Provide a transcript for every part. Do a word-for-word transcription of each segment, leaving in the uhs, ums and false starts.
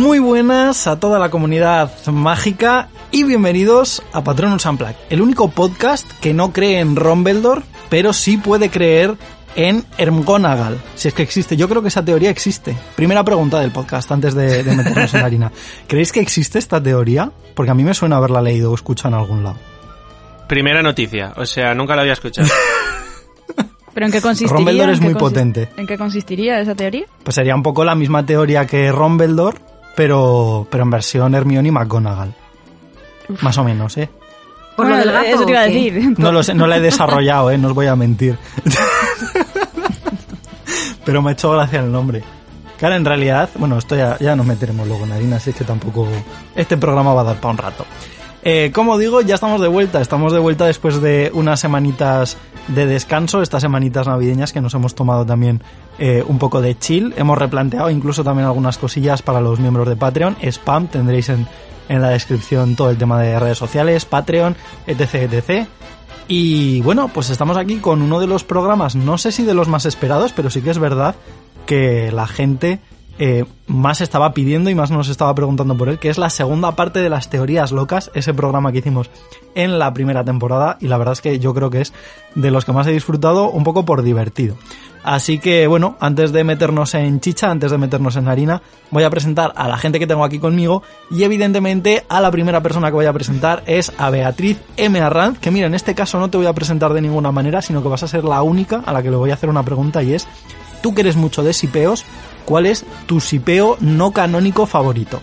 Muy buenas a toda la comunidad mágica y bienvenidos a Patronus Unplugged, el único podcast que no cree en Rumbledore, pero sí puede creer en Ermgonagal, si es que existe. Yo creo que esa teoría existe. Primera pregunta del podcast antes de, de meternos en harina. ¿Creéis que existe esta teoría? Porque a mí me suena haberla leído o escuchado en algún lado. Primera noticia, o sea, nunca la había escuchado. ¿Pero en qué consistiría? Rumbledore es muy consist- potente. ¿En qué consistiría esa teoría? Pues sería un poco la misma teoría que Rumbledore, pero, pero en versión Hermione y McGonagall. Uf. Más o menos, ¿eh? Por bueno, lo del gato. Eso te iba a decir. No lo sé, no la he desarrollado, ¿eh? No os voy a mentir. Pero me ha hecho gracia el nombre. Claro, en realidad, bueno, esto ya, ya nos meteremos luego en harina, así que tampoco... Este programa va a dar para un rato. Eh, como digo, ya estamos de vuelta. Estamos de vuelta después de unas semanitas de descanso, estas semanitas navideñas que nos hemos tomado también eh, un poco de chill. Hemos replanteado incluso también algunas cosillas para los miembros de Patreon. Spam, tendréis en, en la descripción todo el tema de redes sociales, Patreon, etc, etcétera. Y bueno, pues estamos aquí con uno de los programas, no sé si de los más esperados, pero sí que es verdad que la gente eh, más estaba pidiendo y más nos estaba preguntando por él, que es la segunda parte de las teorías locas, ese programa que hicimos en la primera temporada, y la verdad es que yo creo que es de los que más he disfrutado, un poco por divertido. Así que bueno, antes de meternos en chicha, antes de meternos en harina, voy a presentar a la gente que tengo aquí conmigo y evidentemente a la primera persona que voy a presentar es a Beatriz M. Arranz, que mira, en este caso no te voy a presentar de ninguna manera, sino que vas a ser la única a la que le voy a hacer una pregunta y es, tú que eres mucho de sipeos, ¿cuál es tu sipeo no canónico favorito?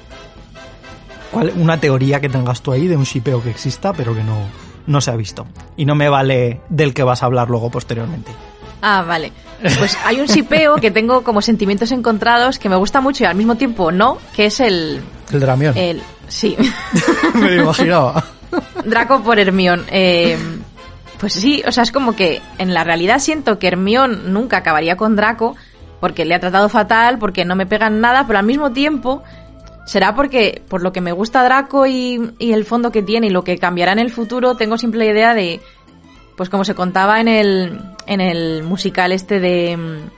¿Cuál, una teoría que tengas tú ahí de un sipeo que exista pero que no, no se ha visto? Y no me vale del que vas a hablar luego posteriormente. Ah, vale. Pues hay un sipeo que tengo como sentimientos encontrados que me gusta mucho y al mismo tiempo no, que es el... El Dramión. El, sí. Me lo imaginaba. Draco por Hermione. Eh, pues sí, o sea, es como que en la realidad siento que Hermione nunca acabaría con Draco porque le ha tratado fatal, porque no me pegan nada, pero al mismo tiempo será porque por lo que me gusta Draco y, y el fondo que tiene y lo que cambiará en el futuro, tengo siempre la idea de... Pues como se contaba en el en el musical este de...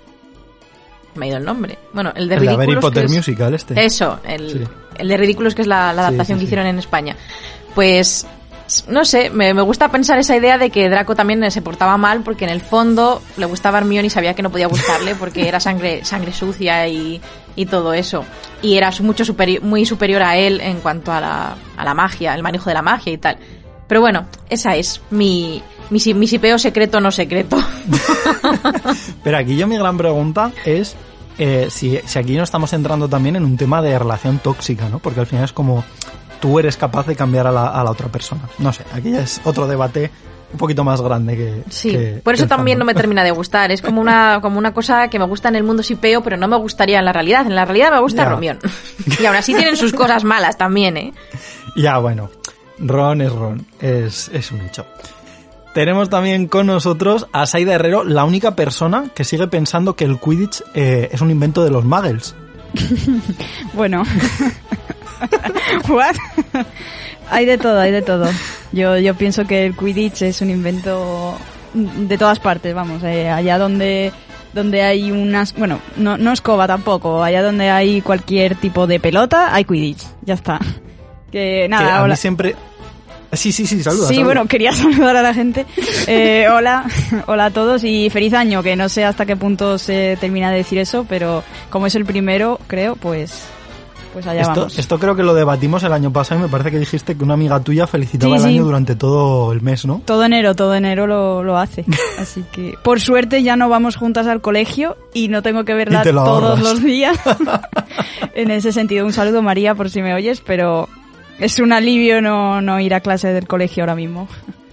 Me ha ido el nombre. Bueno, el de el Ridículos. El Harry Potter es, musical este. Eso, el, sí. el de Ridículos, que es la, la adaptación sí, sí, que hicieron sí. en España. Pues, no sé, me, me gusta pensar esa idea de que Draco también se portaba mal porque en el fondo le gustaba Hermione y sabía que no podía gustarle porque era sangre sangre sucia y, y todo eso. Y era mucho superi- muy superior a él en cuanto a la, a la magia, el manejo de la magia y tal. Pero bueno, esa es mi... Mi, mi sipeo secreto no secreto. Pero aquí yo mi gran pregunta es eh, si, si aquí no estamos entrando también en un tema de relación tóxica, ¿no? Porque al final es como tú eres capaz de cambiar a la, a la otra persona. No sé, aquí ya es otro debate un poquito más grande que... Sí, que, por eso que también no me termina de gustar. Es como una como una cosa que me gusta en el mundo sipeo, pero no me gustaría en la realidad. En la realidad me gusta Hermione. Y aún así tienen sus cosas malas también, ¿eh? Ya, bueno. Ron es Ron. Es, es un hecho. Tenemos también con nosotros a Saida Herrero, la única persona que sigue pensando que el Quidditch eh, es un invento de los Muggles. Bueno. ¿What? Hay de todo, hay de todo. Yo, yo pienso que el Quidditch es un invento de todas partes, vamos. Eh, allá donde, donde hay unas... Bueno, no, no escoba tampoco. Allá donde hay cualquier tipo de pelota, hay Quidditch. Ya está. Que nada, que a hola. mí siempre... Sí, sí, sí, saluda. Sí, saluda. bueno, quería saludar a la gente. Eh, hola, hola a todos y feliz año, que no sé hasta qué punto se termina de decir eso, pero como es el primero, creo, pues pues allá esto, vamos. Esto creo que lo debatimos el año pasado y me parece que dijiste que una amiga tuya felicitaba sí, el sí. año durante todo el mes, ¿no? Todo enero, todo enero lo, lo hace. Así que, por suerte, ya no vamos juntas al colegio y no tengo que verla todos ahorras. los días. En ese sentido, un saludo, María, por si me oyes, pero... Es un alivio no, no ir a clase del colegio ahora mismo.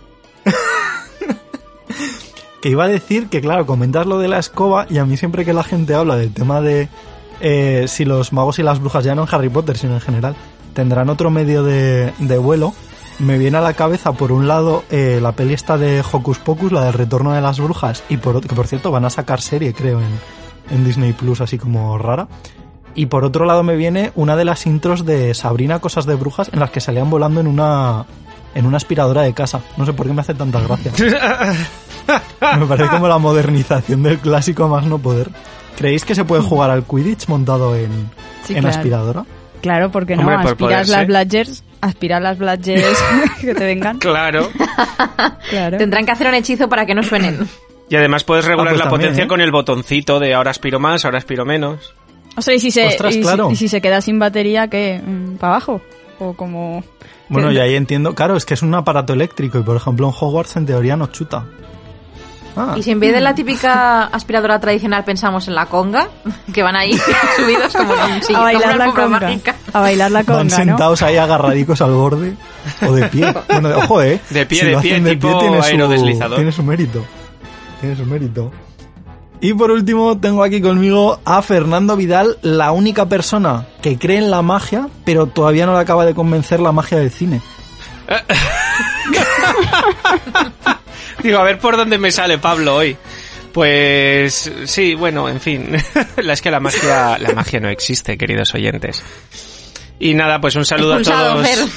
Que iba a decir que, claro, comentas lo de la escoba y a mí siempre que la gente habla del tema de eh, si los magos y las brujas, ya no en Harry Potter, sino en general, tendrán otro medio de, de vuelo, me viene a la cabeza, por un lado, eh, la peli esta de Hocus Pocus, la del retorno de las brujas, y por, que por cierto van a sacar serie, creo, en, en Disney Plus, así como rara. Y por otro lado me viene una de las intros de Sabrina, Cosas de Brujas, en las que salían volando en una en una aspiradora de casa. No sé por qué me hace tanta gracia. Me parece como la modernización del clásico a más no poder. ¿Creéis que se puede jugar al Quidditch montado en, sí, en claro. aspiradora? Claro, porque no, Hombre, por aspiras poder las ser. Bludgers, aspirar las Bludgers que te vengan. Claro. Claro. Tendrán que hacer un hechizo para que no suenen. Y además puedes regular Ah, pues la también, potencia ¿eh? con el botoncito de ahora aspiro más, ahora aspiro menos. O sea, y si se, Ostras, y, si- claro. y si se queda sin batería, ¿qué? ¿Para abajo? O como... Bueno, que- y ahí entiendo, claro, es que es un aparato eléctrico y por ejemplo en Hogwarts en teoría no chuta. Ah, Y si en vez de la típica aspiradora tradicional pensamos en la conga, que van ahí subidos como en un a sillón, como bailar una la alfombra conga. mágica. A bailar la van conga, ¿no? sentados ahí agarradicos al borde o de pie. Bueno, de- ojo, eh. De pie, si de lo pie, hacen tipo tiene su- aerodeslizador. Tiene su mérito. Tiene su mérito. Y por último tengo aquí conmigo a Fernando Vidal, la única persona que cree en la magia, pero todavía no le acaba de convencer la magia del cine. Digo, a ver por dónde me sale Pablo hoy. Pues sí, bueno, en fin. La es que la magia, la magia no existe, queridos oyentes. Y nada, pues un saludo Expulsado, a todos.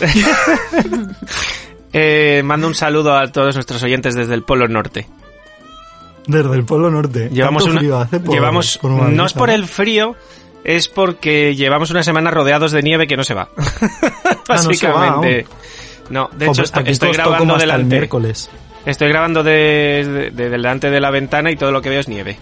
eh, mando un saludo a todos nuestros oyentes desde el Polo Norte. Desde el Polo Norte. Llevamos Tanto una, frío hace por- llevamos, por una no brisa, es por el frío, es porque llevamos una semana rodeados de nieve que no se va. Ah, no se va Básicamente. No, de hecho Joder, estoy, aquí estoy costó como grabando hasta el delante. miércoles. Estoy grabando de, de- de delante de la ventana y todo lo que veo es nieve.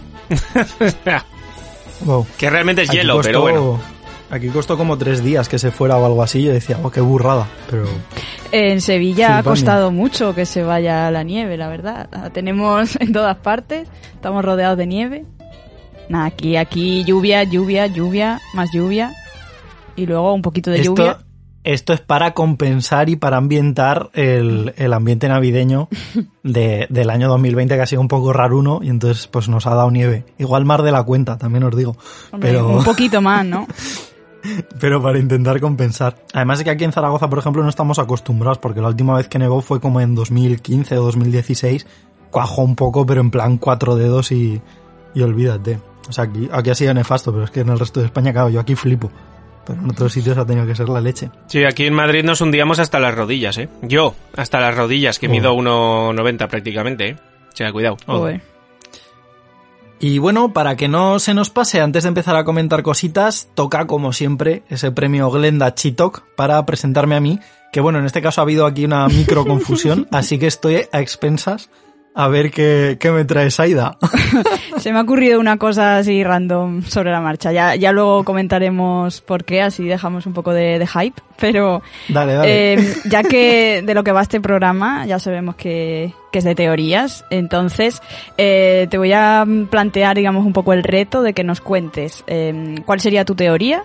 Wow. Que realmente es Aquí hielo, costó- pero bueno. Aquí costó como tres días que se fuera o algo así. Y yo decía, oh, qué burrada. Pero En Sevilla Sí, ha España. costado mucho que se vaya la nieve, la verdad. La tenemos en todas partes, estamos rodeados de nieve. Nada, aquí, aquí lluvia, lluvia, lluvia, más lluvia. Y luego un poquito de lluvia. esto, esto es para compensar y para ambientar el, el ambiente navideño de, del año dos mil veinte, que ha sido un poco raruno. Y entonces pues nos ha dado nieve. Igual más de la cuenta, también os digo. Hombre, pero... un poquito más, ¿no? Pero para intentar compensar. Además es que aquí en Zaragoza, por ejemplo, no estamos acostumbrados, porque la última vez que nevó fue como en dos mil quince o dos mil dieciséis. Cuajó un poco, pero en plan cuatro dedos y, y olvídate. O sea, aquí, aquí ha sido nefasto, pero es que en el resto de España, claro, yo aquí flipo. Pero en otros sitios ha tenido que ser la leche. Sí, aquí en Madrid nos hundíamos hasta las rodillas, ¿eh? Yo, hasta las rodillas, que Oh. mido uno noventa prácticamente, ¿eh? O sea, cuidado. Joder. Y bueno, para que no se nos pase, antes de empezar a comentar cositas, toca, como siempre, ese premio Glenda Chitok para presentarme a mí, que bueno, en este caso ha habido aquí una micro confusión, así que estoy a expensas a ver qué, qué me trae Saida. Se me ha ocurrido una cosa así random sobre la marcha. Ya, ya luego comentaremos por qué, así dejamos un poco de, de hype. Pero Dale, dale. eh, ya que de lo que va este programa ya sabemos que, que es de teorías, entonces eh, te voy a plantear, digamos, un poco el reto de que nos cuentes eh, cuál sería tu teoría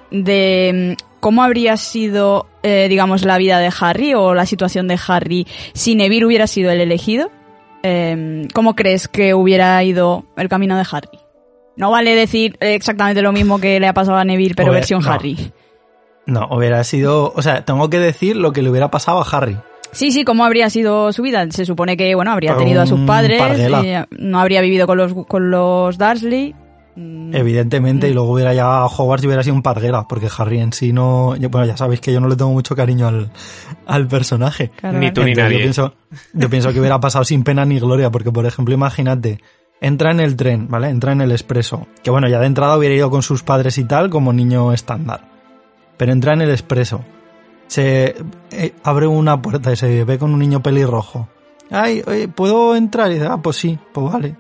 de cómo habría sido, eh, digamos, la vida de Harry o la situación de Harry si Neville hubiera sido el elegido. Eh, ¿Cómo crees que hubiera ido el camino de Harry? No vale decir exactamente lo mismo que le ha pasado a Neville, pero Joder, versión no. Harry. No, hubiera sido... O sea, tengo que decir lo que le hubiera pasado a Harry. Sí, sí, ¿cómo habría sido su vida? Se supone que, bueno, habría Pues tenido a sus un padres, parguela. eh, no habría vivido con los, con los Dursley. Mm, Evidentemente, y luego hubiera llegado a Hogwarts y hubiera sido un parguela, porque Harry en sí no... yo- Bueno, ya sabéis que yo no le tengo mucho cariño al, al personaje. claro, Ni tú ni Entonces, nadie. Yo pienso, yo pienso que hubiera pasado sin pena ni gloria, porque por ejemplo, imagínate, entra en el tren, ¿vale? Entra en el expreso, que bueno, ya de entrada hubiera ido con sus padres y tal, como niño estándar. Pero entra en el expreso, se eh, abre una puerta y se ve con un niño pelirrojo. Ay, oye, ¿puedo entrar? Y dice, ah, pues sí, pues vale.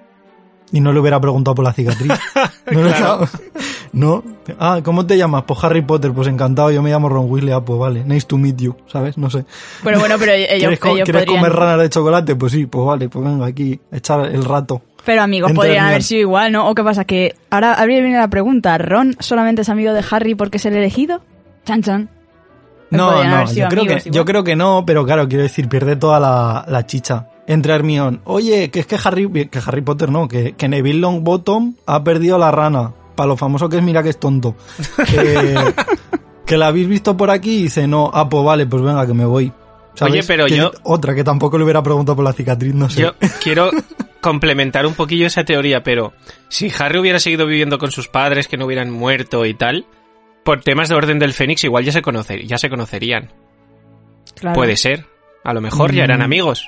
Y no le hubiera preguntado por la cicatriz. No, le- Claro. no. Ah, ¿cómo te llamas? Pues Harry Potter, pues encantado, yo me llamo Ron Weasley, ah, pues vale. Nice to meet you, ¿sabes? No sé. Pero bueno, pero ellos, ¿Quieres, co- ellos ¿quieres podrían... comer ranas de chocolate? Pues sí, pues vale, pues venga aquí, echar el rato. Pero amigos, Entra podrían en haber el- sido igual, ¿no? ¿O qué pasa? Que ahora habría viene la pregunta, ¿Ron solamente es amigo de Harry porque es el elegido? Chan, chan. No, Podrían no, haber sido yo creo, que, amigos igual. yo creo que no, pero claro, quiero decir, pierde toda la, la chicha. Entra Hermione, oye, que es que Harry, que Harry Potter no, que, que Neville Longbottom ha perdido la rana. Para lo famoso que es, mira que es tonto. Que, que la habéis visto por aquí y dice, no, ah, pues vale, pues venga, que me voy. ¿Sabes? Oye, pero Que yo- Otra que tampoco le hubiera preguntado por la cicatriz, no sé. Yo quiero complementar un poquillo esa teoría, pero si Harry hubiera seguido viviendo con sus padres que no hubieran muerto y tal, por temas de Orden del Fénix igual ya se, conocer, ya se conocerían. Claro. Puede ser. A lo mejor ya eran Mm. amigos.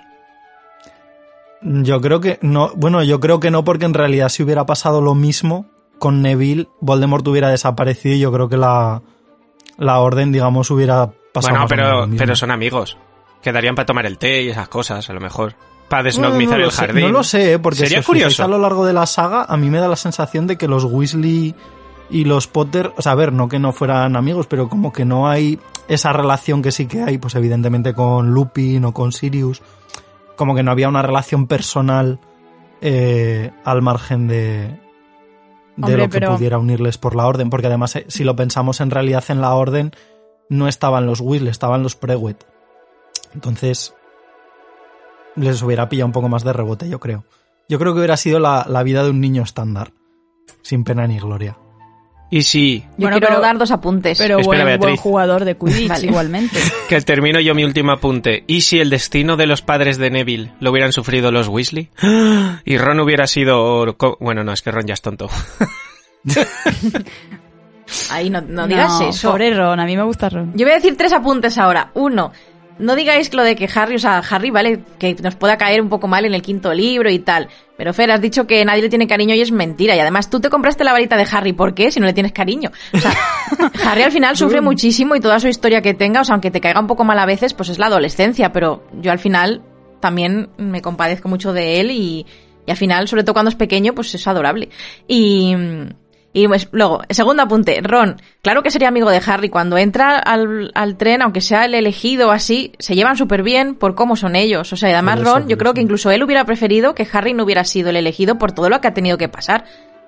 Yo creo que no, bueno, yo creo que no, porque en realidad si hubiera pasado lo mismo con Neville, Voldemort hubiera desaparecido y yo creo que la, la orden, digamos, hubiera pasado. Bueno, más o menos pero, lo mismo. pero son amigos. Quedarían para tomar el té y esas cosas, a lo mejor. Para Bueno, desnogmizar no lo el sé, jardín. No lo sé, ¿eh? Porque Sería si os fijáis curioso. a lo largo de la saga, a mí me da la sensación de que los Weasley y los Potter, o sea, a ver, no que no fueran amigos, pero como que no hay esa relación que sí que hay, pues evidentemente con Lupin o con Sirius, como que no había una relación personal eh, al margen de, de Hombre, lo que pero- pudiera unirles por la orden, porque además, eh, si lo pensamos en realidad en la orden, no estaban los Weasley, estaban los Prewett. Entonces, les hubiera pillado un poco más de rebote, yo creo. Yo creo que hubiera sido la, la vida de un niño estándar, sin pena ni gloria. Y sí, Yo Bueno, quiero pero- dar dos apuntes. Pero Espera, buen, buen Beatriz. jugador de Quidditch Vale. igualmente. que termino yo mi último apunte. ¿Y si el destino de los padres de Neville lo hubieran sufrido los Weasley? Y Ron hubiera sido... co- Bueno, no, es que Ron ya es tonto. Ahí no, no digas No, eso. Pobre Ron, a mí me gusta Ron. Yo voy a decir tres apuntes ahora. Uno, no digáis lo de que Harry, o sea, Harry, vale, que nos pueda caer un poco mal en el quinto libro y tal. Pero Fer, has dicho que nadie le tiene cariño y es mentira. Y además tú te compraste la varita de Harry, ¿por qué? Si no le tienes cariño. O sea, Harry al final sufre muchísimo y toda su historia que tenga, o sea, aunque te caiga un poco mal a veces, pues es la adolescencia. Pero yo al final también me compadezco mucho de él y, y al final, sobre todo cuando es pequeño, pues es adorable. Y... Y pues, luego, segundo apunte, Ron, claro que sería amigo de Harry, cuando entra al, al tren, aunque sea el elegido o así, se llevan súper bien por cómo son ellos. O sea, y además Por eso, Ron, por yo creo eso. que incluso él hubiera preferido que Harry no hubiera sido el elegido por todo lo que ha tenido que pasar.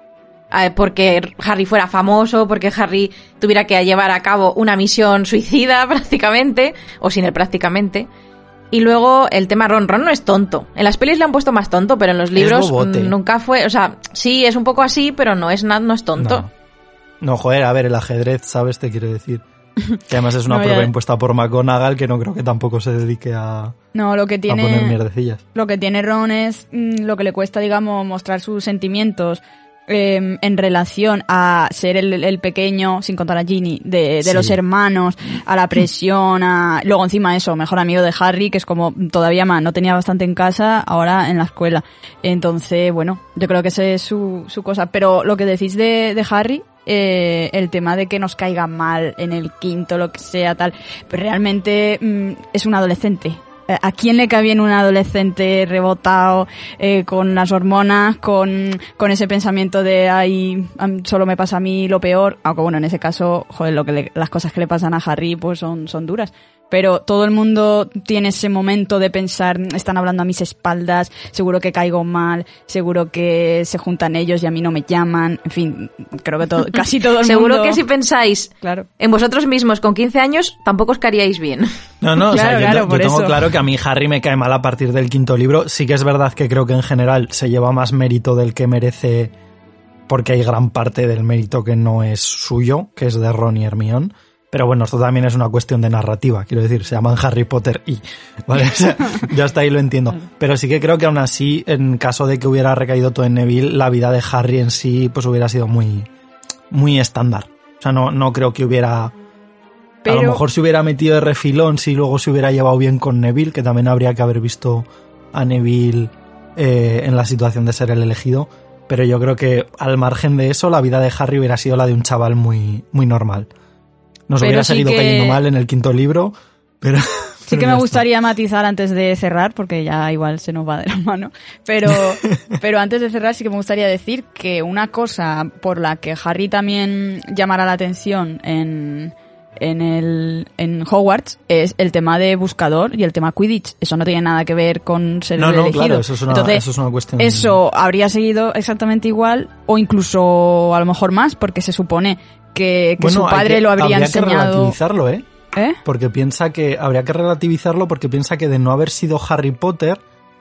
Eh, porque Harry fuera famoso, porque Harry tuviera que llevar a cabo una misión suicida prácticamente, o sin él prácticamente. Y luego el tema Ron. Ron no es tonto. En las pelis le han puesto más tonto, pero en los libros bobote. mm, nunca fue... O sea, sí, es un poco así, pero no es, na- no es tonto. No. No, joder, a ver, el ajedrez, ¿sabes? Te quiero decir. Que además es una No, prueba ya. impuesta por McGonagall, que no creo que tampoco se dedique a, No, lo que a poner tiene... mierdecillas. Lo que tiene Ron es mm, lo que le cuesta, digamos, mostrar sus sentimientos eh, en relación a ser el, el pequeño, sin contar a Ginny, de, de Sí. los hermanos, a la presión, a... Luego encima eso, mejor amigo de Harry, que es como todavía más, no tenía bastante en casa, ahora en la escuela. Entonces, bueno, yo creo que esa es su, su cosa. Pero lo que decís de, de Harry... Eh, el tema de que nos caiga mal en el quinto, lo que sea, tal, pero realmente mm, es un adolescente. Eh, ¿A quién le cae bien un adolescente rebotado, eh, con las hormonas, con, con ese pensamiento de ay, am- solo me pasa a mí lo peor? Aunque bueno, en ese caso, joder, lo que le- las cosas que le pasan a Harry pues son, son duras. Pero todo el mundo tiene ese momento de pensar, están hablando a mis espaldas, seguro que caigo mal, seguro que se juntan ellos y a mí no me llaman, en fin, creo que todo, casi todo el Seguro mundo... que si pensáis Claro. en vosotros mismos con quince años, tampoco os caeríais bien. No, no, o sea, Claro, yo, claro, yo por tengo eso. claro que a mí Harry me cae mal a partir del quinto libro. Sí que es verdad que creo que en general se lleva más mérito del que merece, porque hay gran parte del mérito que no es suyo, que es de Ron y Hermione. Pero bueno, esto también es una cuestión de narrativa, quiero decir, se llaman Harry Potter y... ¿vale? O sea, yo hasta ahí lo entiendo. Pero sí que creo que aún así, en caso de que hubiera recaído todo en Neville, la vida de Harry en sí pues hubiera sido muy, muy estándar. O sea, no, no creo que hubiera... Pero- A lo mejor se hubiera metido de refilón si luego se hubiera llevado bien con Neville, que también habría que haber visto a Neville eh, en la situación de ser el elegido. Pero yo creo que al margen de eso, la vida de Harry hubiera sido la de un chaval muy, muy normal. Nos Pero hubiera sí salido que- cayendo mal en el quinto libro, pero... Sí pero que ya me está. gustaría matizar antes de cerrar, porque ya igual se nos va de la mano, pero, pero antes de cerrar sí que me gustaría decir que una cosa por la que Harry también llamará la atención en, en, el, en Hogwarts es el tema de buscador y el tema Quidditch. Eso no tiene nada que ver con ser No, el no, elegido. claro, eso es una, Entonces, eso es una cuestión... eso habría seguido exactamente igual o incluso a lo mejor más, porque se supone que, que Bueno, su hay padre que- lo habría habría que enseñado... relativizarlo, ¿eh? ¿Eh? Porque piensa que habría que relativizarlo porque piensa que de no haber sido Harry Potter,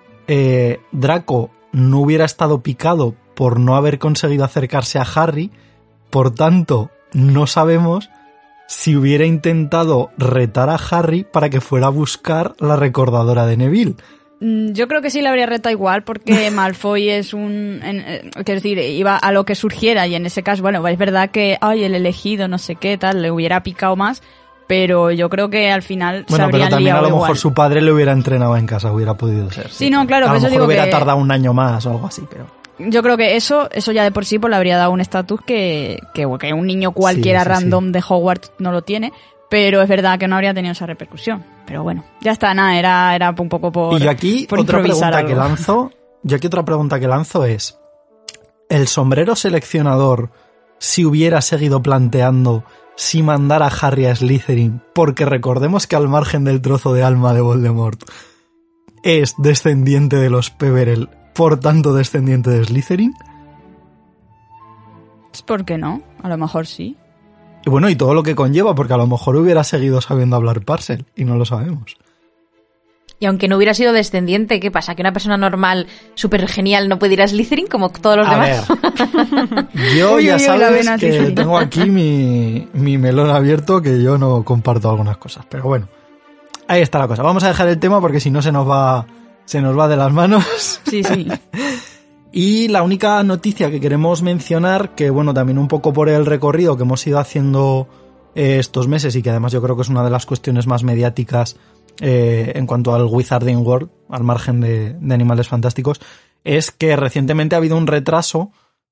eh, Draco no hubiera estado picado por no haber conseguido acercarse a Harry, por tanto no sabemos si hubiera intentado retar a Harry para que fuera a buscar la recordadora de Neville. Mm, Yo creo que sí le habría retado igual porque Malfoy es un... En, eh, quiero decir, iba a lo que surgiera y en ese caso, bueno, es verdad que, ay, el elegido, no sé qué, tal, le hubiera picado más, pero yo creo que al final se Bueno, pero habrían también a liado lo mejor igual. su padre le hubiera entrenado en casa, hubiera podido ser. Sí, no, claro, a por lo eso mejor digo hubiera que- tardado un año más o algo así, pero... yo creo que eso eso ya de por sí pues le habría dado un estatus que, que, que un niño cualquiera sí, sí, random sí. de Hogwarts no lo tiene, pero es verdad que no habría tenido esa repercusión. Pero bueno, ya está, nada, era, era un poco por Y yo aquí por otra pregunta algo. que lanzo, yo aquí otra pregunta que lanzo es, ¿el sombrero seleccionador si hubiera seguido planteando si mandar a Harry a Slytherin? Porque recordemos que al margen del trozo de alma de Voldemort es descendiente de los Peverell, por tanto descendiente de Slytherin. ¿Por qué no? A lo mejor sí. Y bueno, y todo lo que conlleva, porque a lo mejor hubiera seguido sabiendo hablar Parcel, y no lo sabemos. Y aunque no hubiera sido descendiente, ¿qué pasa? ¿Que una persona normal, súper genial, no puede ir a Slytherin como todos los a demás? Ver, yo Uy, ya uy, uy, la sabes vena que Slytherin. tengo aquí mi, mi melón abierto, que yo no comparto algunas cosas, pero bueno, ahí está la cosa. Vamos a dejar el tema porque si no se nos va, se nos va de las manos. Sí, sí. Y la única noticia que queremos mencionar, que bueno, también un poco por el recorrido que hemos ido haciendo eh, estos meses y que además yo creo que es una de las cuestiones más mediáticas eh, en cuanto al Wizarding World, al margen de, de Animales Fantásticos, es que recientemente ha habido un retraso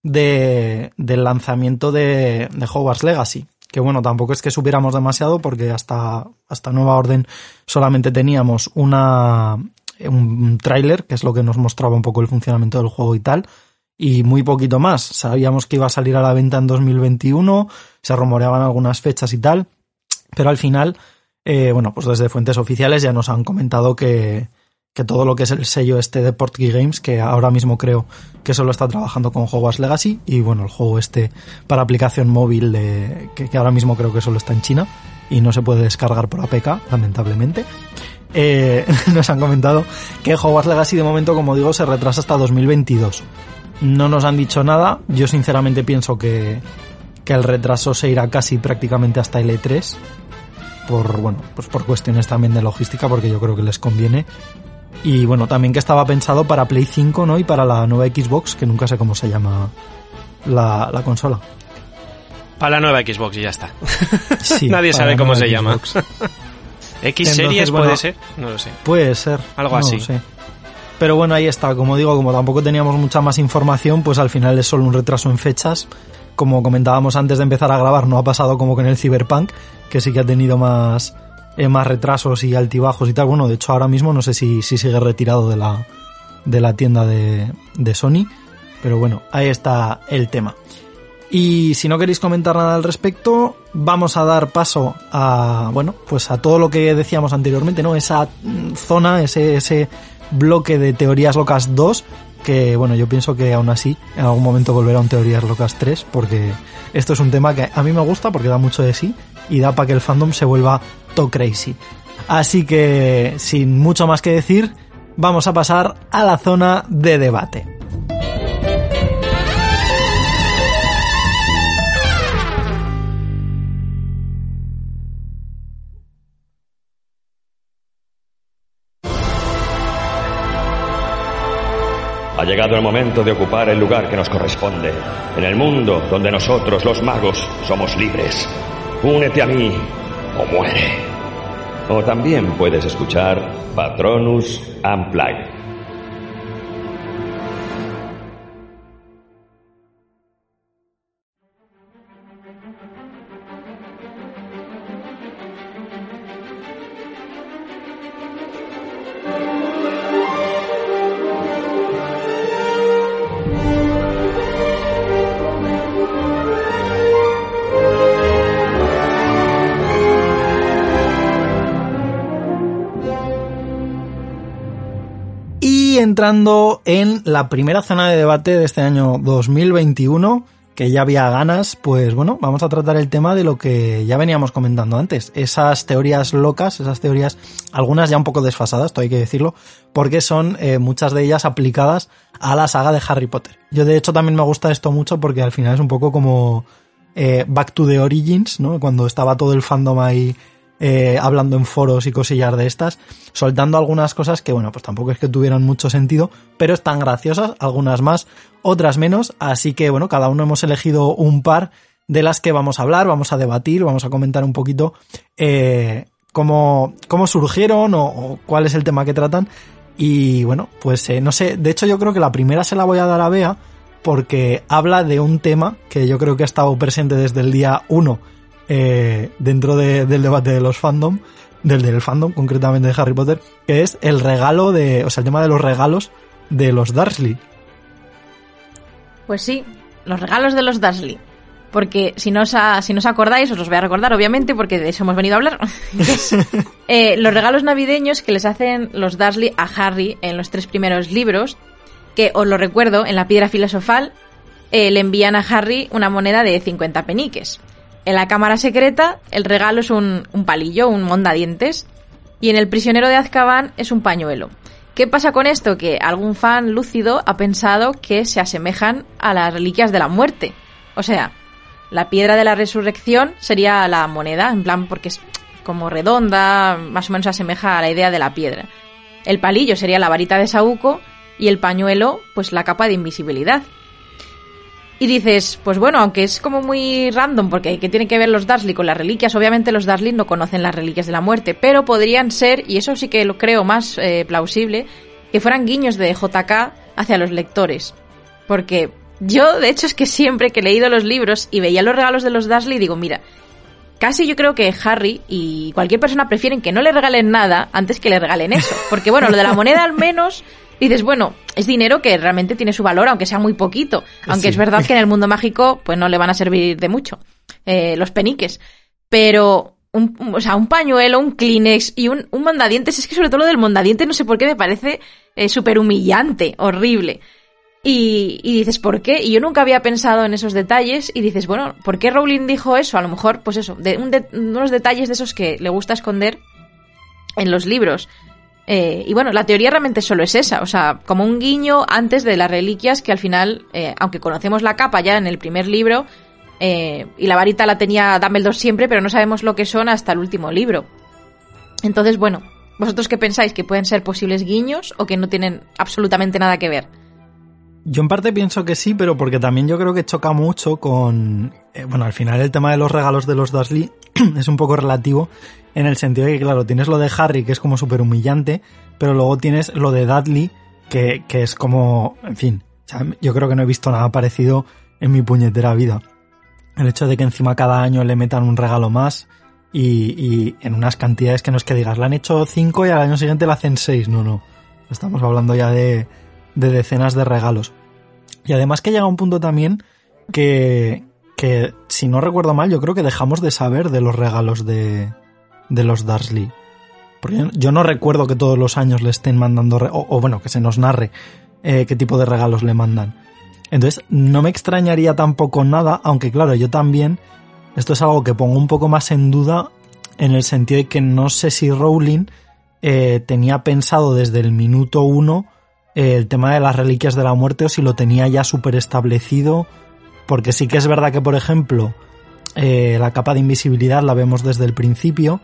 de, del lanzamiento de, de Hogwarts Legacy. Que bueno, tampoco es que supiéramos demasiado porque hasta, hasta Nueva Orden solamente teníamos una... un tráiler, que es lo que nos mostraba un poco el funcionamiento del juego y tal, y muy poquito más. Sabíamos que iba a salir a la venta en dos mil veintiuno, se rumoreaban algunas fechas y tal, pero al final, eh, bueno, pues desde fuentes oficiales ya nos han comentado que, que todo lo que es el sello este de Portkey Games, que ahora mismo creo que solo está trabajando con Hogwarts Legacy, y bueno, el juego este para aplicación móvil, de, que, que ahora mismo creo que solo está en China, y no se puede descargar por A P K, lamentablemente. Eh, nos han comentado que Hogwarts Legacy de momento, como digo, se retrasa hasta dos mil veintidós. No nos han dicho nada. Yo sinceramente pienso que, que el retraso se irá casi prácticamente hasta el E tres, por bueno, pues por cuestiones también de logística, porque yo creo que les conviene. Y bueno, también que estaba pensado para Play cinco, ¿no? Y para la nueva Xbox, que nunca sé cómo se llama la, la consola. Para la nueva Xbox y ya está. Sí, nadie sabe cómo se Xbox. llama. X Entonces, Series bueno, puede ser, no lo sé. Puede ser. Algo no así. Lo sé. Pero bueno, ahí está. Como digo, como tampoco teníamos mucha más información, pues al final es solo un retraso en fechas. Como comentábamos antes de empezar a grabar, no ha pasado como con el Cyberpunk, que sí que ha tenido más, eh, más retrasos y altibajos y tal. Bueno, de hecho ahora mismo no sé si, si sigue retirado de la, de la tienda de, de Sony. Pero bueno, ahí está el tema. Y si no queréis comentar nada al respecto, vamos a dar paso a, bueno, pues a todo lo que decíamos anteriormente, ¿no? Esa zona, ese, ese bloque de Teorías Locas dos, que bueno, yo pienso que aún así en algún momento volverá un Teorías Locas tres, porque esto es un tema que a mí me gusta porque da mucho de sí y da para que el fandom se vuelva todo crazy. Así que, sin mucho más que decir, vamos a pasar a la zona de debate. Ha llegado el momento de ocupar el lugar que nos corresponde, en el mundo donde nosotros, los magos, somos libres. Únete a mí o muere. O también puedes escuchar Patronus Unplugged. Entrando en la primera zona de debate de este año dos mil veintiuno, que ya había ganas, pues bueno, vamos a tratar el tema de lo que ya veníamos comentando antes, esas teorías locas, esas teorías, algunas ya un poco desfasadas, esto hay que decirlo, porque son eh, muchas de ellas aplicadas a la saga de Harry Potter. Yo de hecho también me gusta esto mucho porque al final es un poco como eh, Back to the Origins, ¿no? Cuando estaba todo el fandom ahí Eh, hablando en foros y cosillas de estas, soltando algunas cosas que, bueno, pues tampoco es que tuvieran mucho sentido, pero están graciosas, algunas más, otras menos, así que, bueno, cada uno hemos elegido un par de las que vamos a hablar, vamos a debatir, vamos a comentar un poquito eh, cómo, cómo surgieron o, o cuál es el tema que tratan, y bueno, pues eh, no sé, de hecho yo creo que la primera se la voy a dar a Bea, porque habla de un tema que yo creo que ha estado presente desde el día uno eh, dentro de, del debate de los fandom, del del fandom concretamente de Harry Potter, que es el regalo de, o sea, el tema de los regalos de los Dursley. Pues sí, los regalos de los Dursley. Porque si no os, ha, si no os acordáis, os los voy a recordar, obviamente, porque de eso hemos venido a hablar. Entonces, eh, los regalos navideños que les hacen los Dursley a Harry en los tres primeros libros, que os lo recuerdo, en la piedra filosofal eh, le envían a Harry una moneda de cincuenta peniques. En la cámara secreta el regalo es un, un palillo, un mondadientes, y en el prisionero de Azkaban es un pañuelo. ¿Qué pasa con esto? Que algún fan lúcido ha pensado que se asemejan a las reliquias de la muerte. O sea, la piedra de la resurrección sería la moneda, en plan porque es como redonda, más o menos asemeja a la idea de la piedra. El palillo sería la varita de Saúco y el pañuelo, pues la capa de invisibilidad. Y dices, pues bueno, aunque es como muy random, porque ¿qué tiene que ver los Dursley con las reliquias? Obviamente los Dursley no conocen las reliquias de la muerte, pero podrían ser, y eso sí que lo creo más eh, plausible, que fueran guiños de J K hacia los lectores. Porque yo, de hecho, es que siempre que he leído los libros y veía los regalos de los Dursley, digo, mira, casi yo creo que Harry y cualquier persona prefieren que no le regalen nada antes que le regalen eso. Porque bueno, lo de la moneda al menos, dices, bueno, es dinero que realmente tiene su valor, aunque sea muy poquito. Aunque sí, es verdad que en el mundo mágico pues no le van a servir de mucho eh, los peniques. Pero, un, o sea, un pañuelo, un Kleenex y un, un mondadientes, es que sobre todo lo del mondadientes no sé por qué me parece eh, súper humillante, horrible. Y, y dices, ¿por qué? Y yo nunca había pensado en esos detalles y dices, bueno, ¿por qué Rowling dijo eso? A lo mejor, pues eso, de, un de, unos detalles de esos que le gusta esconder en los libros. Eh, y bueno, la teoría realmente solo es esa, o sea, como un guiño antes de las reliquias que al final, eh, aunque conocemos la capa ya en el primer libro, eh, y la varita la tenía Dumbledore siempre, pero no sabemos lo que son hasta el último libro. Entonces, bueno, ¿vosotros qué pensáis? ¿Que pueden ser posibles guiños o que no tienen absolutamente nada que ver? Yo en parte pienso que sí, pero porque también yo creo que choca mucho con... Eh, bueno, al final el tema de los regalos de los Dursley es un poco relativo en el sentido de que, claro, tienes lo de Harry, que es como súper humillante, pero luego tienes lo de Dudley, que, que es como... En fin, o sea, yo creo que no he visto nada parecido en mi puñetera vida. El hecho de que encima cada año le metan un regalo más y, y en unas cantidades que no es que digas, le han hecho cinco y al año siguiente le hacen seis. No, no. Estamos hablando ya de... de decenas de regalos. Y además que llega un punto también que, que, si no recuerdo mal, yo creo que dejamos de saber de los regalos de, de los Dursley. Porque yo, yo no recuerdo que todos los años le estén mandando, re- o, o bueno, que se nos narre eh, qué tipo de regalos le mandan. Entonces, no me extrañaría tampoco nada, aunque claro, yo también, esto es algo que pongo un poco más en duda, en el sentido de que no sé si Rowling eh, tenía pensado desde el minuto uno el tema de las reliquias de la muerte o si lo tenía ya súper establecido, porque sí que es verdad que, por ejemplo, eh, la capa de invisibilidad la vemos desde el principio,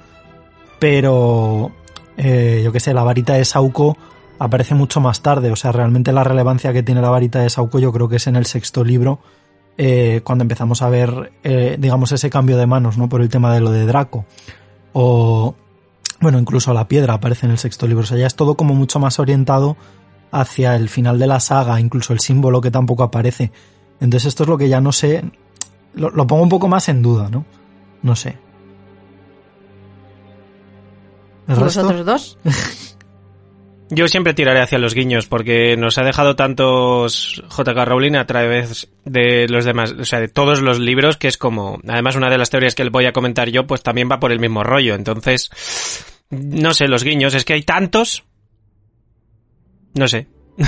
pero eh, yo qué sé, la varita de Saúco aparece mucho más tarde, o sea, realmente la relevancia que tiene la varita de Saúco yo creo que es en el sexto libro, eh, cuando empezamos a ver, eh, digamos, ese cambio de manos, ¿no? Por el tema de lo de Draco, o bueno, incluso la piedra aparece en el sexto libro, o sea, ya es todo como mucho más orientado hacia el final de la saga, incluso el símbolo que tampoco aparece. Entonces esto es lo que ya no sé, lo, lo pongo un poco más en duda, ¿no? No sé. ¿Y vosotros dos? Yo siempre tiraré hacia los guiños porque nos ha dejado tantos J K Rowling a través de los demás, o sea, de todos los libros, que es como, además una de las teorías que voy a comentar yo, pues también va por el mismo rollo. Entonces, no sé, los guiños, es que hay tantos. No sé.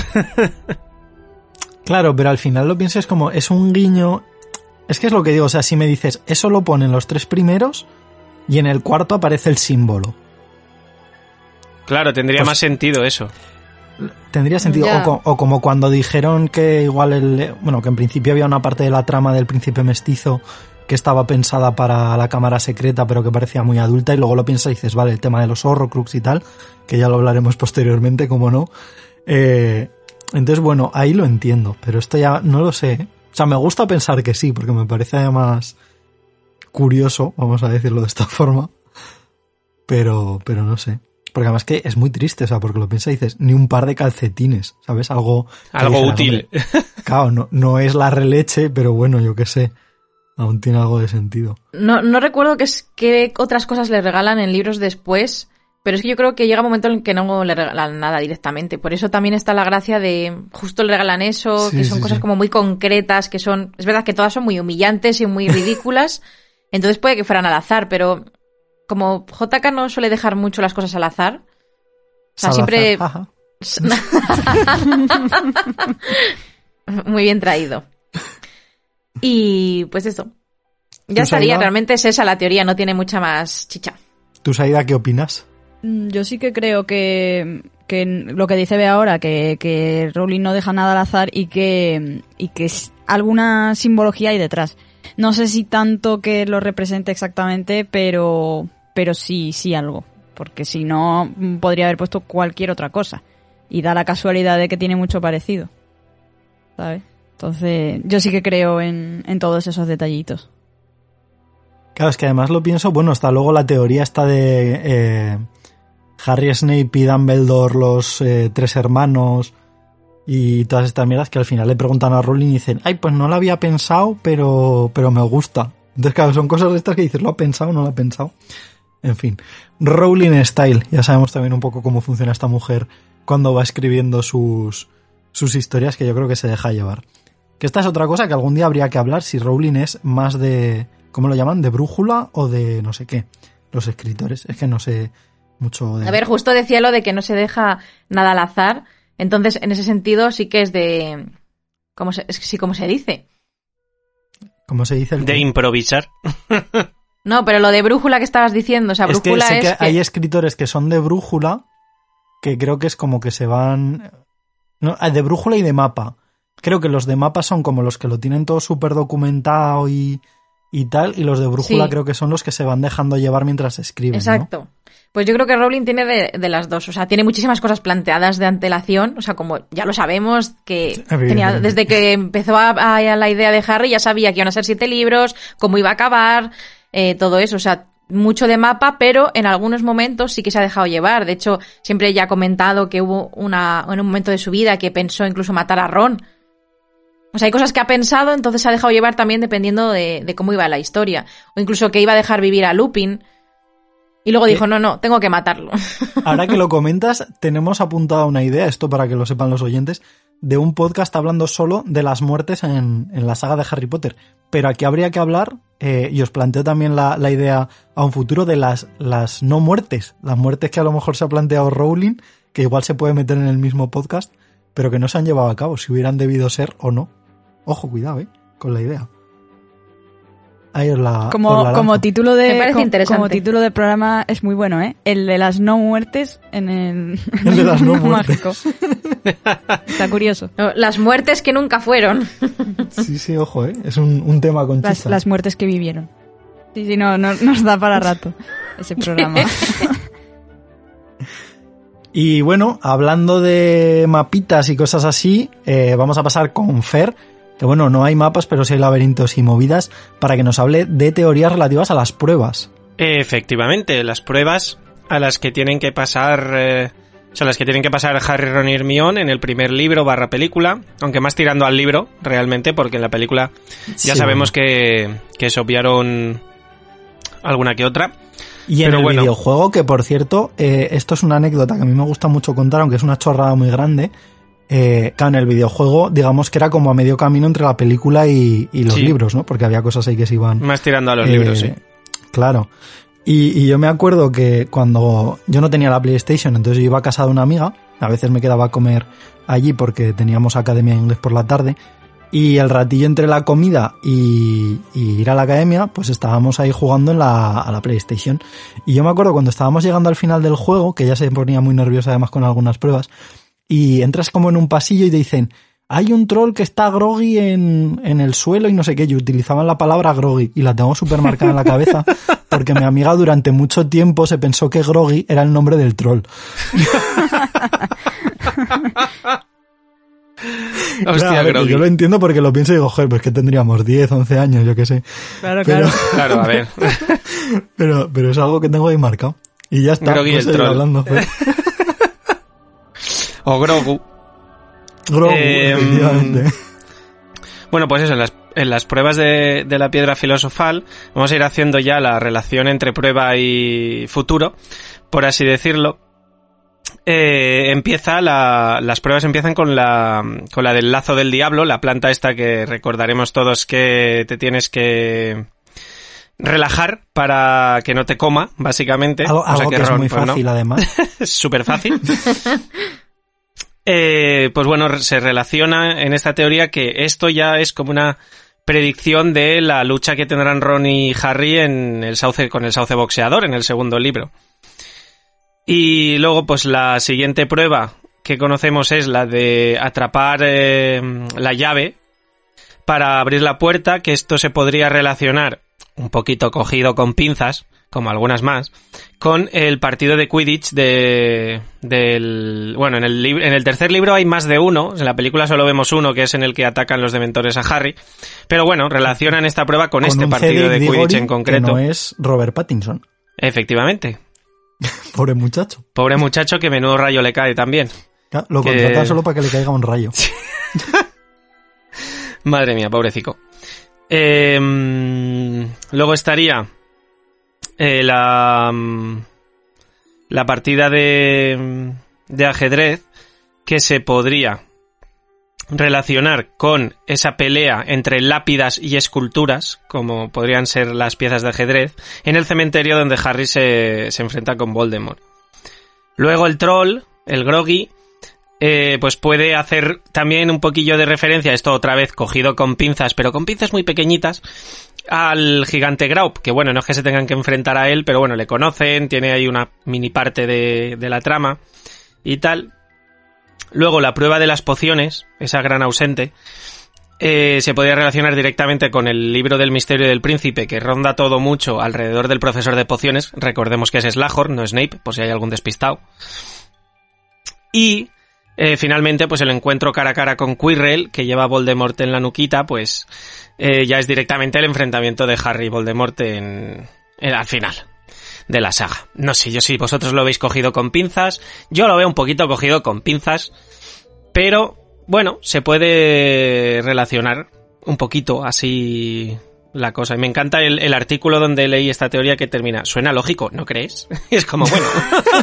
Claro, pero al final lo piensas como, es un guiño... Es que es lo que digo, o sea, si me dices, eso lo ponen los tres primeros y en el cuarto aparece el símbolo. Claro, tendría pues, más sentido eso. Tendría sentido, o, co- o como cuando dijeron que igual el... Bueno, que en principio había una parte de la trama del príncipe mestizo que estaba pensada para la cámara secreta, pero que parecía muy adulta, y luego lo piensas y dices, vale, el tema de los Horrocrux y tal, que ya lo hablaremos posteriormente, como no. Eh, entonces, bueno, ahí lo entiendo, pero esto ya no lo sé, ¿eh? O sea, me gusta pensar que sí, porque me parece además curioso, vamos a decirlo de esta forma, pero, pero no sé. Porque además que es muy triste, o sea, porque lo piensas y dices, ni un par de calcetines, ¿sabes? Algo... Algo dijeras, útil. hombre, claro, no, no es la releche, pero bueno, yo qué sé, aún tiene algo de sentido. No, no recuerdo qué, es, qué otras cosas le regalan en libros después, pero es que yo creo que llega un momento en el que no le regalan nada directamente. Por eso también está la gracia de justo le regalan eso, Sí, que son sí, cosas sí. como muy concretas, que son... Es verdad que todas son muy humillantes y muy ridículas, entonces puede que fueran al azar, pero como J K no suele dejar mucho las cosas al azar, o sea, Salazar, siempre... jaja. Muy bien traído. Y pues eso. Ya ¿Tú, estaría, Saida? realmente es esa la teoría, no tiene mucha más chicha. ¿Tú, Saida, qué opinas? Mm, Yo sí que creo que, que lo que dice Bea ahora, que, que Rowling no deja nada al azar y que, y que es- alguna simbología hay detrás. No sé si tanto que lo represente exactamente, pero, pero sí, sí algo. Porque si no, mm, podría haber puesto cualquier otra cosa. Y da la casualidad de que tiene mucho parecido. ¿Sabes? Entonces, yo sí que creo en, en todos esos detallitos. Claro, es que además lo pienso, bueno, hasta luego la teoría está de eh, Harry, Snape y Dumbledore, los eh, tres hermanos y todas estas mierdas que al final le preguntan a Rowling y dicen, ay, pues no lo había pensado, pero, pero me gusta. Entonces, claro, son cosas de estas que dices, ¿lo ha pensado o no lo ha pensado? En fin, Rowling Style, ya sabemos también un poco cómo funciona esta mujer cuando va escribiendo sus, sus historias, que yo creo que se deja llevar. Que esta es otra cosa que algún día habría que hablar, si Rowling es más de... ¿Cómo lo llaman? ¿De brújula o de no sé qué? Los escritores. Es que no sé mucho de... A ver, justo decía lo de que no se deja nada al azar. Entonces, en ese sentido, sí que es de... ¿Cómo se, es que sí, ¿cómo se dice? ¿Cómo se dice? El De improvisar. No, pero lo de brújula que estabas diciendo, o sea, es que brújula sé es... que que- hay escritores que son de brújula, que creo que es como que se van... No, de brújula y de mapa. Creo que los de mapa son como los que lo tienen todo súper documentado y, y tal, y los de brújula Sí. creo que son los que se van dejando llevar mientras escriben, ¿no? Exacto. Pues yo creo que Rowling tiene de, de las dos. O sea, tiene muchísimas cosas planteadas de antelación. O sea, como ya lo sabemos, que tenía, evidentemente. desde que empezó a, a la idea de Harry, ya sabía que iban a ser siete libros, cómo iba a acabar, eh, todo eso. O sea, mucho de mapa, pero en algunos momentos sí que se ha dejado llevar. De hecho, siempre ella ha comentado que hubo una, en un momento de su vida que pensó incluso matar a Ron. O sea, hay cosas que ha pensado, entonces se ha dejado llevar también dependiendo de, de cómo iba la historia. O incluso que iba a dejar vivir a Lupin. Y luego dijo, no, no, tengo que matarlo. Ahora que lo comentas, tenemos apuntada una idea, esto para que lo sepan los oyentes, de un podcast hablando solo de las muertes en, en la saga de Harry Potter. Pero aquí habría que hablar, eh, y os planteo también la, la idea a un futuro, de las, las no muertes. Las muertes que a lo mejor se ha planteado Rowling, que igual se puede meter en el mismo podcast, pero que no se han llevado a cabo, si hubieran debido ser o no. Ojo, cuidado, eh, con la idea. Ahí os la, os Como, la como lanzo. título de Me parece como, interesante. como título de programa es muy bueno, ¿eh? El de las no muertes en el, El de las no muertes. mágico. Está curioso. No, las muertes que nunca fueron. Sí, sí, ojo, eh. Es un, un tema con Las, chicha. las muertes que vivieron. Sí, sí, no, no nos da para rato ese programa. Y bueno, hablando de mapitas y cosas así, eh, vamos a pasar con Fer, que bueno, no hay mapas, pero sí hay laberintos y movidas, para que nos hable de teorías relativas a las pruebas. Efectivamente, las pruebas a las que tienen que pasar... Eh, o sea, las que tienen que pasar Harry, Ron y Hermione en el primer libro barra película, aunque más tirando al libro, realmente, porque en la película ya Sí, sabemos que, que se obviaron alguna que otra. Y en Pero el bueno. videojuego, que por cierto, eh, esto es una anécdota que a mí me gusta mucho contar, aunque es una chorrada muy grande. Eh, claro, en el videojuego, digamos que era como a medio camino entre la película y, y los Sí. libros, ¿no? Porque había cosas ahí que se iban... Más tirando a los Eh, libros, sí. Claro. Y, y yo me acuerdo que cuando yo no tenía la PlayStation, entonces yo iba a casa de una amiga, a veces me quedaba a comer allí porque teníamos academia de inglés por la tarde, y el ratillo entre la comida y, y ir a la academia, pues estábamos ahí jugando en la, a la PlayStation. Y yo me acuerdo cuando estábamos llegando al final del juego, que ella se ponía muy nerviosa además con algunas pruebas, y entras como en un pasillo y te dicen... Hay un troll que está groggy en, en el suelo y no sé qué. Y utilizaban la palabra groggy y la tengo súper marcada en la cabeza porque mi amiga durante mucho tiempo se pensó que groggy era el nombre del troll. Hostia, Claro, a ver, Groggy. yo lo entiendo porque lo pienso y digo, joder, pues que tendríamos diez, once años, yo qué sé. Claro, Pero, claro. Claro, a ver. pero, pero es algo que tengo ahí marcado. Y ya está. Groggy pues el troll. Hablando, pues. O Grogu. Grogu, Eh, efectivamente. Bueno, pues eso, en las, en las pruebas de, de la piedra filosofal vamos a ir haciendo ya la relación entre prueba y futuro, por así decirlo. Eh, empieza la, las pruebas empiezan con la, con la del lazo del diablo, la planta esta que recordaremos todos que te tienes que relajar para que no te coma, básicamente. Algo, O sea algo que, que es Ron, muy pues, fácil, ¿no? además. Es súper fácil. Eh, pues bueno, se relaciona en esta teoría que esto ya es como una predicción de la lucha que tendrán Ron y Harry en el sauce, con el sauce boxeador en el segundo libro. Y luego, pues la siguiente prueba que conocemos es la de atrapar eh, la llave para abrir la puerta, que esto se podría relacionar, un poquito cogido con pinzas, como algunas más, con el partido de Quidditch de del bueno, en el libro, en el tercer libro hay más de uno, en la película solo vemos uno, que es en el que atacan los dementores a Harry, pero bueno, relacionan esta prueba con, con este partido de Quidditch en concreto. Que no es Robert Pattinson. Efectivamente. Pobre muchacho. Pobre muchacho, que menudo rayo le cae también. Lo que... contratan solo para que le caiga un rayo. Madre mía, pobrecico. Eh, luego estaría eh, la, la partida de, de ajedrez, que se podría relacionar con esa pelea entre lápidas y esculturas, como podrían ser las piezas de ajedrez, en el cementerio donde Harry se, se enfrenta con Voldemort. Luego el troll, el Groggy, eh, pues puede hacer también un poquillo de referencia, esto otra vez cogido con pinzas, pero con pinzas muy pequeñitas, al gigante Graup, que bueno, no es que se tengan que enfrentar a él, pero bueno, le conocen, tiene ahí una mini parte de, de la trama y tal. Luego la prueba de las pociones, esa gran ausente, eh, se podría relacionar directamente con el libro del misterio del príncipe, que ronda todo mucho alrededor del profesor de pociones. Recordemos que es Slughorn, no Snape, por si hay algún despistado. Y eh, finalmente, pues el encuentro cara a cara con Quirrell, que lleva a Voldemort en la nuquita, pues eh, ya es directamente el enfrentamiento de Harry y Voldemort en, en, al final de la saga. No sé yo si vosotros lo habéis cogido con pinzas, yo lo veo un poquito cogido con pinzas, pero bueno, se puede relacionar un poquito así la cosa. Y me encanta el, el artículo donde leí esta teoría que termina, suena lógico, ¿no crees? Y es como, bueno,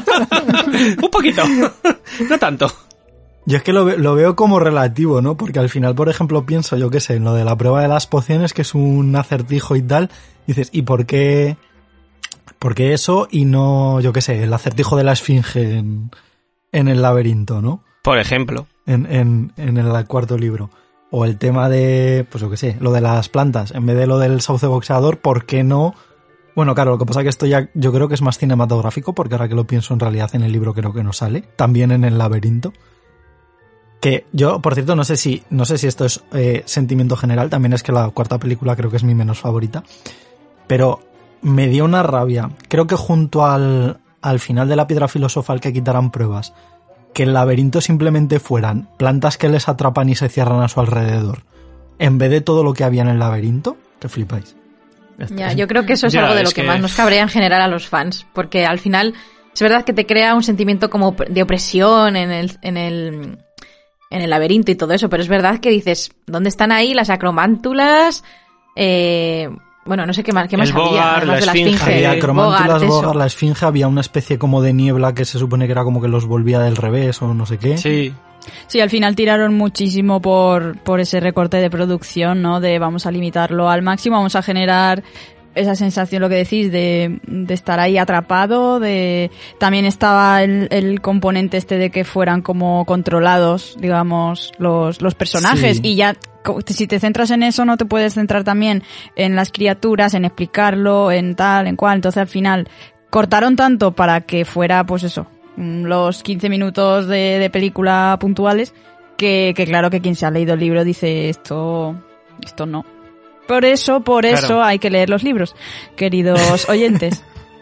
un poquito, no tanto. Yo es que lo, lo veo como relativo, ¿no? Porque al final, por ejemplo, pienso, yo qué sé, en lo de la prueba de las pociones, que es un acertijo y tal, dices, ¿y por qué... ¿Por qué eso y no, yo qué sé, el acertijo de la esfinge en, en el laberinto, ¿no? Por ejemplo. En, en, en el cuarto libro. O el tema de, pues yo qué sé, lo de las plantas. En vez de lo del sauce boxeador, ¿por qué no? Bueno, claro, lo que pasa es que esto ya yo creo que es más cinematográfico, porque ahora que lo pienso en realidad en el libro creo que no sale. También en el laberinto. Que yo, por cierto, no sé si, no sé si esto es eh, sentimiento general, también es que la cuarta película creo que es mi menos favorita. Pero... me dio una rabia. Creo que junto al, al final de la piedra filosofal que quitaran pruebas, que el laberinto simplemente fueran plantas que les atrapan y se cierran a su alrededor, en vez de todo lo que había en el laberinto, que flipáis. Ya, yo creo que eso es ya, algo de es lo que, que más nos cabrea en general a los fans, porque al final es verdad que te crea un sentimiento como de opresión en el, en el, en el laberinto y todo eso, pero es verdad que dices, ¿dónde están ahí las acromántulas? Eh... Bueno, no sé qué más, qué más el había, Bogart, además la de la esfinge. esfinge. Había acromántulas, Bogart, Bogart, la esfinge, había una especie como de niebla que se supone que era como que los volvía del revés o no sé qué. Sí. Sí, al final tiraron muchísimo por, por ese recorte de producción, ¿no? De vamos a limitarlo al máximo, vamos a generar esa sensación, lo que decís, de, de estar ahí atrapado, de también estaba el, el componente este de que fueran como controlados, digamos, los, los personajes, Sí. y ya si te centras en eso no te puedes centrar también en las criaturas, en explicarlo, en tal, en cual, entonces al final cortaron tanto para que fuera, pues eso, los quince minutos de, de película puntuales, que, que claro que quien se ha leído el libro dice esto, esto no. Por eso, por eso Claro. hay que leer los libros, queridos oyentes.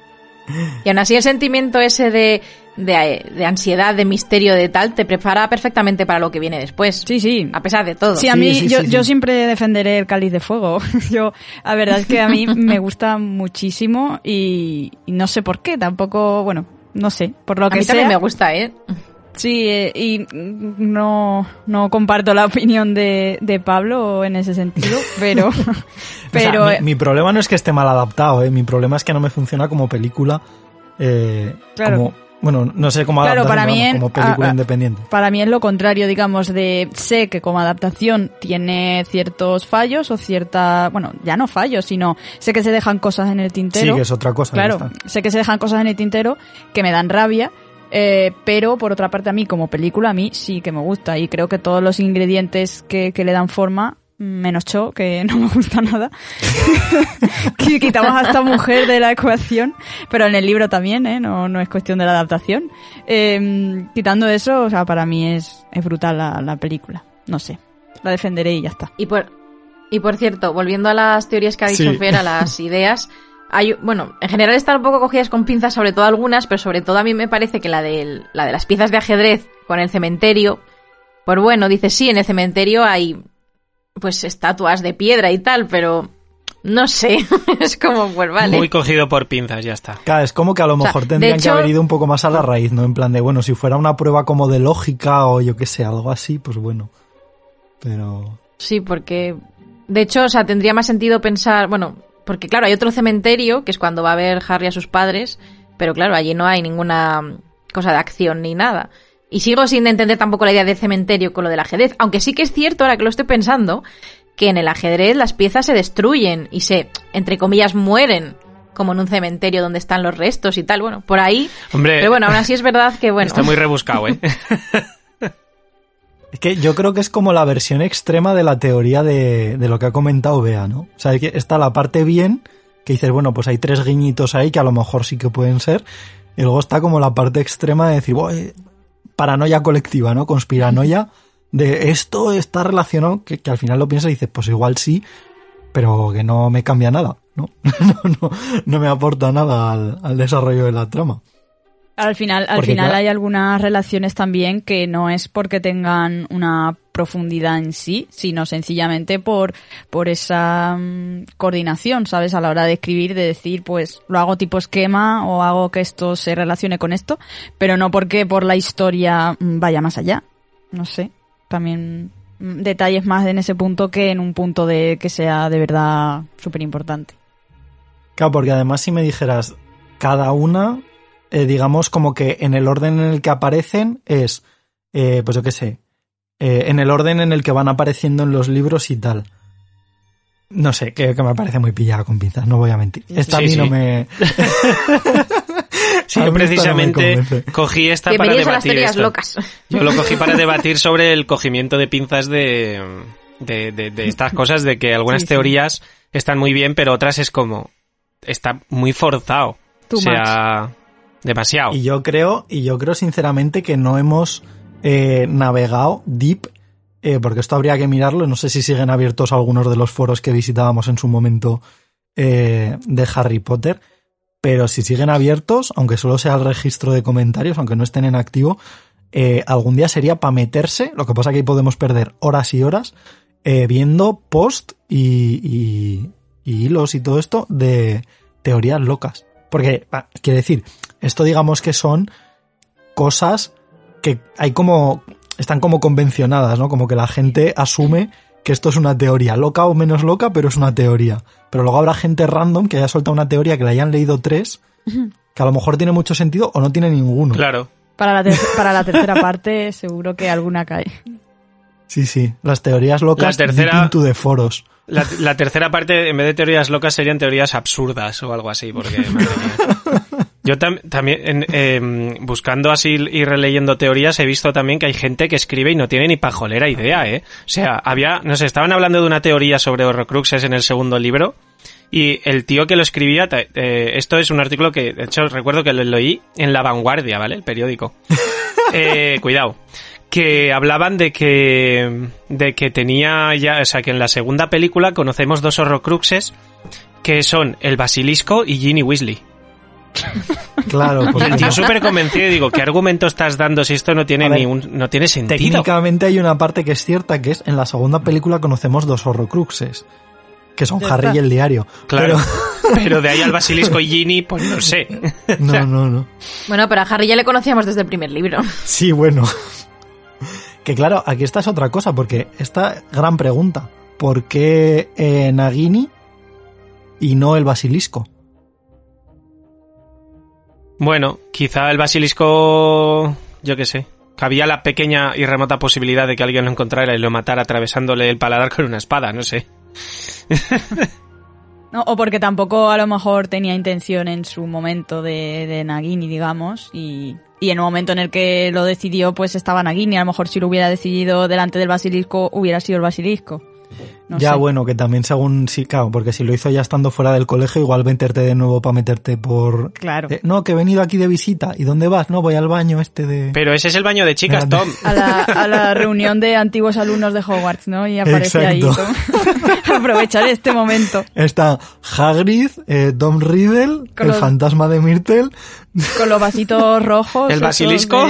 Y aún así el sentimiento ese de, de, de ansiedad, de misterio, de tal, te prepara perfectamente para lo que viene después. Sí, sí. A pesar de todo. Sí, a mí, Sí, sí, yo, sí, yo sí. siempre defenderé el Cáliz de Fuego. Yo, la verdad es que a mí me gusta muchísimo y, y no sé por qué, tampoco, bueno, no sé, por lo A que mí sea. también me gusta, ¿eh? Sí, eh, y no, no comparto la opinión de, de Pablo en ese sentido, pero... pero O sea, mi, mi problema no es que esté mal adaptado, ¿eh? Mi problema es que no me funciona como película. Eh, Claro. como, bueno, no sé cómo Claro, adaptación, para mí vamos, en- como película a- a- independiente. para mí es lo contrario, digamos, de sé que como adaptación tiene ciertos fallos o cierta... Bueno, ya no fallos, sino sé que se dejan cosas en el tintero. Sí, que es otra cosa. ya Claro, está. sé que se dejan cosas en el tintero que me dan rabia, eh, pero por otra parte a mí como película a mí sí que me gusta y creo que todos los ingredientes que, que le dan forma, menos Cho, que no me gusta nada, que quitamos a esta mujer de la ecuación, pero en el libro también, ¿eh? no, no es cuestión de la adaptación. Eh, quitando eso, o sea, para mí es, es brutal la, la película, no sé, la defenderé y ya está. Y por, y por cierto, volviendo a las teorías que ha dicho Sí. Fer, a las ideas, hay, bueno, en general están un poco cogidas con pinzas, sobre todo algunas, pero sobre todo a mí me parece que la de, la de las piezas de ajedrez con el cementerio, pues bueno, dice sí, en el cementerio hay pues estatuas de piedra y tal, pero no sé, es como, pues vale. Muy cogido por pinzas, ya está. Claro, es como que a lo sea, mejor de tendrían hecho- que haber ido un poco más a la raíz, ¿no? En plan de, bueno, si fuera una prueba como de lógica o yo qué sé, algo así, pues bueno. Pero... Sí, porque de hecho, o sea, tendría más sentido pensar, bueno, porque claro, hay otro cementerio, que es cuando va a ver Harry a sus padres, pero claro, allí no hay ninguna cosa de acción ni nada. Y sigo sin entender tampoco la idea de cementerio con lo del ajedrez, aunque sí que es cierto, ahora que lo estoy pensando, que en el ajedrez las piezas se destruyen y se, entre comillas, mueren, como en un cementerio donde están los restos y tal, bueno, por ahí. Hombre, Pero bueno, aún así es verdad que, bueno, está muy rebuscado, ¿eh? Es que yo creo que es como la versión extrema de la teoría de, de lo que ha comentado Bea, ¿no? O sea, que está la parte bien, que dices, bueno, pues hay tres guiñitos ahí que a lo mejor sí que pueden ser, y luego está como la parte extrema de decir, "Buah, paranoia colectiva, ¿no? Conspiranoia, de esto está relacionado", que, que al final lo piensas y dices, pues igual sí, pero que no me cambia nada, ¿no? no, no, no me aporta nada al, al desarrollo de la trama. Al final, al Porque, final claro, hay algunas relaciones también que no es porque tengan una profundidad en sí, sino sencillamente por, por esa mm, coordinación, ¿sabes? A la hora de escribir, de decir, pues lo hago tipo esquema o hago que esto se relacione con esto, pero no porque por la historia mm, vaya más allá. No sé, también mm, detalles más en ese punto que en un punto de que sea de verdad súper importante. Claro, porque además si me dijeras cada una, eh, digamos como que en el orden en el que aparecen es, eh, pues yo qué sé, eh, en el orden en el que van apareciendo en los libros y tal. No sé, que, que me parece muy pillada con pinzas, no voy a mentir. Esta Sí, a mí sí. no me... Sí, A yo mí esta no me precisamente convence. cogí esta para bienvenidos a las debatir teorías esto. locas. Yo lo cogí para debatir sobre el cogimiento de pinzas de, de, de, de estas cosas, de que algunas Sí, sí. teorías están muy bien, pero otras es como, está muy forzado. Too o sea, demasiado. Y yo creo, y yo creo sinceramente que no hemos eh, navegado deep, eh, porque esto habría que mirarlo, no sé si siguen abiertos algunos de los foros que visitábamos en su momento eh, de Harry Potter, pero si siguen abiertos, aunque solo sea el registro de comentarios, aunque no estén en activo, eh, algún día sería para meterse, lo que pasa que ahí podemos perder horas y horas eh, viendo post y, y, y hilos y todo esto de teorías locas. Porque, bah, quiere decir, esto digamos que son cosas que hay como, están como convencionadas, ¿no? Como que la gente asume que esto es una teoría, loca o menos loca, pero es una teoría. Pero luego habrá gente random que haya soltado una teoría que le hayan leído tres, que a lo mejor tiene mucho sentido o no tiene ninguno. Claro. Para la, ter- para la tercera parte seguro que alguna cae. Sí, sí, las teorías locas La tercera- deep into de foros. La, la tercera parte, en vez de teorías locas, serían teorías absurdas o algo así, porque, madre mía. Yo tam- también, en, eh, buscando así y releyendo teorías, he visto también que hay gente que escribe y no tiene ni pajolera idea, ¿eh? O sea, había, no sé, estaban hablando de una teoría sobre Horrocruxes en el segundo libro, y el tío que lo escribía, eh, esto es un artículo que, de hecho, recuerdo que lo leí en La Vanguardia, ¿vale? El periódico. Eh, cuidado. Que hablaban de que de que tenía ya, o sea, que en la segunda película conocemos dos Horrocruxes que son el Basilisco y Ginny Weasley. Claro, porque El tío súper convencido y digo, ¿qué argumento estás dando si esto no tiene A ver, ni un, no tiene sentido? técnicamente hay una parte que es cierta, que es en la segunda película conocemos dos horrocruxes, que son Ya Harry está. y el diario. Claro, Pero- pero de ahí al basilisco y Ginny, pues no sé. No, no, no. Bueno, pero a Harry ya le conocíamos desde el primer libro. Sí, bueno. Que claro, aquí esta es otra cosa, porque esta gran pregunta, ¿por qué eh, Nagini y no el basilisco? Bueno, quizá el basilisco, yo qué sé, cabía la pequeña y remota posibilidad de que alguien lo encontrara y lo matara atravesándole el paladar con una espada, no sé. No, o porque tampoco a lo mejor tenía intención en su momento de, de Nagini, digamos, y, y en el momento en el que lo decidió, pues estaba Nagini. A lo mejor si lo hubiera decidido delante del basilisco, hubiera sido el basilisco. No ya, sé. bueno, que también según sí, claro, porque si lo hizo ya estando fuera del colegio, igual meterte de nuevo para meterte por... Claro. Eh, no, que he venido aquí de visita. ¿Y dónde vas? No, voy al baño este de... Pero ese es el baño de chicas, Grande. Tom. A la, a la reunión de antiguos alumnos de Hogwarts, ¿no? Y aparece ahí. Exacto. Tom. Aprovechar este momento. Está Hagrid, eh, Tom Riddle, Con el los- fantasma de Myrtle. Con los vasitos rojos. ¿El esos basilisco? de-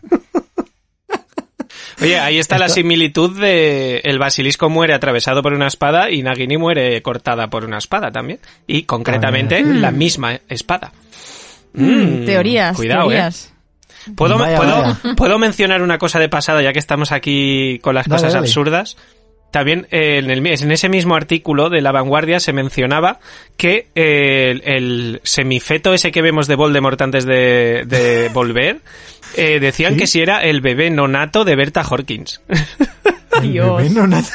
Oye, ahí está la similitud de el basilisco muere atravesado por una espada y Nagini muere cortada por una espada también. Y concretamente Ah, la misma espada. Mm, Mm, teorías, cuidado, teorías. ¿eh? ¿Puedo, Vaya, ¿puedo, vaya. ¿Puedo mencionar una cosa de pasada ya que estamos aquí con las Dale, cosas dale. absurdas? También eh, en, el, en ese mismo artículo de La Vanguardia se mencionaba que eh, el, el semifeto ese que vemos de Voldemort antes de, de volver, eh, decían ¿Sí? que si era el bebé nonato de Berta Horkins. El Dios. bebé no nace-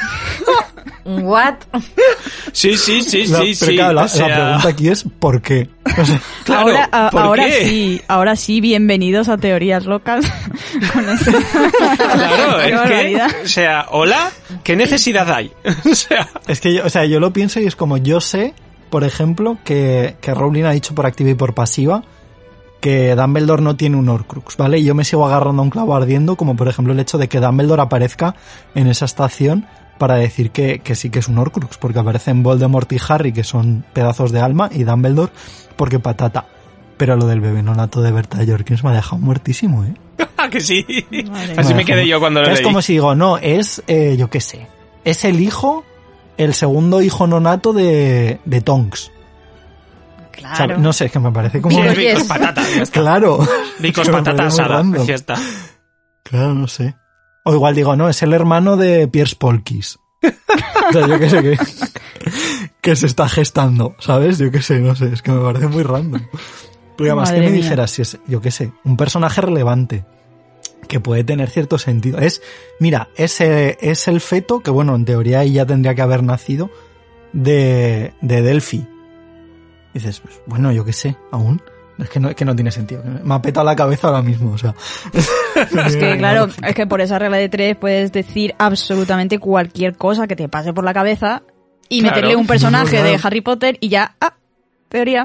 What? Sí, sí, sí, La- sí, pero sí. claro, la, o sea, la pregunta aquí es ¿por qué? O sea, claro, ahora a- ¿por ahora qué? sí, ahora sí, bienvenidos a teorías locas. Con eso. Claro, Qué es barbaridad. que, o sea, hola, ¿qué necesidad hay? O sea, es que yo, o sea, yo lo pienso y es como yo sé, por ejemplo, que, que Rowling ha dicho por activa y por pasiva que Dumbledore no tiene un Horcrux, ¿vale? Y yo me sigo agarrando a un clavo ardiendo, como por ejemplo el hecho de que Dumbledore aparezca en esa estación para decir que, que sí que es un Horcrux, porque aparecen Voldemort y Harry, que son pedazos de alma, y Dumbledore, porque patata. Pero lo del bebé nonato de Berta Jorkins me ha dejado muertísimo, ¿eh? que sí. Madre Así Me me ha quedé dejado- yo cuando lo que leí. Es como si digo, no, es, eh, yo qué sé, es el hijo, el segundo hijo nonato de, de Tonks. Claro. ¿Sabe? No sé, es que me parece como... Sí, es Oye, Vicos es- patata, ya está. Claro. Vicos Me patata parece muy asada, random. ya está. Claro, no sé. O igual digo, no, es el hermano de Piers Polkis. O sea, yo qué sé, que, que se está gestando, ¿sabes? Yo qué sé, no sé, es que me parece muy random. Porque además Madre que me mía. dijeras, si es, yo qué sé, un personaje relevante, que puede tener cierto sentido. Es, mira, ese es el feto, que bueno, en teoría ahí ya tendría que haber nacido, de, de Delphi. Y dices, pues, bueno, yo qué sé, aún. Es que no, es que no tiene sentido. Me ha petado la cabeza ahora mismo, o sea. Es que, claro, es que por esa regla de tres puedes decir absolutamente cualquier cosa que te pase por la cabeza y Claro. meterle un personaje No, de claro. Harry Potter y ya, ah, teoría.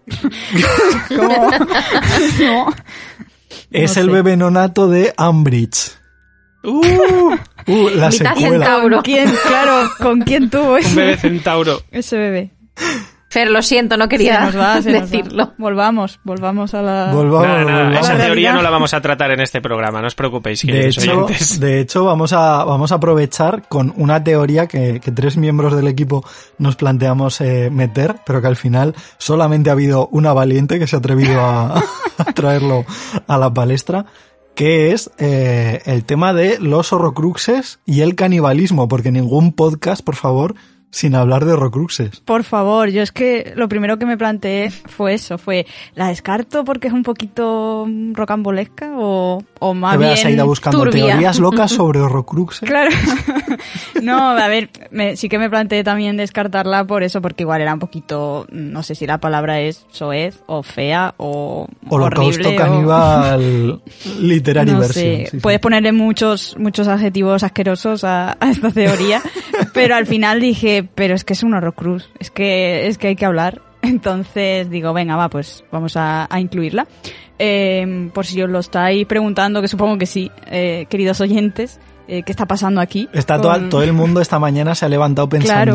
¿Cómo? No. Es No el sé. bebé nonato de Umbridge. Uh, Uh, la Mitad secuela. centauro. ¿Con quién, claro, con quién tuvo un ese, bebé centauro. ese bebé? Fer, lo siento, no quería Se nos va, se nos va. decirlo. Volvamos, volvamos a la... Volvamos, Nada, nada, volvamos. esa La teoría realidad. no la vamos a tratar en este programa, no os preocupéis, De queridos hecho, oyentes. de hecho vamos a vamos a aprovechar con una teoría que, que tres miembros del equipo nos planteamos eh, meter, pero que al final solamente ha habido una valiente que se ha atrevido a, a traerlo a la palestra, que es eh, el tema de los horrocruxes y el canibalismo, porque ningún podcast, por favor, sin hablar de horrocruxes. Por favor, yo es que lo primero que me planteé fue eso, fue, ¿la descarto porque es un poquito rocambolesca o, o más Te bien veas ido buscando turbia. teorías locas sobre horrocruxes. Claro. No, a ver, me- sí que me planteé también descartarla por eso, porque igual era un poquito, no sé si la palabra es soez o fea o Holocausto horrible. o- caníbal literary no version. sé, sí, sí. puedes ponerle muchos muchos adjetivos asquerosos a, a esta teoría, pero al final dije, pero es que es un horrocrux, es que es que hay que hablar. Entonces digo, venga, va, pues vamos a, a incluirla. Eh, por si os lo estáis preguntando, que supongo que sí, eh, queridos oyentes, eh, ¿qué está pasando aquí? Está Con- todo, todo el mundo esta mañana se ha levantado pensando,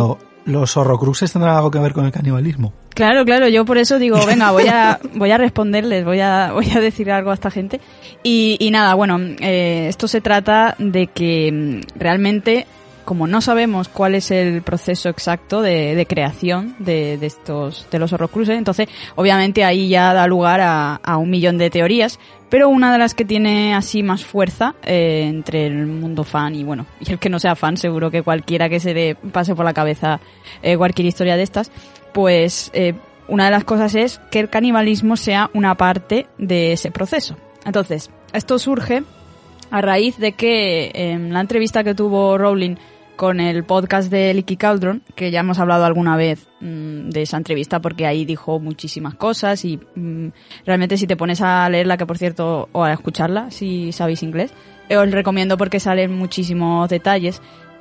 ¿Los horrocruxes tendrán algo que ver con el canibalismo? Claro, claro, yo por eso digo, venga, voy a voy a responderles, voy a voy a decir algo a esta gente. Y, y nada, bueno, eh, esto se trata de que realmente, como no sabemos cuál es el proceso exacto de, de creación de, de estos de los horrocruxes, entonces obviamente ahí ya da lugar a, a un millón de teorías, pero una de las que tiene así más fuerza eh, entre el mundo fan y bueno, y el que no sea fan, seguro que cualquiera que se le pase por la cabeza eh, cualquier historia de estas, pues eh, una de las cosas es que el canibalismo sea una parte de ese proceso. Entonces, esto surge a raíz de que en la entrevista que tuvo Rowling con el podcast de Leaky Cauldron, que ya hemos hablado alguna vez mmm, de esa entrevista porque ahí dijo muchísimas cosas y mmm, realmente si te pones a leerla, que por cierto, o a escucharla, si sabéis inglés, eh, os recomiendo porque salen muchísimos detalles.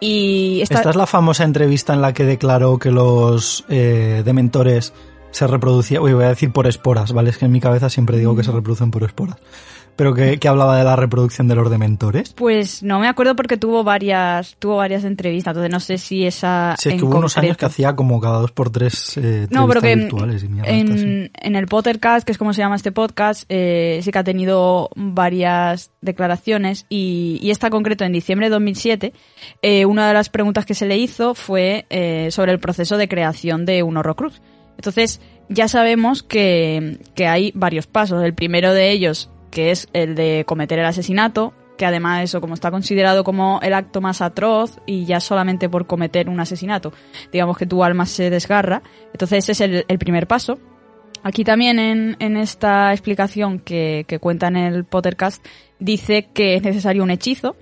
Y esta... esta es la famosa entrevista en la que declaró que los eh, dementores se reproducían, uy, voy a decir por esporas, ¿vale? Es que en mi cabeza siempre digo que se reproducen por esporas. ¿Pero que, que hablaba de la reproducción de los dementores? Pues no me acuerdo porque tuvo varias tuvo varias entrevistas, entonces no sé si esa Sí, es en que hubo unos concreto. años que hacía como cada dos por tres eh, No, pero que en, virtuales y mierda, en, así. en el Pottercast, que es como se llama este podcast, eh, sí que ha tenido varias declaraciones y, y esta concreto en diciembre de dos mil siete, eh, una de las preguntas que se le hizo fue eh, sobre el proceso de creación de un horrocrux. Entonces ya sabemos que, que hay varios pasos. El primero de ellos, que es el de cometer el asesinato, que además eso, como está considerado como el acto más atroz y ya solamente por cometer un asesinato, digamos que tu alma se desgarra, entonces ese es el, el primer paso. Aquí también en, en esta explicación que, que cuenta en el Pottercast dice que es necesario un hechizo,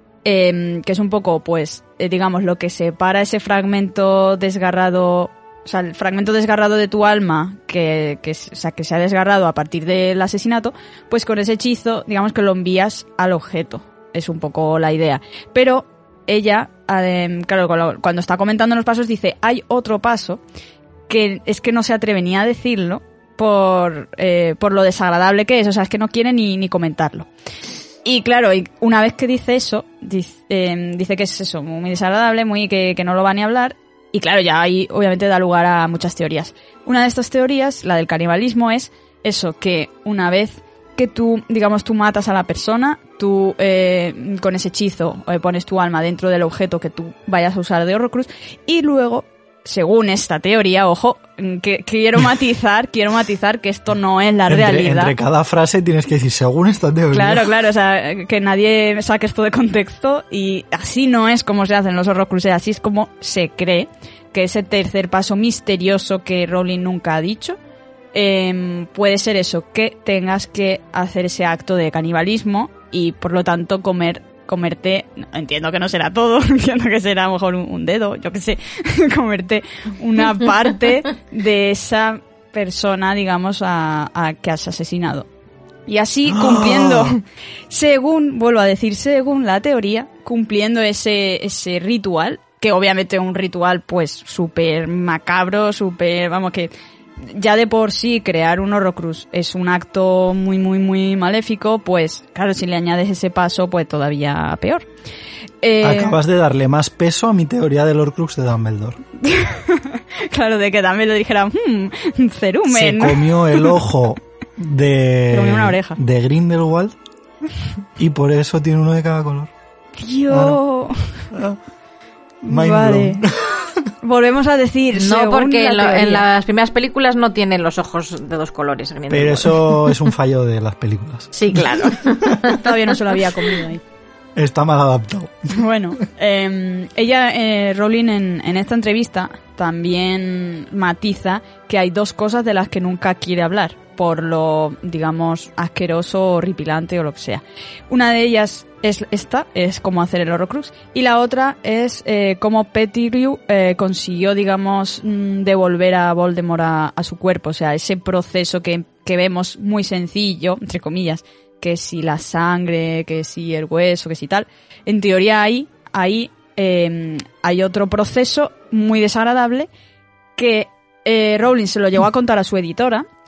eh, que es un poco, pues, eh, digamos, lo que separa ese fragmento desgarrado. O sea, el fragmento desgarrado de tu alma, que, que, o sea, que se ha desgarrado a partir del asesinato, pues con ese hechizo, digamos que lo envías al objeto. Es un poco la idea. Pero ella, eh, claro, cuando está comentando los pasos, dice, hay otro paso que es que no se atreve ni a decirlo por, eh, por lo desagradable que es. O sea, es que no quiere ni, ni comentarlo. Y claro, una vez que dice eso, dice, eh, dice que es eso, muy desagradable, muy que, que no lo va ni a hablar. Y claro, ya ahí obviamente da lugar a muchas teorías. Una de estas teorías, la del canibalismo, es eso, que una vez que tú, digamos, tú matas a la persona, tú eh, con ese hechizo eh, pones tu alma dentro del objeto que tú vayas a usar de Horrocrux y luego, según esta teoría, ojo, que quiero matizar, quiero matizar que esto no es la entre, realidad. Entre cada frase tienes que decir, según esta teoría. Claro, claro, o sea, que nadie saque esto de contexto y así no es como se hacen los Horrocruxes, así es como se cree que ese tercer paso misterioso que Rowling nunca ha dicho, eh, puede ser eso, que tengas que hacer ese acto de canibalismo y por lo tanto comer comerte, entiendo que no será todo, entiendo que será a lo mejor un, un dedo, yo qué sé, comerte una parte de esa persona, digamos, a, a que has asesinado. Y así cumpliendo, oh. según, vuelvo a decir, según la teoría, cumpliendo ese, ese ritual, que obviamente es un ritual pues súper macabro, súper, vamos, que ya de por sí crear un Horrocrux es un acto muy, muy, muy maléfico, pues claro, si le añades ese paso, pues todavía peor. Eh... Acabas de darle más peso a mi teoría del Horcrux de Dumbledore. Claro, de que Dumbledore dijera, hmm, cerumen. Se comió el ojo de, Se comió una oreja. de Grindelwald y por eso tiene uno de cada color. Tío. Ah, no. ah. Vale. Volvemos a decir, no, porque en, lo, teoría. en las primeras películas no tienen los ojos de dos colores. Pero eso es un fallo de las películas. Sí, claro. Todavía no se lo había comido ahí. Está mal adaptado. Bueno, eh, ella, eh, Rowling, en, en esta entrevista también matiza que hay dos cosas de las que nunca quiere hablar, por lo, digamos, asqueroso, horripilante o lo que sea. Una de ellas es esta, es cómo hacer el Horrocrux, y la otra es eh, cómo Pettigrew eh, consiguió, digamos, devolver a Voldemort a, a su cuerpo, o sea, ese proceso que, que vemos muy sencillo, entre comillas, que si la sangre, que si el hueso, que si tal. En teoría ahí, ahí eh, hay otro proceso muy desagradable que eh, Rowling se lo llegó a contar a su editora,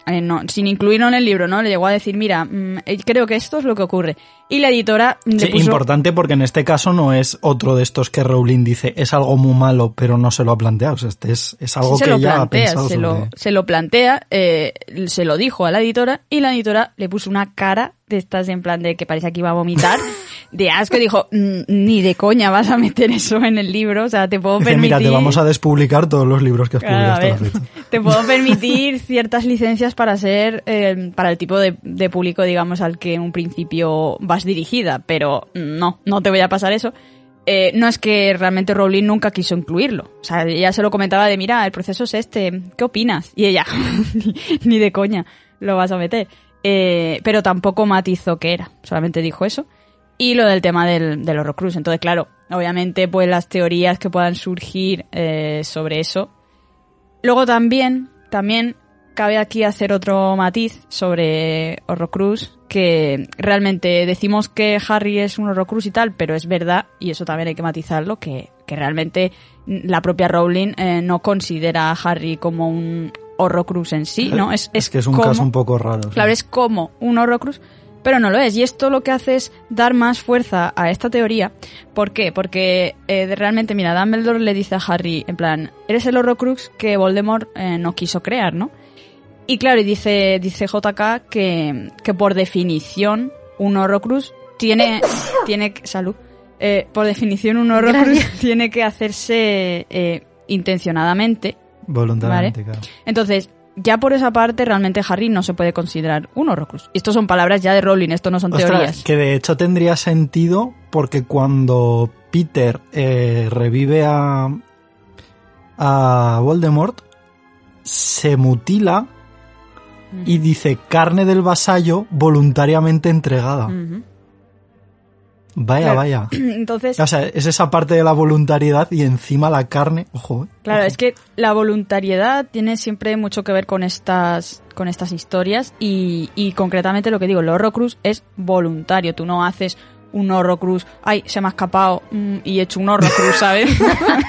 eh, no, sin incluirlo en el libro, ¿no? Le llegó a decir, mira, mmm, creo que esto es lo que ocurre. Y la editora le sí, puso... importante porque en este caso no es otro de estos que Rowling dice es algo muy malo, pero no se lo ha planteado. O sea, este es, es algo sí, que se lo ella plantea, ha pensado se sobre... lo, se lo plantea, eh, se lo dijo a la editora y la editora le puso una cara de estas en plan de que parece que iba a vomitar, de asco, y dijo, ni de coña vas a meter eso en el libro, o sea, te puedo Dice, permitir... mira, te vamos a despublicar todos los libros que has publicado hasta la fecha. Te puedo permitir ciertas licencias para ser, eh, para el tipo de, de público, digamos, al que en un principio vas dirigida, pero no, no te voy a pasar eso. Eh, no es que realmente Rowling nunca quiso incluirlo. O sea, ella se lo comentaba de, mira, el proceso es este, ¿qué opinas? Y ella, ni de coña lo vas a meter. Eh, pero tampoco matizó qué era, solamente dijo eso. Y lo del tema del, del Horrocrux. Entonces, claro, obviamente, pues las teorías que puedan surgir eh, sobre eso. Luego también, también cabe aquí hacer otro matiz sobre Horrocrux, que realmente decimos que Harry es un Horrocrux y tal, pero es verdad, y eso también hay que matizarlo, que, que realmente la propia Rowling eh, no considera a Harry como un Horrocrux en sí, ¿no? Es, es, es que es un como, caso un poco raro. Claro, ¿sí? Es como un Horrocrux, pero no lo es. Y esto lo que hace es dar más fuerza a esta teoría. ¿Por qué? Porque eh, realmente, mira, Dumbledore le dice a Harry, en plan, eres el Horrocrux que Voldemort eh, no quiso crear, ¿no? Y claro, y dice, dice J K que, que por definición un Horrocrux tiene, tiene salud, eh, por definición un Horrocrux Gracias. tiene que hacerse eh, intencionadamente. Voluntariamente, ¿vale? claro. Entonces, ya por esa parte, realmente Harry no se puede considerar un Horrocrux. Esto son palabras ya de Rowling, esto no son Ostras, teorías. Que de hecho tendría sentido porque cuando Peter eh, revive a, a Voldemort, se mutila uh-huh. y dice carne del vasallo voluntariamente entregada. Uh-huh. Vaya, claro. vaya. Entonces, o sea, es esa parte de la voluntariedad y encima la carne. Ojo, eh. Claro, Ojo. Es que la voluntariedad tiene siempre mucho que ver con estas, con estas historias y, y concretamente lo que digo, el Horrocrux es voluntario. Tú no haces un Horrocrux, ay, se me ha escapado mm, y he hecho un Horrocrux, ¿sabes?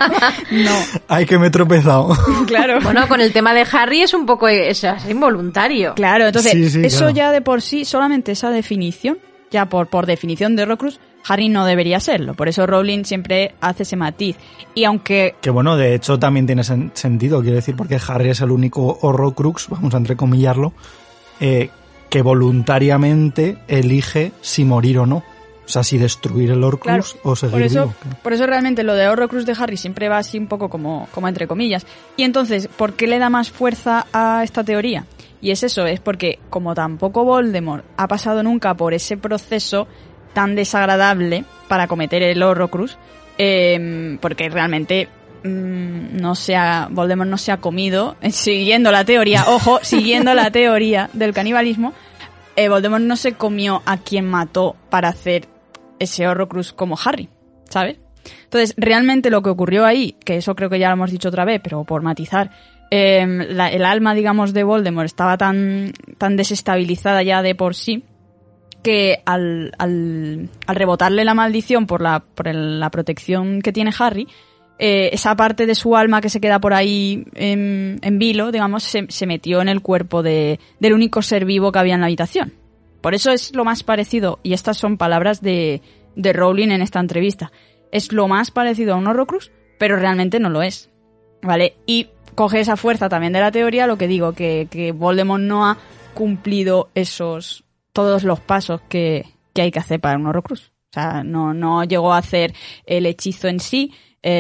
No. Ay, que me he tropezado. Claro. Bueno, con el tema de Harry es un poco es, es involuntario. Claro, entonces, sí, sí, eso claro. ya de por sí, solamente esa definición, ya por, por definición de Horrocrux, Harry no debería serlo. Por eso Rowling siempre hace ese matiz. Y aunque... Que bueno, de hecho también tiene sen- sentido, quiero decir, porque Harry es el único Horrocrux, vamos a entrecomillarlo, eh, que voluntariamente elige si morir o no. O sea, si destruir el Horcrux claro, o seguir por eso, vivo. Claro. Por eso realmente lo de Horrocrux de Harry siempre va así un poco como, como entre comillas. Y entonces, ¿por qué le da más fuerza a esta teoría? Y es eso, es porque como tampoco Voldemort ha pasado nunca por ese proceso tan desagradable para cometer el Horrocrux, eh, porque realmente mmm, no se ha, Voldemort no se ha comido, eh, siguiendo la teoría, ojo, siguiendo la teoría del canibalismo, eh, Voldemort no se comió a quien mató para hacer ese Horrocrux como Harry, ¿sabes? Entonces, realmente lo que ocurrió ahí, que eso creo que ya lo hemos dicho otra vez, pero por matizar, eh, la, el alma, digamos, de Voldemort estaba tan, tan desestabilizada ya de por sí, que al, al, al rebotarle la maldición por la, por el, la protección que tiene Harry, eh, esa parte de su alma que se queda por ahí en, en vilo, digamos, se, se metió en el cuerpo de, del único ser vivo que había en la habitación. Por eso es lo más parecido, y estas son palabras de, de Rowling en esta entrevista, es lo más parecido a un Horrocrux, pero realmente no lo es, ¿vale? Y coge esa fuerza también de la teoría, lo que digo, que, que Voldemort no ha cumplido esos, todos los pasos que, que hay que hacer para un Horrocrux. O sea, no, no llegó a hacer el hechizo en sí,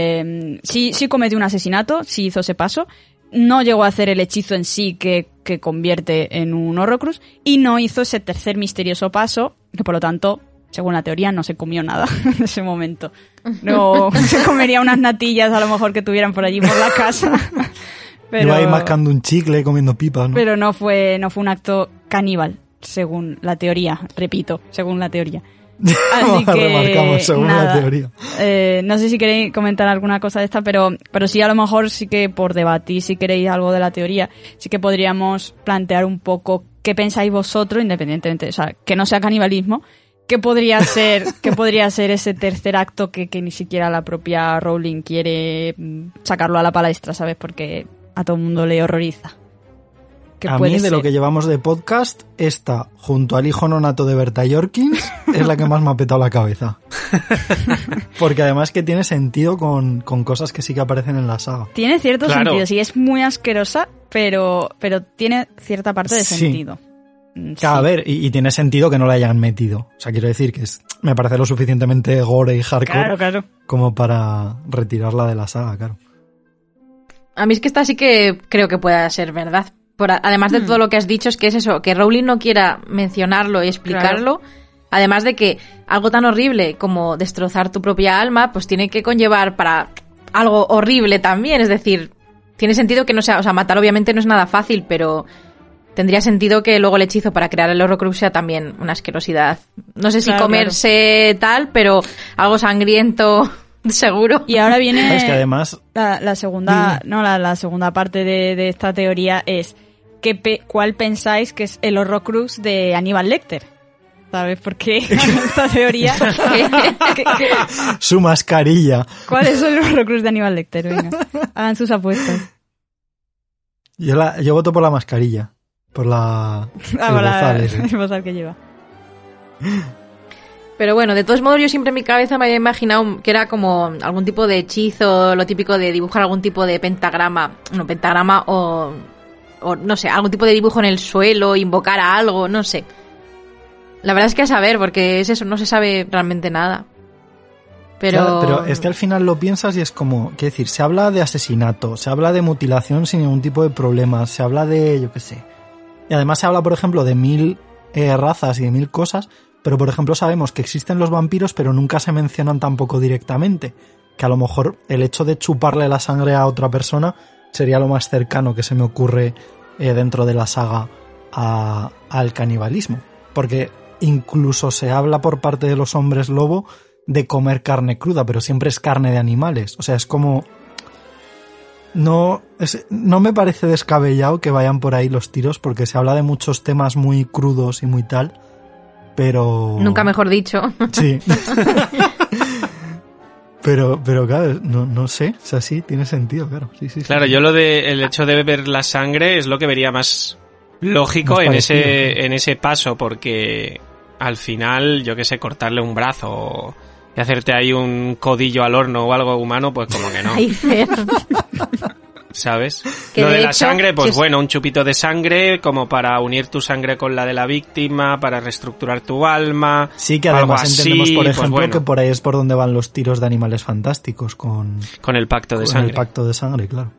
eh, sí, sí cometió un asesinato, sí hizo ese paso, no llegó a hacer el hechizo en sí que, que convierte en un Horrocrux y no hizo ese tercer misterioso paso, que por lo tanto, según la teoría, no se comió nada en ese momento. No, se comería unas natillas a lo mejor que tuvieran por allí por la casa. Pero, iba ahí mascando un chicle, comiendo pipas, ¿no? Pero no fue, no fue un acto caníbal, según la teoría, repito, según la teoría. Así que, remarcamos, según nada, la teoría. Eh, no sé si queréis comentar alguna cosa de esta, pero, pero sí, a lo mejor sí que por debatir, si queréis algo de la teoría, sí que podríamos plantear un poco qué pensáis vosotros, independientemente, o sea, que no sea canibalismo, qué podría ser, qué podría ser ese tercer acto que, que ni siquiera la propia Rowling quiere sacarlo a la palestra, ¿sabes? Porque a todo el mundo le horroriza. que A puede mí, de ser. lo que llevamos de podcast, esta, junto al hijo nonato de Berta Jorkins, es la que más me ha petado la cabeza. Porque además que tiene sentido con, con cosas que sí que aparecen en la saga. Tiene cierto Claro. sentido, sí, es muy asquerosa, pero, pero tiene cierta parte de Sí. sentido. Mm, Que, a sí. ver, y, y tiene sentido que no la hayan metido. O sea, quiero decir que es, me parece lo suficientemente gore y hardcore Claro, claro. como para retirarla de la saga, claro. A mí es que esta sí que creo que pueda ser verdad. Por, a- además de Hmm. todo lo que has dicho, es que es eso, que Rowling no quiera mencionarlo y explicarlo. Además de que algo tan horrible como destrozar tu propia alma, pues tiene que conllevar para algo horrible también. Es decir, tiene sentido que no sea, o sea, matar obviamente no es nada fácil, pero tendría sentido que luego el hechizo para crear el Horrocrux sea también una asquerosidad. No sé si Claro, comerse tal, pero algo sangriento seguro. Y ahora viene Es que además, la, la segunda, no, la, la segunda parte de, de esta teoría es ¿qué pe- ¿cuál pensáis que es el Horrocrux de Aníbal Lecter? ¿Sabes por qué esta teoría? ¿Qué- qué- su mascarilla. ¿Cuál es el Horrocrux de Aníbal Lecter? Venga, hagan sus apuestas. Yo, la, yo voto por la mascarilla. Por la... Ah, el por la- bozal ese. el bozal que lleva. Pero bueno, de todos modos yo siempre en mi cabeza me había imaginado que era como algún tipo de hechizo, lo típico de dibujar algún tipo de pentagrama, no, pentagrama o, o no sé, algún tipo de dibujo en el suelo, invocar a algo, no sé. La verdad es que a saber, porque es eso, no se sabe realmente nada. Pero... Claro, pero es que al final lo piensas y es como, quiero decir, se habla de asesinato, se habla de mutilación sin ningún tipo de problemas, se habla de, yo qué sé. Y además se habla, por ejemplo, de mil eh, razas y de mil cosas, pero por ejemplo sabemos que existen los vampiros, pero nunca se mencionan tampoco directamente. Que a lo mejor el hecho de chuparle la sangre a otra persona sería lo más cercano que se me ocurre eh, dentro de la saga a- al canibalismo. Porque incluso se habla por parte de los hombres lobo de comer carne cruda, pero siempre es carne de animales. O sea, es como... No, es- no me parece descabellado que vayan por ahí los tiros, porque se habla de muchos temas muy crudos y muy tal, pero... Nunca mejor dicho. Sí. pero, pero claro, no, no sé, o sea, sí, tiene sentido, claro. Sí, sí, sí. Claro, yo lo de el hecho de beber la sangre es lo que vería más lógico Más en parecido, ese sí. en ese paso, porque al final, yo qué sé, cortarle un brazo o- y hacerte ahí un codillo al horno o algo humano, pues como que no, Ay, Fer. ¿sabes? Que Lo de de la hecho, sangre, pues si es- bueno, un chupito de sangre como para unir tu sangre con la de la víctima, para reestructurar tu alma. Sí, que algo además así, entendemos, por pues ejemplo, bueno, que por ahí es por donde van los tiros de Animales Fantásticos, con, con el pacto de con sangre. el pacto de sangre, claro.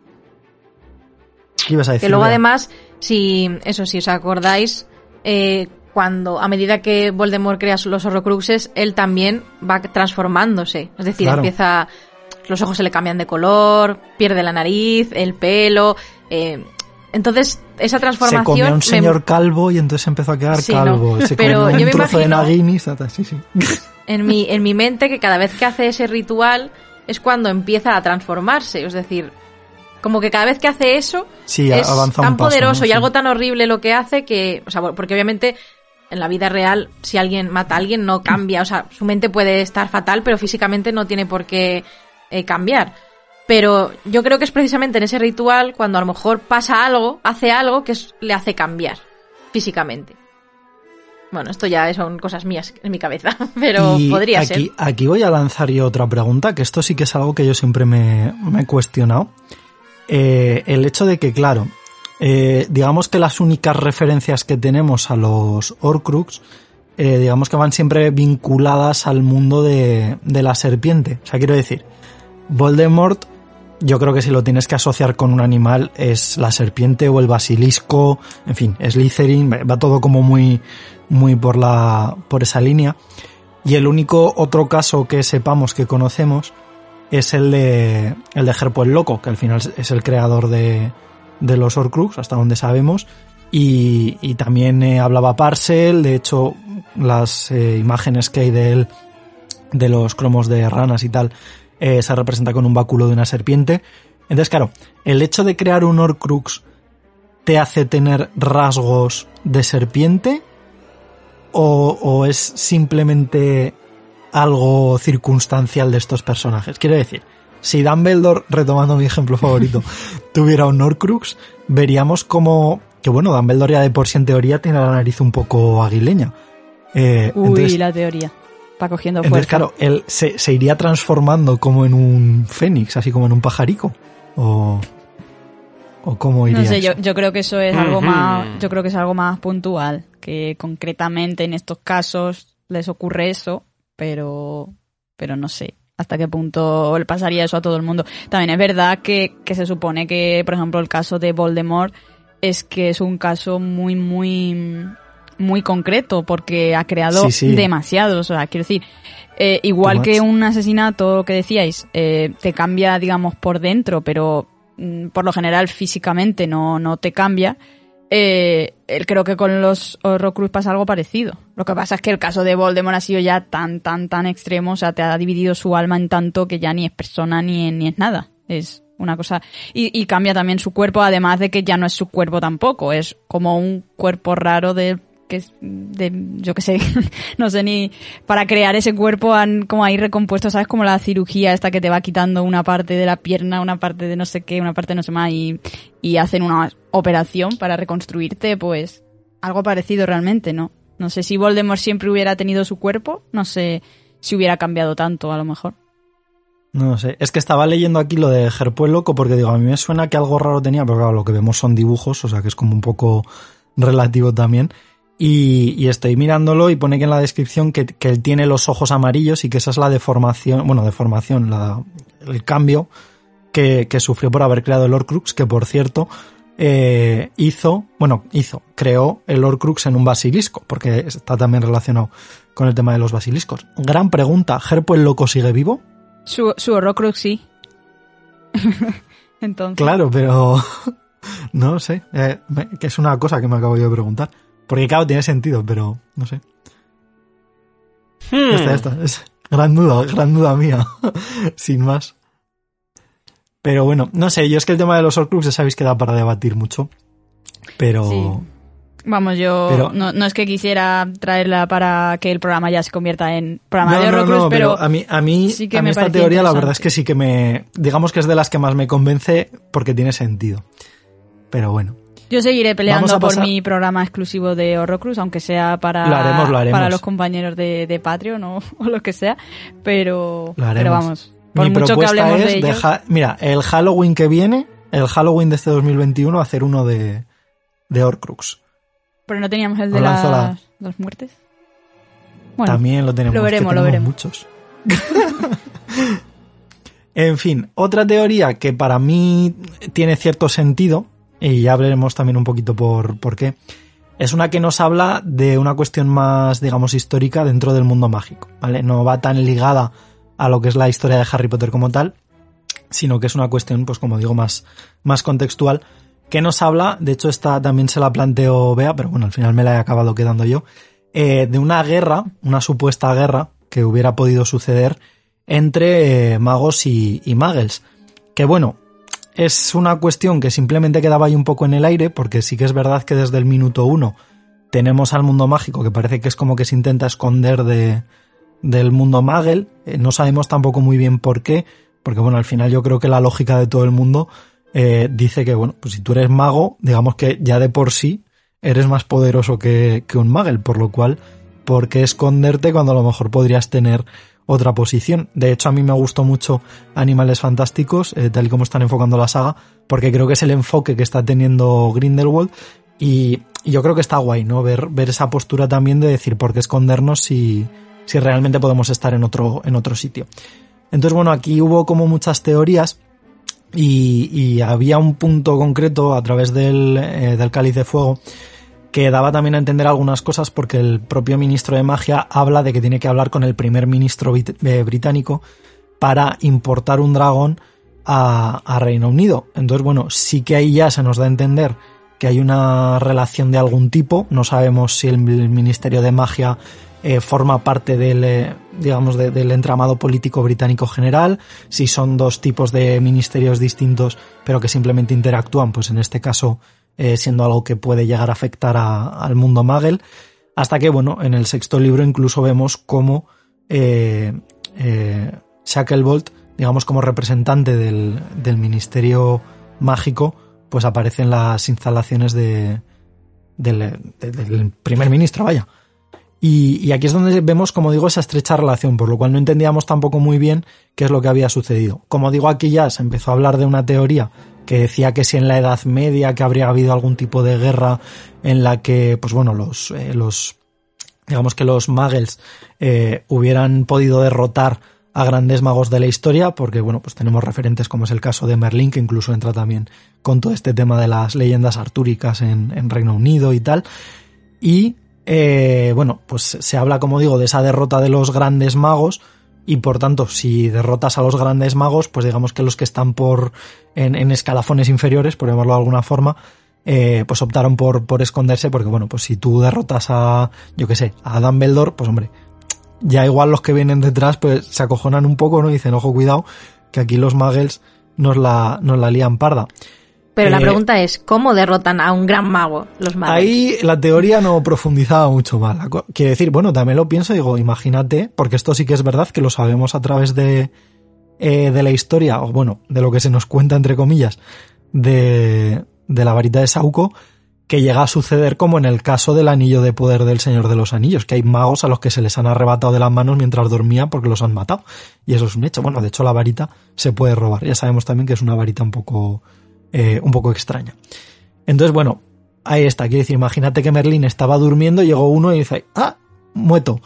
¿Qué ibas a decir? Que luego Bea? además, si eso, si os acordáis, eh, cuando a medida que Voldemort crea los Horrocruxes, él también va transformándose. Es decir, Claro. empieza, los ojos se le cambian de color, pierde la nariz, el pelo. Eh, entonces, esa Se transformación... comió a un me- señor calvo y entonces empezó a quedar Sí, calvo. no. Se Pero comió yo un me trozo de imagino- Nagini. Sí, sí. en mi, en mi mente que cada vez que hace ese ritual es cuando empieza a transformarse. Es decir, como que cada vez que hace eso Sí, es avanza tan un paso, poderoso ¿no? y Sí. algo tan horrible lo que hace que... O sea, porque obviamente en la vida real si alguien mata a alguien no cambia. O sea, su mente puede estar fatal, pero físicamente no tiene por qué eh, cambiar. Pero yo creo que es precisamente en ese ritual cuando a lo mejor pasa algo, hace algo que es- le hace cambiar físicamente. Bueno, esto ya son cosas mías en mi cabeza, pero Y podría aquí, ser. Aquí voy a lanzar yo otra pregunta, que esto sí que es algo que yo siempre me, me he cuestionado. Eh, el hecho de que, claro, eh, digamos que las únicas referencias que tenemos a los Horcrux, eh, digamos que van siempre vinculadas al mundo de, de la serpiente. O sea, quiero decir, Voldemort, yo creo que si lo tienes que asociar con un animal es la serpiente o el basilisco, en fin, Slytherin, va todo como muy, muy por la, por esa línea. Y el único otro caso que sepamos que conocemos es el de, el de Herpo el Loco, que al final es el creador de, de los Horcrux, hasta donde sabemos. Y, y también eh, hablaba Parcel, de hecho, las eh, imágenes que hay de él, de los cromos de ranas y tal, eh, se representa con un báculo de una serpiente. Entonces, claro, el hecho de crear un Horcrux te hace tener rasgos de serpiente o, o es simplemente algo circunstancial de estos personajes. Quiero decir, si Dumbledore, retomando mi ejemplo favorito, tuviera un Horcrux, veríamos como que bueno, Dumbledore ya de por sí en teoría tiene la nariz un poco aguileña. Eh, Uy, entonces, la teoría. Va cogiendo entonces fuerza. claro, él se, se iría transformando como en un fénix, así como en un pajarico. O, o cómo iría No sé, yo, eso? yo creo que eso es algo Ujú. más, yo creo que es algo más puntual, que concretamente en estos casos les ocurre eso, pero, pero no sé hasta qué punto le pasaría eso a todo el mundo. También es verdad que, que se supone que, por ejemplo, el caso de Voldemort es que es un caso muy, muy, muy concreto, porque ha creado Sí, sí. demasiado. O sea, quiero decir, eh, igual Too que much. un asesinato que decíais, eh, te cambia, digamos, por dentro, pero mm, por lo general físicamente no, no te cambia. Eh, él creo que con los Horrocrux pasa algo parecido. Lo que pasa es que el caso de Voldemort ha sido ya tan, tan, tan extremo, o sea, te ha dividido su alma en tanto que ya ni es persona ni, ni es nada. Es una cosa... Y, y cambia también su cuerpo, además de que ya no es su cuerpo tampoco, es como un cuerpo raro de... que es de, yo qué sé, no sé ni, para crear ese cuerpo han como ahí recompuesto, ¿sabes? Como la cirugía esta que te va quitando una parte de la pierna, una parte de no sé qué, una parte de no sé más, y, y hacen una operación para reconstruirte, pues algo parecido realmente, ¿no? No sé si Voldemort siempre hubiera tenido su cuerpo, no sé si hubiera cambiado tanto, a lo mejor. No sé, es que estaba leyendo aquí lo de Herpue Loco porque digo, a mí me suena que algo raro tenía, pero claro, lo que vemos son dibujos, o sea que es como un poco relativo también. Y, y estoy mirándolo y pone que en la descripción que, que él tiene los ojos amarillos y que esa es la deformación, bueno, deformación, la, el cambio que, que sufrió por haber creado el Horcrux, que por cierto eh, hizo, bueno, hizo, creó el Horcrux en un basilisco, porque está también relacionado con el tema de los basiliscos. Gran pregunta, ¿Herpue el Loco sigue vivo? Su, su Horrocrux sí. Entonces. Claro, pero no sé, eh, me- que es una cosa que me acabo yo de preguntar. Porque claro, tiene sentido, pero no sé. Hmm. Ya está, ya está. Es gran duda, gran duda mía. Sin más. Pero bueno, no sé, yo es que el tema de los Horcruxes sabéis que da para debatir mucho. Pero... Sí. Vamos, yo Pero- no, no es que quisiera traerla para que el programa ya se convierta en programa No, de no, Horrocrux, no, pero, pero a mí, a mí, sí que a mí me esta parecía teoría la verdad interesante. es que sí que me... Digamos que es de las que más me convence porque tiene sentido. Pero bueno. yo seguiré peleando Vamos a por pasar- mi programa exclusivo de Horrocrux, aunque sea para, Lo haremos, lo haremos. para los compañeros de, de Patreon o, o lo que sea, pero, Lo haremos. pero vamos, por Mi mucho que propuesta hablemos es de ello, dejar- mira, el Halloween que viene, el Halloween de este dos mil veintiuno, hacer uno de, de Horcrux. pero no teníamos el de Os lanzo la- las, las muertes. Bueno, También lo tenemos. lo es que veremos, lo tenemos veremos. muchos. En fin, otra teoría que para mí tiene cierto sentido, y ya hablaremos también un poquito por, por qué, es una que nos habla de una cuestión más, digamos, histórica dentro del mundo mágico, ¿vale? No va tan ligada a lo que es la historia de Harry Potter como tal, sino que es una cuestión, pues como digo, más, más contextual, que nos habla, de hecho esta también se la planteó Bea, pero bueno, al final me la he acabado quedando yo, eh, de una guerra, una supuesta guerra que hubiera podido suceder entre eh, magos y, y muggles. Que bueno, es una cuestión que simplemente quedaba ahí un poco en el aire, porque sí que es verdad que desde el minuto uno tenemos al mundo mágico, que parece que es como que se intenta esconder de, del mundo muggle. Eh, no sabemos tampoco muy bien por qué, porque bueno, al final yo creo que la lógica de todo el mundo eh, dice que bueno, pues si tú eres mago, digamos que ya de por sí eres más poderoso que, que un muggle, por lo cual, ¿por qué esconderte cuando a lo mejor podrías tener otra posición? De hecho, a mí me gustó mucho Animales Fantásticos, eh, tal y como están enfocando la saga, porque creo que es el enfoque que está teniendo Grindelwald, y, y yo creo que está guay, ¿no? Ver, ver esa postura también de decir por qué escondernos si, si realmente podemos estar en otro, en otro sitio. Entonces, bueno, aquí hubo como muchas teorías, y, y había un punto concreto a través del, eh, del Cáliz de Fuego que daba también a entender algunas cosas, porque el propio ministro de magia habla de que tiene que hablar con el primer ministro brit- eh, británico para importar un dragón a, a Reino Unido. Entonces, bueno, sí que ahí ya se nos da a entender que hay una relación de algún tipo. No sabemos si el, el Ministerio de Magia eh, forma parte del, eh, digamos, de, del entramado político británico general, si son dos tipos de ministerios distintos, pero que simplemente interactúan, pues en este caso Eh, siendo algo que puede llegar a afectar a, al mundo Muggle, hasta que, bueno, en el sexto libro incluso vemos cómo eh, eh, Shacklebolt, digamos como representante del, del Ministerio Mágico, pues aparece en las instalaciones de, del, de, del primer ministro, vaya. Y, y aquí es donde vemos, como digo, esa estrecha relación, por lo cual no entendíamos tampoco muy bien qué es lo que había sucedido. Como digo, aquí ya se empezó a hablar de una teoría que decía que si en la Edad Media que habría habido algún tipo de guerra en la que, pues bueno, los, eh, los digamos que los muggles eh, hubieran podido derrotar a grandes magos de la historia, porque bueno, pues tenemos referentes como es el caso de Merlín, que incluso entra también con todo este tema de las leyendas artúricas en, en Reino Unido y tal. Y Eh, bueno, pues se habla, como digo, de esa derrota de los grandes magos y por tanto, si derrotas a los grandes magos, pues digamos que los que están por en, en escalafones inferiores, por llamarlo de alguna forma, eh, pues optaron por, por esconderse porque, bueno, pues si tú derrotas a, yo qué sé, a Dumbledore, pues hombre, ya igual los que vienen detrás pues se acojonan un poco, ¿no? Y dicen, ojo, cuidado, que aquí los muggles nos la, nos la lían parda. Pero eh, la pregunta es, ¿cómo derrotan a un gran mago los muggles? Ahí la teoría no profundizaba mucho más. Quiere decir, bueno, también lo pienso, digo, imagínate, porque esto sí que es verdad que lo sabemos a través de, eh, de la historia, o bueno, de lo que se nos cuenta, entre comillas, de, de la varita de Sauco, que llega a suceder como en el caso del anillo de poder del Señor de los Anillos, que hay magos a los que se les han arrebatado de las manos mientras dormían porque los han matado. Y eso es un hecho. Bueno, de hecho la varita se puede robar. Ya sabemos también que es una varita un poco... Eh, un poco extraña. Entonces, bueno, ahí está. Quiero decir, imagínate que Merlín estaba durmiendo, llegó uno y dice, ¡ah! Muerto.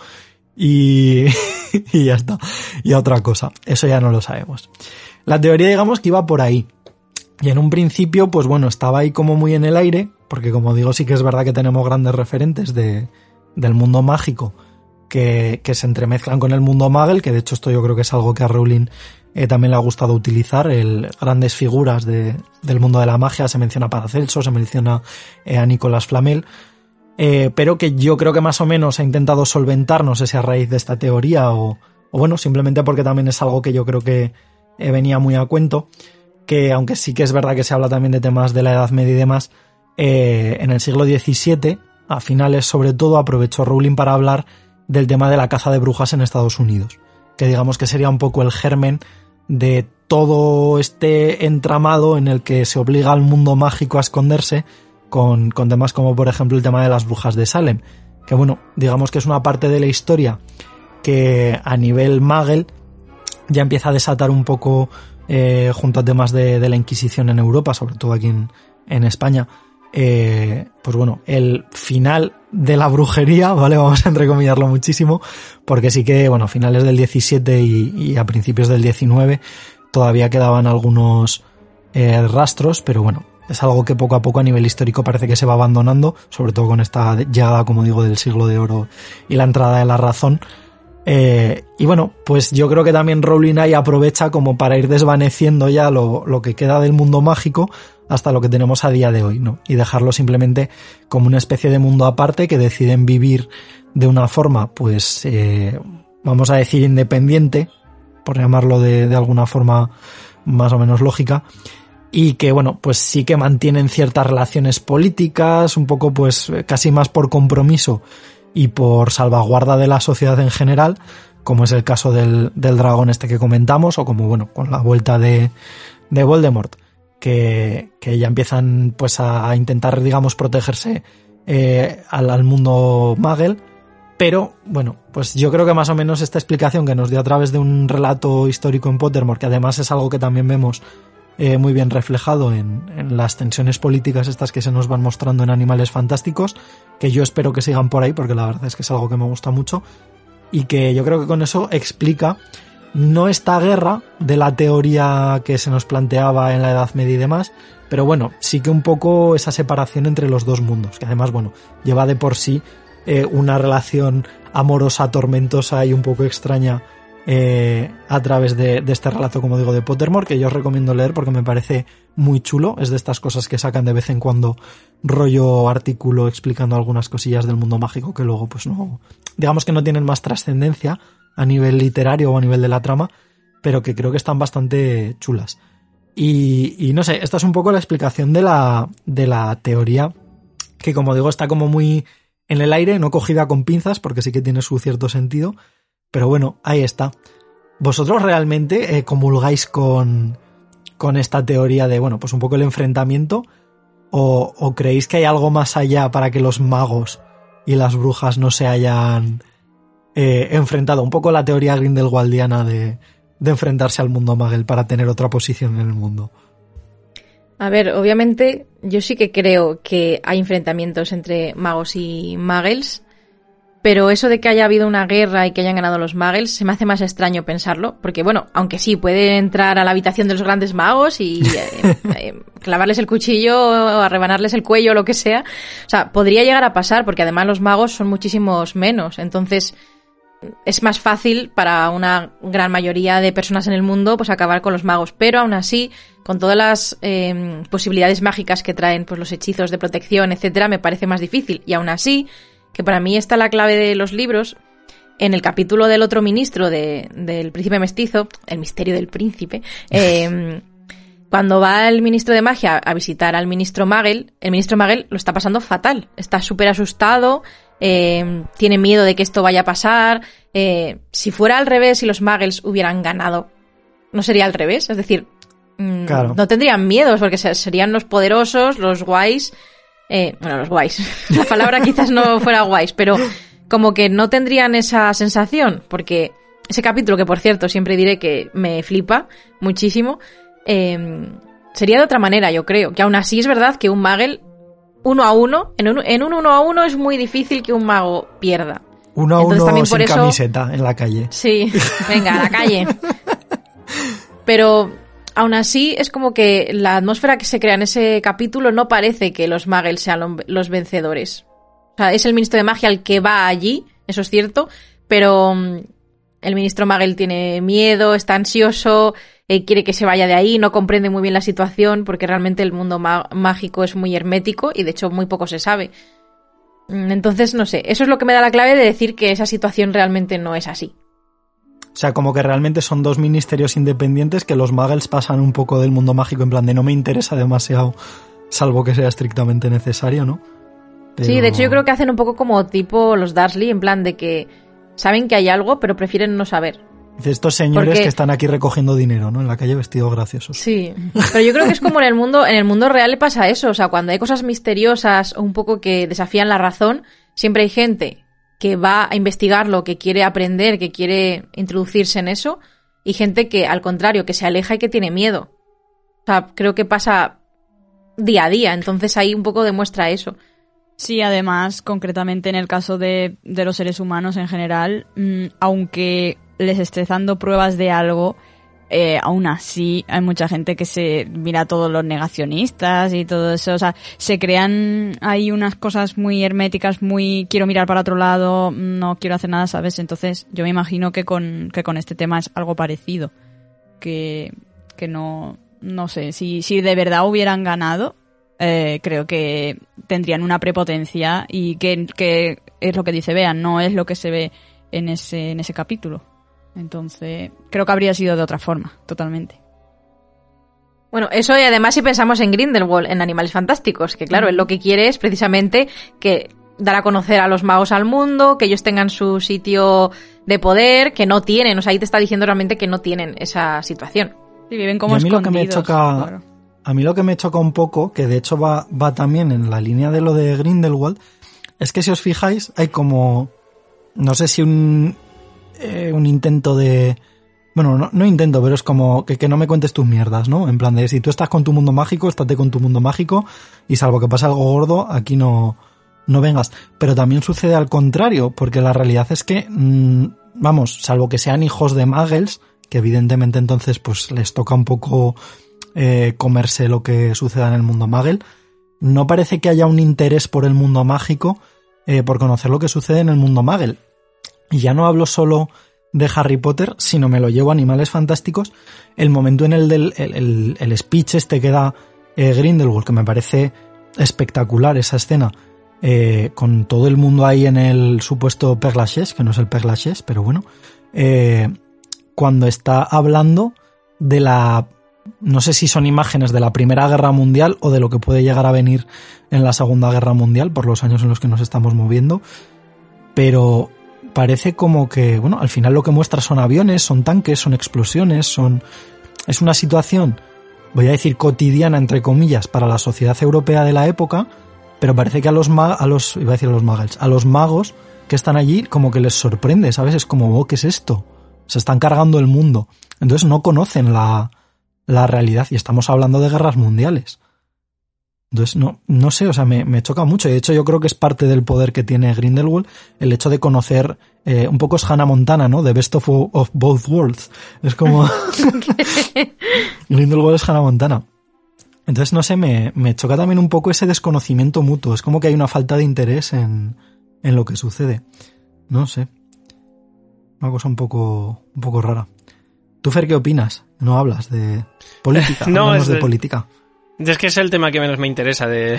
Y, y ya está. Y a otra cosa. Eso ya no lo sabemos. La teoría, digamos, que iba por ahí. Y en un principio, pues bueno, estaba ahí como muy en el aire, porque como digo, sí que es verdad que tenemos grandes referentes de, del mundo mágico que, que se entremezclan con el mundo muggle, que de hecho esto yo creo que es algo que a Rowling Eh, también le ha gustado utilizar, el, grandes figuras de, del mundo de la magia. Se menciona a Paracelso, se menciona eh, a Nicolas Flamel, eh, pero que yo creo que más o menos ha intentado solventar, no sé si a raíz de esta teoría o, o bueno, simplemente porque también es algo que yo creo que eh, venía muy a cuento, que aunque sí que es verdad que se habla también de temas de la Edad Media y demás, eh, en el siglo diecisiete, a finales sobre todo, aprovechó Rowling para hablar del tema de la caza de brujas en Estados Unidos, que digamos que sería un poco el germen de todo este entramado en el que se obliga al mundo mágico a esconderse con, con temas como por ejemplo el tema de las brujas de Salem, que bueno, digamos que es una parte de la historia que a nivel muggle ya empieza a desatar un poco eh, junto a temas de, de la Inquisición en Europa, sobre todo aquí en, en España. Eh, pues bueno, el final de la brujería, ¿vale? Vamos a entrecomillarlo muchísimo, porque sí que, bueno, a finales del diecisiete y, y a principios del diecinueve todavía quedaban algunos eh, rastros, pero bueno, es algo que poco a poco a nivel histórico parece que se va abandonando, sobre todo con esta llegada, como digo, del siglo de oro y la entrada de la razón. Eh, y bueno, pues yo creo que también Rowling ahí aprovecha como para ir desvaneciendo ya lo, lo que queda del mundo mágico hasta lo que tenemos a día de hoy, ¿no? Y dejarlo simplemente como una especie de mundo aparte que deciden vivir de una forma, pues, eh, vamos a decir independiente, por llamarlo de, de alguna forma más o menos lógica, y que, bueno, pues sí que mantienen ciertas relaciones políticas, un poco pues casi más por compromiso y por salvaguarda de la sociedad en general, como es el caso del, del dragón este que comentamos, o como, bueno, con la vuelta de, de Voldemort, que, que ya empiezan pues a, a intentar, digamos, protegerse eh, al, al mundo muggle. Pero, bueno, pues yo creo que más o menos esta explicación que nos dio a través de un relato histórico en Pottermore, que además es algo que también vemos eh, muy bien reflejado en, en las tensiones políticas estas que se nos van mostrando en Animales Fantásticos, que yo espero que sigan por ahí, porque la verdad es que es algo que me gusta mucho, y que yo creo que con eso explica no esta guerra de la teoría que se nos planteaba en la Edad Media y demás, pero bueno, sí que un poco esa separación entre los dos mundos, que además, bueno, lleva de por sí eh, una relación amorosa, tormentosa y un poco extraña eh, a través de, de este relato, como digo, de Pottermore, que yo os recomiendo leer porque me parece muy chulo. Es de estas cosas que sacan de vez en cuando rollo artículo explicando algunas cosillas del mundo mágico que luego pues no, digamos que no tienen más trascendencia a nivel literario o a nivel de la trama, pero que creo que están bastante chulas. Y, y no sé, esta es un poco la explicación de la, de la teoría, que como digo está como muy en el aire, no cogida con pinzas, porque sí que tiene su cierto sentido, pero bueno, ahí está. ¿Vosotros realmente eh, comulgáis con, con esta teoría de, bueno, pues un poco el enfrentamiento? o, o creéis que hay algo más allá para que los magos y las brujas no se hayan eh, enfrentado? Un poco la teoría grindelwaldiana de, de enfrentarse al mundo magel para tener otra posición en el mundo. A ver, obviamente yo sí que creo que hay enfrentamientos entre magos y muggles, pero eso de que haya habido una guerra y que hayan ganado los muggles se me hace más extraño pensarlo, porque bueno, aunque sí, puede entrar a la habitación de los grandes magos y eh, eh, clavarles el cuchillo o arrebanarles el cuello o lo que sea, o sea, podría llegar a pasar, porque además los magos son muchísimos menos, entonces es más fácil para una gran mayoría de personas en el mundo pues acabar con los magos, pero aún así, con todas las eh, posibilidades mágicas que traen pues los hechizos de protección, etcétera, me parece más difícil. Y aún así, que para mí está la clave de los libros, en el capítulo del otro ministro de, del príncipe mestizo, el misterio del príncipe, eh, cuando va el ministro de magia a visitar al ministro Magel, el ministro Magel lo está pasando fatal, está súper asustado, Eh, tiene miedo de que esto vaya a pasar. Eh, si fuera al revés, si los muggles hubieran ganado, no sería al revés. Es decir, mmm, claro. no tendrían miedos porque serían los poderosos, los guays. Eh, bueno, los guays. La palabra quizás no fuera guays, pero como que no tendrían esa sensación. Porque ese capítulo, que por cierto siempre diré que me flipa muchísimo, eh, sería de otra manera, yo creo. Que aún así es verdad que un muggle uno a uno, en un, en un uno a uno es muy difícil que un mago pierda. Uno a Entonces, uno también por sin eso, camiseta en la calle. Sí, venga, a la calle. Pero aún así es como que la atmósfera que se crea en ese capítulo no parece que los muggles sean los vencedores. O sea, es el ministro de magia el que va allí, eso es cierto, pero el ministro muggle tiene miedo, está ansioso, eh, quiere que se vaya de ahí, no comprende muy bien la situación porque realmente el mundo ma- mágico es muy hermético y de hecho muy poco se sabe. Entonces, no sé, eso es lo que me da la clave de decir que esa situación realmente no es así. O sea, como que realmente son dos ministerios independientes que los muggles pasan un poco del mundo mágico en plan de no me interesa demasiado, salvo que sea estrictamente necesario, ¿no? Pero... Sí, de hecho yo creo que hacen un poco como tipo los Dursley, en plan de que saben que hay algo, pero prefieren no saber. De estos señores Porque... que están aquí recogiendo dinero, ¿no? En la calle vestidos graciosos. Sí, pero yo creo que es como en el mundo, en el mundo real le pasa eso, o sea, cuando hay cosas misteriosas o un poco que desafían la razón, siempre hay gente que va a investigarlo, que quiere aprender, que quiere introducirse en eso, y gente que, al contrario, que se aleja y que tiene miedo. O sea, creo que pasa día a día, entonces ahí un poco demuestra eso. Sí, además, concretamente en el caso de, de los seres humanos en general, mmm, aunque les esté dando pruebas de algo, eh, aún así hay mucha gente que se mira a todos los negacionistas y todo eso, o sea, se crean hay unas cosas muy herméticas, muy quiero mirar para otro lado, no quiero hacer nada, ¿sabes? Entonces yo me imagino que con, que con este tema es algo parecido, que, que no, no sé, si, si de verdad hubieran ganado, Eh, creo que tendrían una prepotencia y que, que es lo que dice Bea, no es lo que se ve en ese, en ese capítulo. Entonces, creo que habría sido de otra forma, totalmente. Bueno, eso y además si pensamos en Grindelwald, en Animales Fantásticos, que claro, él lo que quiere es precisamente que dar a conocer a los magos al mundo, que ellos tengan su sitio de poder, que no tienen, o sea, ahí te está diciendo realmente que no tienen esa situación. Sí, viven como y a mí escondidos. Lo que me choca... Claro. A mí lo que me choca un poco, que de hecho va, va también en la línea de lo de Grindelwald, es que si os fijáis hay como, no sé si un, eh, un intento de... Bueno, no, no intento, pero es como que, que no me cuentes tus mierdas, ¿no? En plan de si tú estás con tu mundo mágico, estate con tu mundo mágico y salvo que pase algo gordo, aquí no, no vengas. Pero también sucede al contrario, porque la realidad es que, mmm, vamos, salvo que sean hijos de muggles, que evidentemente entonces pues les toca un poco... Eh, comerse lo que suceda en el mundo muggle, no parece que haya un interés por el mundo mágico, eh, por conocer lo que sucede en el mundo muggle. Y ya no hablo solo de Harry Potter, sino me lo llevo a Animales Fantásticos, el momento en el del el, el, el speech este que da eh, Grindelwald, que me parece espectacular esa escena, eh, con todo el mundo ahí en el supuesto Père Lachaise, que no es el Père Lachaise, pero bueno, eh, cuando está hablando de la... No sé si son imágenes de la Primera Guerra Mundial o de lo que puede llegar a venir en la Segunda Guerra Mundial por los años en los que nos estamos moviendo, pero parece como que, bueno, al final lo que muestra son aviones, son tanques, son explosiones, son... es una situación voy a decir cotidiana, entre comillas, para la sociedad europea de la época, pero parece que a los, ma- a los iba a decir a los muggles, a los magos que están allí como que les sorprende, ¿sabes? Es como, oh, ¿qué es esto? Se están cargando el mundo. Entonces no conocen la, la realidad y estamos hablando de guerras mundiales. Entonces, no, no sé, o sea, me, me choca mucho. Y de hecho yo creo que es parte del poder que tiene Grindelwald el hecho de conocer, eh, un poco es Hannah Montana, ¿no? The best of, of both worlds. Es como... Grindelwald es Hannah Montana. Entonces, no sé, me, me choca también un poco ese desconocimiento mutuo. Es como que hay una falta de interés en, en lo que sucede. No sé. Una cosa un poco, un poco rara. ¿Tú, Fer, qué opinas? No hablas de política. No, hablamos es de de... política. Es que es el tema que menos me interesa de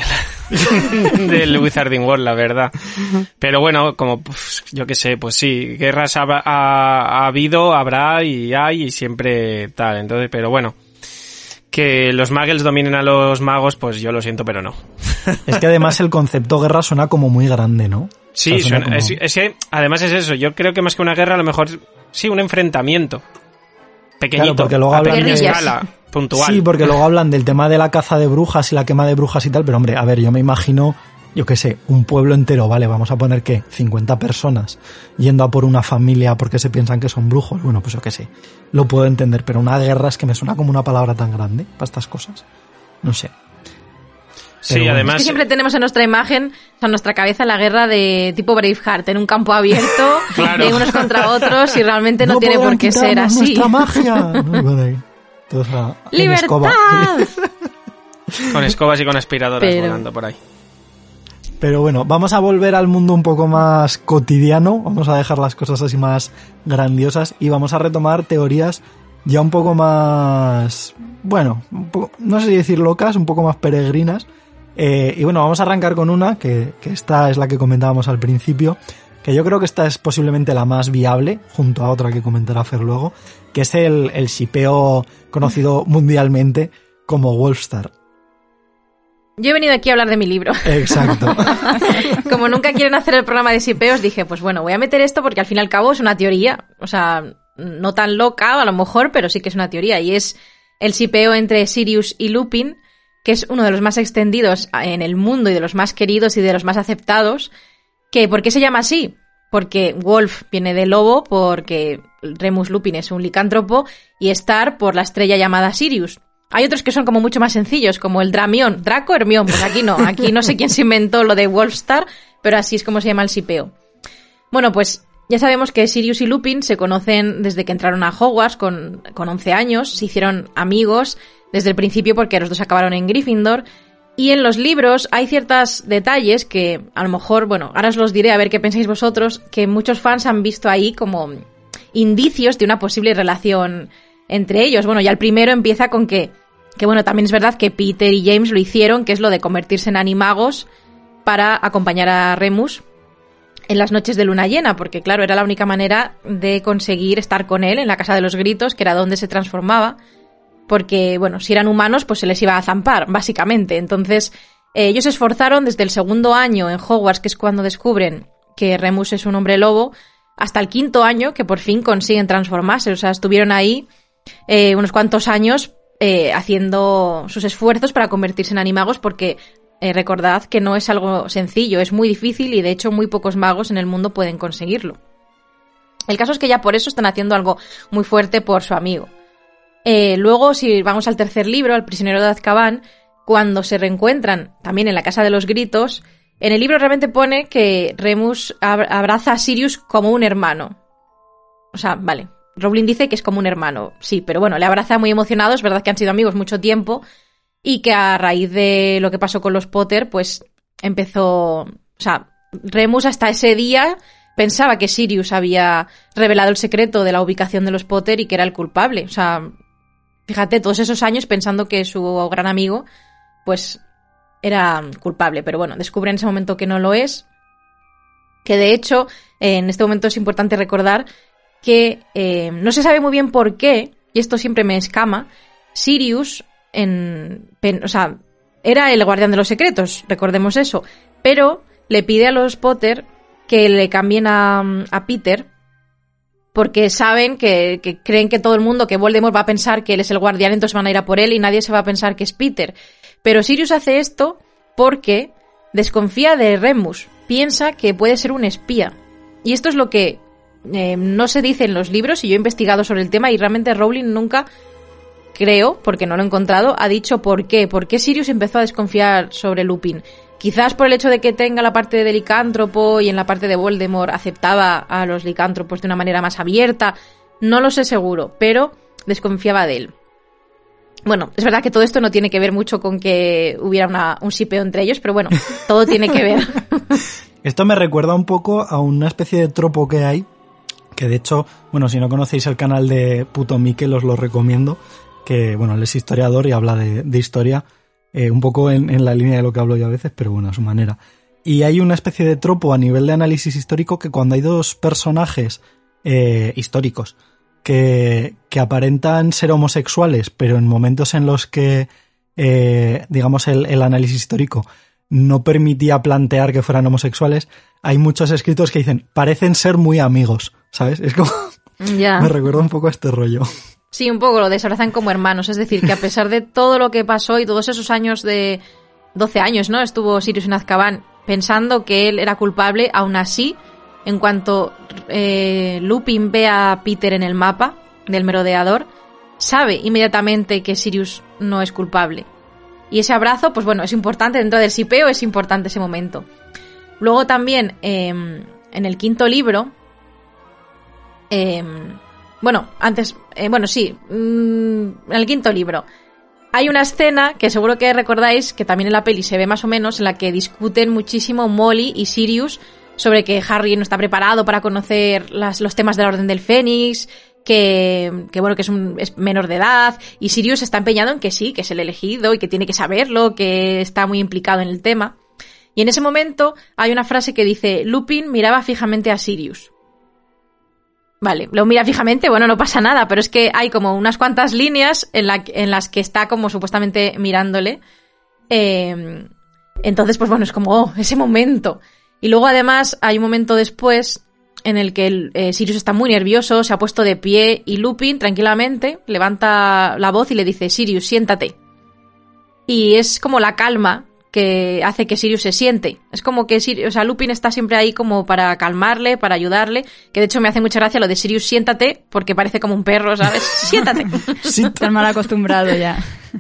del Wizarding World, la verdad. Pero bueno, como pues, yo qué sé, pues sí, guerras ha, ha, ha habido, habrá y hay y siempre tal. Entonces, pero bueno, que los muggles dominen a los magos, pues yo lo siento, pero no. Es que además el concepto guerra suena como muy grande, ¿no? Sí, o sea, suena suena, como... es, es que además es eso. Yo creo que más que una guerra, a lo mejor sí un enfrentamiento pequeñito, Claro, porque luego a hablan pequeña de... escala. Puntual. Sí, porque luego hablan del tema de la caza de brujas y la quema de brujas y tal, pero hombre, a ver, yo me imagino, yo qué sé, un pueblo entero, vale, vamos a poner, ¿qué? cincuenta personas yendo a por una familia porque se piensan que son brujos, bueno, pues yo qué sé, lo puedo entender, pero una guerra es que me suena como una palabra tan grande para estas cosas, no sé. Sí, Pero además... Es que siempre tenemos en nuestra imagen, o sea, en nuestra cabeza la guerra de tipo Braveheart, en un campo abierto, Claro. de unos contra otros, y realmente no, no tiene por qué ser así. Nuestra magia. No, bueno, ahí. Entonces, ah, en ¡Libertad! escoba. Con escobas y con aspiradoras Pero- volando por ahí. Pero bueno, vamos a volver al mundo un poco más cotidiano, vamos a dejar las cosas así más grandiosas y vamos a retomar teorías ya un poco más, bueno, un poco, no sé si decir locas, un poco más peregrinas. Eh, y bueno, vamos a arrancar con una, que, que esta es la que comentábamos al principio, que yo creo que esta es posiblemente la más viable, junto a otra que comentará Fer luego, que es el, el shipeo conocido mundialmente como Wolfstar. Yo he venido aquí a hablar de mi libro. Exacto. Como nunca quieren hacer el programa de shipeos, dije, pues bueno, voy a meter esto porque al fin y al cabo es una teoría. O sea, no tan loca a lo mejor, pero sí que es una teoría. Y es el shipeo entre Sirius y Lupin, que es uno de los más extendidos en el mundo y de los más queridos y de los más aceptados. Que, ¿por qué se llama así? Porque Wolf viene de lobo, porque Remus Lupin es un licántropo, y Star por la estrella llamada Sirius. Hay otros que son como mucho más sencillos, como el Dramión, Draco Hermión, pues aquí no, aquí no sé quién se inventó lo de Wolfstar, pero así es como se llama el shipeo. Bueno, pues ya sabemos que Sirius y Lupin se conocen desde que entraron a Hogwarts con, con once años, se hicieron amigos desde el principio porque los dos acabaron en Gryffindor, y en los libros hay ciertos detalles que a lo mejor, bueno, ahora os los diré a ver qué pensáis vosotros, que muchos fans han visto ahí como indicios de una posible relación entre ellos. Bueno, ya el primero empieza con que, que bueno, también es verdad que Peter y James lo hicieron, que es lo de convertirse en animagos para acompañar a Remus en las noches de luna llena, porque claro, era la única manera de conseguir estar con él en la Casa de los Gritos, que era donde se transformaba, porque, bueno, si eran humanos, pues se les iba a zampar, básicamente. Entonces, eh, ellos se esforzaron desde el segundo año en Hogwarts, que es cuando descubren que Remus es un hombre lobo, hasta el quinto año, que por fin consiguen transformarse. O sea, estuvieron ahí eh, unos cuantos años eh, haciendo sus esfuerzos para convertirse en animagos, porque eh, recordad que no es algo sencillo, es muy difícil y de hecho muy pocos magos en el mundo pueden conseguirlo. El caso es que ya por eso están haciendo algo muy fuerte por su amigo. Eh, luego, si vamos al tercer libro, El prisionero de Azkaban, cuando se reencuentran también en la Casa de los Gritos, en el libro realmente pone que Remus ab- abraza a Sirius como un hermano. O sea, vale, Rowling dice que es como un hermano, sí, pero bueno, le abraza muy emocionado, es verdad que han sido amigos mucho tiempo y que a raíz de lo que pasó con los Potter, pues empezó... O sea, Remus hasta ese día pensaba que Sirius había revelado el secreto de la ubicación de los Potter y que era el culpable. O sea, fíjate, todos esos años pensando que su gran amigo, pues, era culpable. Pero bueno, descubre en ese momento que no lo es. Que de hecho, en este momento es importante recordar que eh, no se sabe muy bien por qué, y esto siempre me escama, Sirius, en, pen, o sea, era el guardián de los secretos, recordemos eso, pero le pide a los Potter que le cambien a, a Peter porque saben que, que creen que todo el mundo, que Voldemort va a pensar que él es el guardián, entonces van a ir a por él y nadie se va a pensar que es Peter. Pero Sirius hace esto porque desconfía de Remus, piensa que puede ser un espía. Y esto es lo que eh, no se dice en los libros, y yo he investigado sobre el tema y realmente Rowling nunca, creo, porque no lo he encontrado, ha dicho por qué. ¿Por qué Sirius empezó a desconfiar sobre Lupin? Quizás por el hecho de que tenga la parte de licántropo y en la parte de Voldemort aceptaba a los licántropos de una manera más abierta. No lo sé seguro, pero desconfiaba de él. Bueno, es verdad que todo esto no tiene que ver mucho con que hubiera una, un shipeo entre ellos, pero bueno, todo tiene que ver. Esto me recuerda un poco a una especie de tropo que hay, que de hecho, bueno, si no conocéis el canal de Puto Mikel, os lo recomiendo, que, bueno, él es historiador y habla de, de historia, eh, un poco en, en la línea de lo que hablo yo a veces, pero bueno, a su manera. Y hay una especie de tropo a nivel de análisis histórico que cuando hay dos personajes eh, históricos que, que aparentan ser homosexuales, pero en momentos en los que, eh, digamos, el, el análisis histórico no permitía plantear que fueran homosexuales, hay muchos escritos que dicen, parecen ser muy amigos, ¿sabes? Es como... Ya. Me recuerda un poco a este rollo. Sí, un poco, lo desabrazan como hermanos, es decir, que a pesar de todo lo que pasó y todos esos años de... doce años, ¿no? Estuvo Sirius en Azkaban pensando que él era culpable, aún así, en cuanto eh, Lupin ve a Peter en el mapa del merodeador, sabe inmediatamente que Sirius no es culpable. Y ese abrazo, pues bueno, es importante, dentro del shipeo es importante ese momento. Luego también, eh, en el quinto libro, eh, bueno, antes, eh, bueno, sí, mmm, en el quinto libro, hay una escena que seguro que recordáis, que también en la peli se ve más o menos, en la que discuten muchísimo Molly y Sirius sobre que Harry no está preparado para conocer las, los temas de la Orden del Fénix, que, que bueno, que es, un, es menor de edad, y Sirius está empeñado en que sí, que es el elegido y que tiene que saberlo, que está muy implicado en el tema. Y en ese momento hay una frase que dice, Lupin miraba fijamente a Sirius. Vale, lo mira fijamente, bueno, no pasa nada, pero es que hay como unas cuantas líneas en, la, en las que está como supuestamente mirándole. Eh, entonces, pues bueno, es como, oh, ese momento. Y luego además hay un momento después en el que el, eh, Sirius está muy nervioso, se ha puesto de pie y Lupin tranquilamente levanta la voz y le dice, Sirius, siéntate. Y es como la calma que hace que Sirius se siente. Es como que Sirius, o sea, Lupin está siempre ahí como para calmarle, para ayudarle, que de hecho me hace mucha gracia lo de Sirius, siéntate, porque parece como un perro, ¿sabes? Siéntate. Sí, estás mal acostumbrado ya.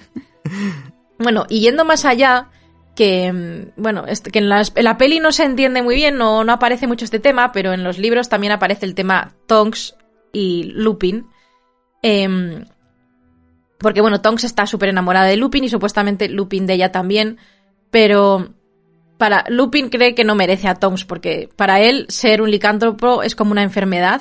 Bueno, y yendo más allá, que, bueno, que en la, en la peli no se entiende muy bien, no, no aparece mucho este tema, pero en los libros también aparece el tema Tonks y Lupin. Eh, porque, bueno, Tonks está súper enamorada de Lupin y supuestamente Lupin de ella también, pero para Lupin cree que no merece a Tonks porque para él ser un licántropo es como una enfermedad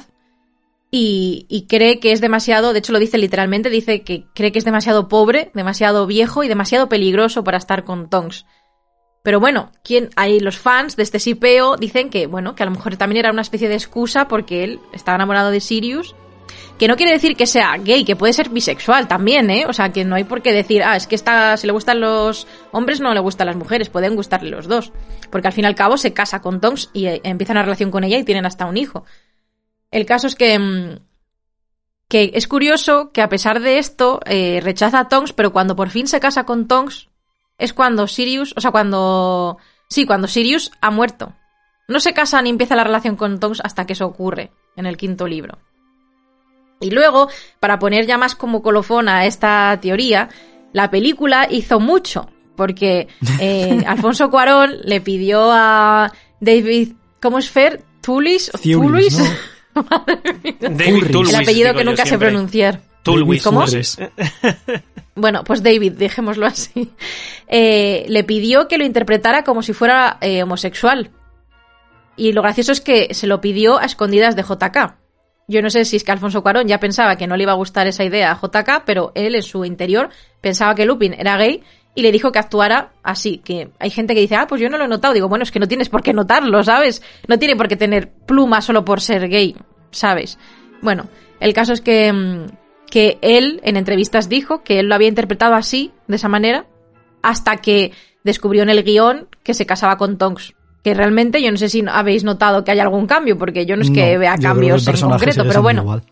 y, y cree que es demasiado, de hecho lo dice literalmente, dice que cree que es demasiado pobre, demasiado viejo y demasiado peligroso para estar con Tonks. Pero bueno, ¿quién? Ahí los fans de este shipeo dicen que, bueno, que a lo mejor también era una especie de excusa porque él estaba enamorado de Sirius, que no quiere decir que sea gay, que puede ser bisexual también, ¿eh? O sea, que no hay por qué decir, ah, es que esta, si le gustan los hombres no le gustan las mujeres, pueden gustarle los dos. Porque al fin y al cabo se casa con Tonks y eh, empieza una relación con ella y tienen hasta un hijo. El caso es que, que es curioso que a pesar de esto eh, rechaza a Tonks, pero cuando por fin se casa con Tonks es cuando Sirius, o sea, cuando... Sí, cuando Sirius ha muerto. No se casa ni empieza la relación con Tonks hasta que eso ocurre en el quinto libro. Y luego, para poner ya más como colofón a esta teoría, la película hizo mucho, porque eh, Alfonso Cuarón le pidió a David, ¿cómo es Fer? ¿Tulis? ¿Tulis? ¿No? David Tulwis, el apellido digo que nunca sé siempre. pronunciar. Tulwis. ¿Cómo? Tulwis. Bueno, pues David, dejémoslo así. Eh, le pidió que lo interpretara como si fuera eh, homosexual. Y lo gracioso es que se lo pidió a escondidas de J K. Yo no sé si es que Alfonso Cuarón ya pensaba que no le iba a gustar esa idea a J K, pero él en su interior pensaba que Lupin era gay y le dijo que actuara así. Que hay gente que dice, ah, pues yo no lo he notado. Digo, bueno, es que no tienes por qué notarlo, ¿sabes? No tiene por qué tener pluma solo por ser gay, ¿sabes? Bueno, el caso es que, que él en entrevistas dijo que él lo había interpretado así, de esa manera, hasta que descubrió en el guión que se casaba con Tonks. que realmente yo no sé si habéis notado que hay algún cambio, porque yo no es que No, vea yo creo cambios que el en personaje concreto, sigue pero siendo bueno. igual.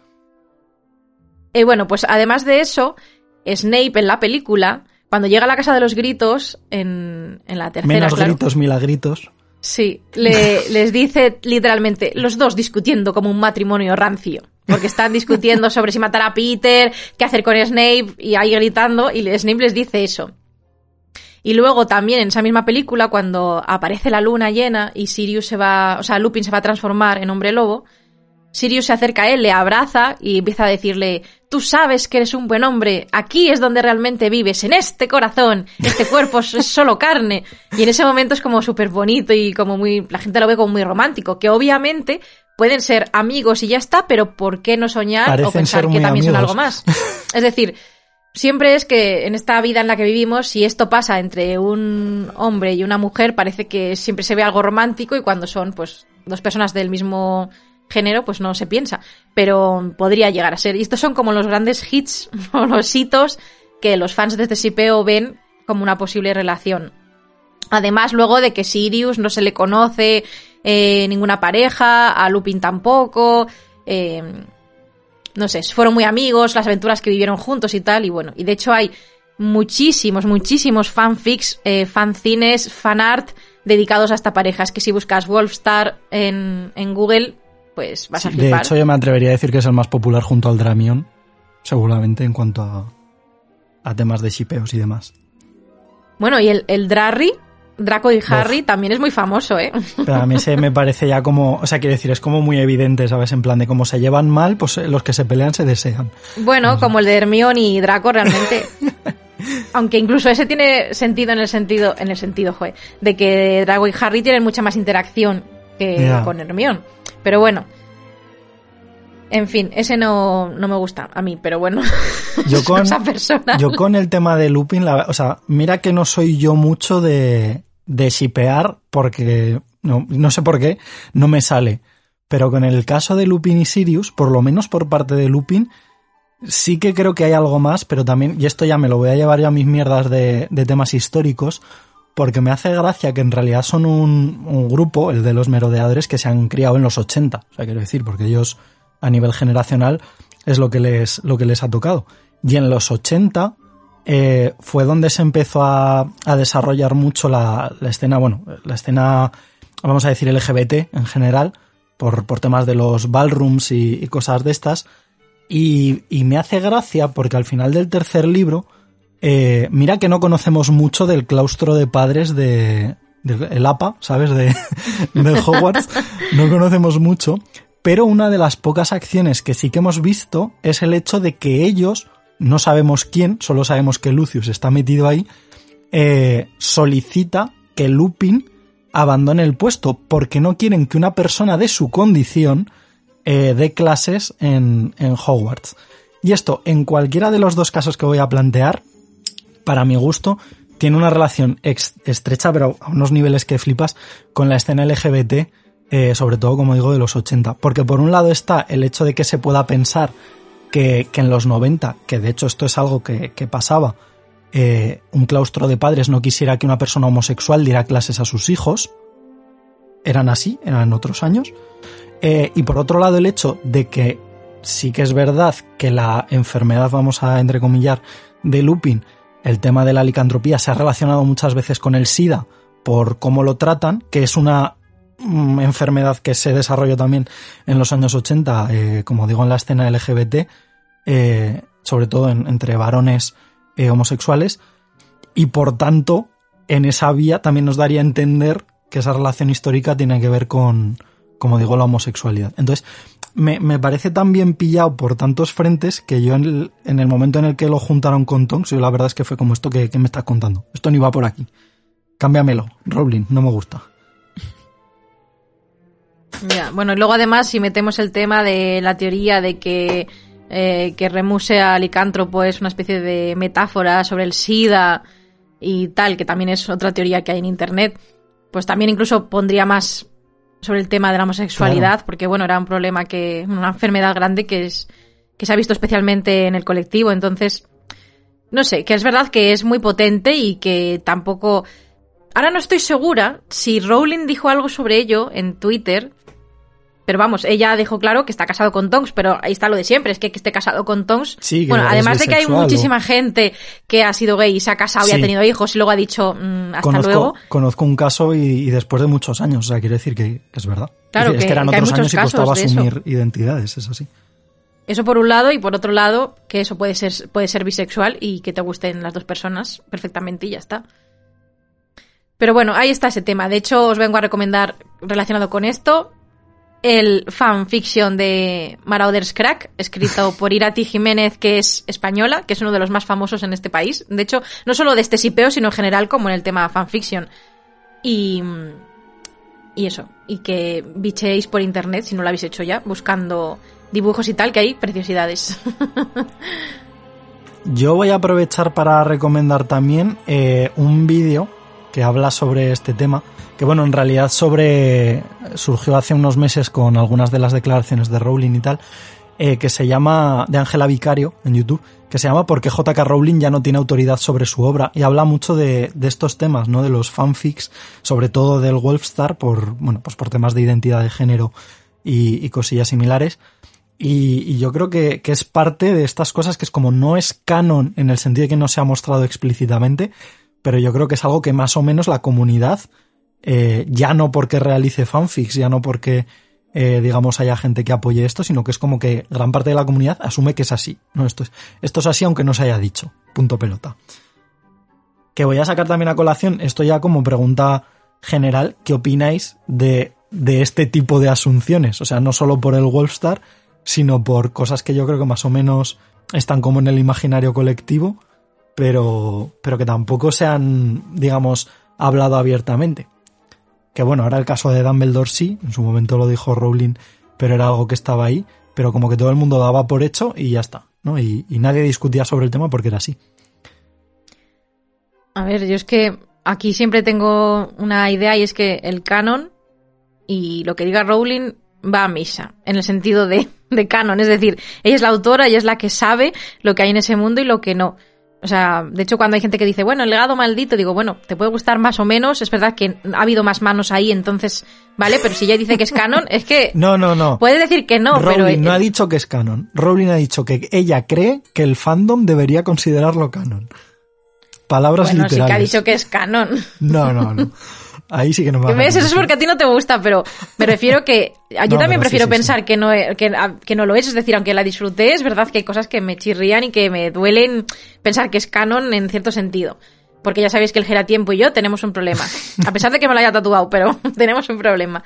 Eh, bueno, pues además de eso, Snape en la película, cuando llega a la Casa de los Gritos, en, en la tercera, Menos claro, gritos, milagritos. sí, le, les dice literalmente, los dos discutiendo como un matrimonio rancio. Porque están discutiendo sobre si matar a Peter, qué hacer con Snape, y ahí gritando, y Snape les dice eso. Y luego también en esa misma película, cuando aparece la luna llena y Sirius se va, o sea, Lupin se va a transformar en hombre lobo, Sirius se acerca a él, le abraza y empieza a decirle, tú sabes que eres un buen hombre, aquí es donde realmente vives, en este corazón, este cuerpo es solo carne. Y en ese momento es como súper bonito y como muy, la gente lo ve como muy romántico, que obviamente pueden ser amigos y ya está, pero ¿por qué no soñar Parecen o pensar ser que muy también son amigos. algo más? Es decir, siempre es que en esta vida en la que vivimos, si esto pasa entre un hombre y una mujer, parece que siempre se ve algo romántico, y cuando son pues dos personas del mismo género, pues no se piensa, pero podría llegar a ser. Y estos son como los grandes hits o los hitos que los fans de este shipeo ven como una posible relación. Además, luego de que Sirius no se le conoce eh, ninguna pareja, a Lupin tampoco, eh, no sé, fueron muy amigos, las aventuras que vivieron juntos y tal, y bueno, y de hecho hay muchísimos, muchísimos fanfics, eh, fanzines, fanart dedicados a esta pareja. Es que si buscas Wolfstar en, en Google, pues vas Sí, a flipar. de hecho, yo me atrevería a decir que es el más popular junto al Dramión, seguramente, en cuanto a, a temas de shipeos y demás. Bueno, y el, el Drarry, Draco y Harry, Uf. también es muy famoso, ¿eh? Pero a mí se me parece ya como, o sea, quiero decir, es como muy evidente, ¿sabes? En plan de cómo se llevan mal, pues eh, los que se pelean se desean. Bueno, como el de Hermione y Draco, realmente. Aunque incluso ese tiene sentido en el sentido, en el sentido, joder, de que Draco y Harry tienen mucha más interacción que Ya. con Hermione. Pero bueno. En fin, ese no, no me gusta a mí, pero bueno. Yo es con, cosa personal. yo con el tema de Lupin, la, o sea, mira que no soy yo mucho de, de shipear, porque, no, no sé por qué, no me sale. Pero con el caso de Lupin y Sirius, por lo menos por parte de Lupin, sí que creo que hay algo más, pero también, y esto ya me lo voy a llevar yo a mis mierdas de, de temas históricos, porque me hace gracia que en realidad son un, un grupo, el de los merodeadores, que se han criado en los ochenta. O sea, quiero decir, porque ellos, a nivel generacional, es lo que les, lo que les ha tocado. Y en los ochenta eh, fue donde se empezó a, a desarrollar mucho la, la escena, bueno, la escena, vamos a decir, L G B T en general, por, por temas de los ballrooms y, y cosas de estas. Y, y me hace gracia porque al final del tercer libro, eh, mira que no conocemos mucho del claustro de padres de, de el A P A, ¿sabes? De, de Hogwarts. No conocemos mucho. Pero una de las pocas acciones que sí que hemos visto es el hecho de que ellos, no sabemos quién, solo sabemos que Lucius está metido ahí, eh, solicita que Lupin abandone el puesto porque no quieren que una persona de su condición eh, dé clases en, en Hogwarts. Y esto, en cualquiera de los dos casos que voy a plantear, para mi gusto, tiene una relación ex- estrecha, pero a unos niveles que flipas, con la escena L G B T, Eh, sobre todo, como digo, de los ochenta. Porque por un lado está el hecho de que se pueda pensar que, que en los noventa, que de hecho esto es algo que, que pasaba, eh, un claustro de padres no quisiera que una persona homosexual diera clases a sus hijos. Eran así, eran otros años. Eh, y por otro lado el hecho de que sí que es verdad que la enfermedad, vamos a entrecomillar, de Lupin, el tema de la licantropía, se ha relacionado muchas veces con el SIDA por cómo lo tratan, que es una enfermedad que se desarrolló también en los años ochenta, eh, como digo, en la escena L G B T, eh, sobre todo en, entre varones eh, homosexuales, y por tanto, en esa vía también nos daría a entender que esa relación histórica tiene que ver con, como digo, la homosexualidad. Entonces, me, me parece tan bien pillado por tantos frentes que yo en el, en el momento en el que lo juntaron con Tonks, yo la verdad es que fue como esto que, que me estás contando. Esto no iba por aquí. Cámbiamelo, Rowling, no me gusta. Ya, bueno, y luego además si metemos el tema de la teoría de que, eh, que Remus sea licántropo es una especie de metáfora sobre el SIDA y tal, que también es otra teoría que hay en internet, pues también incluso pondría más sobre el tema de la homosexualidad, claro. Porque bueno, era un problema que, una enfermedad grande que es, que se ha visto especialmente en el colectivo, entonces, no sé, que es verdad que es muy potente y que tampoco ahora no estoy segura si Rowling dijo algo sobre ello en Twitter, pero vamos, ella dejó claro que está casado con Tonks, pero ahí está lo de siempre, es que que esté casado con Tonks... Sí, bueno, además de que hay muchísima o... gente que ha sido gay y se ha casado sí. y ha tenido hijos y luego ha dicho mmm, hasta conozco, luego... Conozco un caso y, y después de muchos años, o sea, quiere decir que, que es verdad. Claro, es, decir, que, es que eran que otros años y costaba asumir eso. identidades, es así. Eso por un lado, y por otro lado, que eso puede ser, puede ser bisexual y que te gusten las dos personas perfectamente y ya está. Pero bueno, ahí está ese tema. De hecho, os vengo a recomendar, relacionado con esto, el fanfiction de Marauders Crack, escrito por Irati Jiménez, que es española, que es uno de los más famosos en este país. De hecho, no solo de este sipeo, sino en general, como en el tema fanfiction. Y... Y eso, y que bichéis por internet, si no lo habéis hecho ya, buscando dibujos y tal, que hay preciosidades. Yo voy a aprovechar para recomendar también eh, un vídeo que habla sobre este tema, que bueno, en realidad sobre surgió hace unos meses con algunas de las declaraciones de Rowling y tal, eh, que se llama, de Ángela Vicario en YouTube, que se llama ¿Por qué J K Rowling ya no tiene autoridad sobre su obra? Y habla mucho de, de estos temas, ¿no? De los fanfics, sobre todo del Wolfstar, por, bueno, pues por temas de identidad de género y, y cosillas similares. Y, y yo creo que, que es parte de estas cosas que es como no es canon en el sentido de que no se ha mostrado explícitamente, pero yo creo que es algo que más o menos la comunidad, eh, ya no porque realice fanfics, ya no porque... Eh, digamos, haya gente que apoye esto, sino que es como que gran parte de la comunidad asume que es así. No, esto es, esto es así aunque no se haya dicho. Punto pelota. Que voy a sacar también a colación, esto ya como pregunta general, ¿qué opináis de, de este tipo de asunciones? O sea, no solo por el Wolfstar, sino por cosas que yo creo que más o menos están como en el imaginario colectivo, pero, pero que tampoco se han, digamos, hablado abiertamente. Que bueno, ahora el caso de Dumbledore sí, en su momento lo dijo Rowling, pero era algo que estaba ahí, pero como que todo el mundo daba por hecho y ya está, ¿no? Y, y nadie discutía sobre el tema porque era así. A ver, yo es que aquí siempre tengo una idea y es que el canon y lo que diga Rowling va a misa, en el sentido de, de canon, es decir, ella es la autora, ella es la que sabe lo que hay en ese mundo y lo que no. O sea, de hecho, cuando hay gente que dice, bueno, el legado maldito, digo, bueno, te puede gustar más o menos, es verdad que ha habido más manos ahí, entonces, vale, pero si ella dice que es canon, es que... No, no, no. Puedes decir que no, Rowling pero... Rowling no ha dicho que es canon. Rowling ha dicho que ella cree que el fandom debería considerarlo canon. Palabras bueno, literales. Bueno, sí que ha dicho que es canon. No, no, no. Ahí sí que no me va a ¿Ves? Eso es porque a ti no te gusta, pero me refiero que... Yo no, también prefiero sí, sí, pensar sí. Que, no, que, que no lo es, es decir, aunque la disfruté, es verdad que hay cosas que me chirrían y que me duelen pensar que es canon en cierto sentido. Porque ya sabéis que el Geratiempo y yo tenemos un problema. A pesar de que me lo haya tatuado, pero tenemos un problema.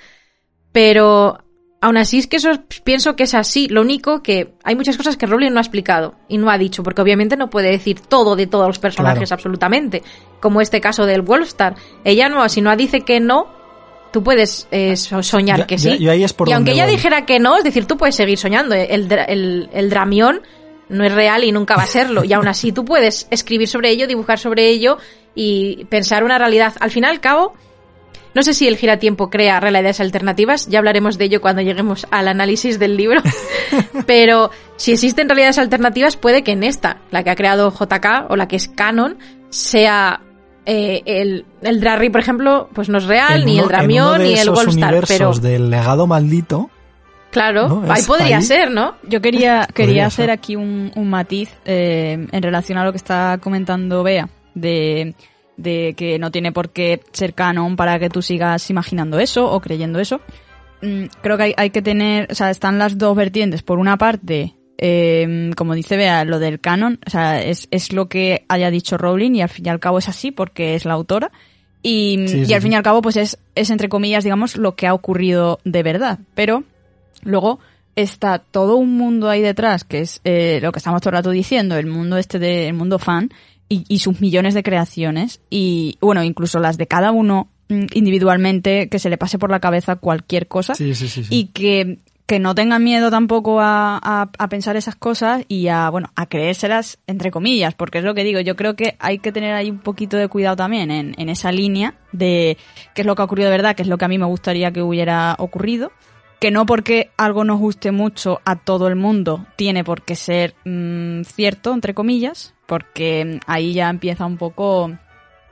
Pero aún así es que eso pienso que es así. Lo único que hay muchas cosas que Rowling no ha explicado y no ha dicho, porque obviamente no puede decir todo de todos los personajes, claro. Absolutamente. Como este caso del Wolfstar. Ella no, si no dice que no, tú puedes eh, soñar ya, que ya, sí. yo ahí es por y aunque ella voy. dijera que no, es decir, tú puedes seguir soñando. El, el, el Dramión no es real y nunca va a serlo. Y aún así tú puedes escribir sobre ello, dibujar sobre ello y pensar una realidad. Al fin y al cabo, no sé si el Giratiempo crea realidades alternativas, ya hablaremos de ello cuando lleguemos al análisis del libro, pero si existen realidades alternativas puede que en esta, la que ha creado J K o la que es canon, sea eh, el, el Drarry, por ejemplo, pues no es real, en ni uno, el Dramión, ni el Wolfstar, pero del legado maldito. Claro, ¿no? ahí podría ahí. ser, ¿no? Yo quería, quería hacer ser. aquí un, un matiz eh, en relación a lo que está comentando Bea, de... de que no tiene por qué ser canon para que tú sigas imaginando eso o creyendo eso. Mm, creo que hay, hay que tener, o sea, están las dos vertientes. Por una parte, eh, como dice Bea, lo del canon, o sea, es, es lo que haya dicho Rowling y al fin y al cabo es así porque es la autora. Y, sí, y sí, al fin y sí. al cabo, pues es, es entre comillas, digamos, lo que ha ocurrido de verdad. Pero luego está todo un mundo ahí detrás, que es eh, lo que estamos todo el rato diciendo, el mundo este de, el mundo fan, Y, y sus millones de creaciones y, bueno, incluso las de cada uno individualmente, que se le pase por la cabeza cualquier cosa sí, sí, sí, sí. y que, que no tengan miedo tampoco a, a, a pensar esas cosas y a, bueno, a creérselas entre comillas, porque es lo que digo, yo creo que hay que tener ahí un poquito de cuidado también en, en esa línea de qué es lo que ha ocurrido de verdad, qué es lo que a mí me gustaría que hubiera ocurrido. Que no porque algo nos guste mucho a todo el mundo tiene por qué ser mmm, cierto, entre comillas, porque ahí ya empieza un poco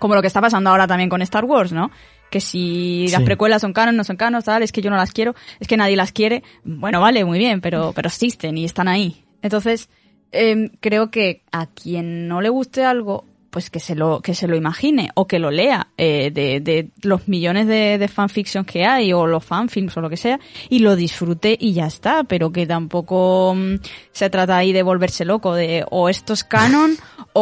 Como lo que está pasando ahora también con Star Wars, ¿no? Que si las Sí. precuelas son canon, no son canon, tal, es que yo no las quiero, es que nadie las quiere. Bueno, vale, muy bien, pero, pero existen y están ahí. Entonces, eh, creo que a quien no le guste algo, pues que se lo, que se lo imagine o que lo lea eh, de, de los millones de, de fanfiction que hay o los fanfilms o lo que sea y lo disfrute y ya está, pero que tampoco mm, se trata ahí de volverse loco de o esto es canon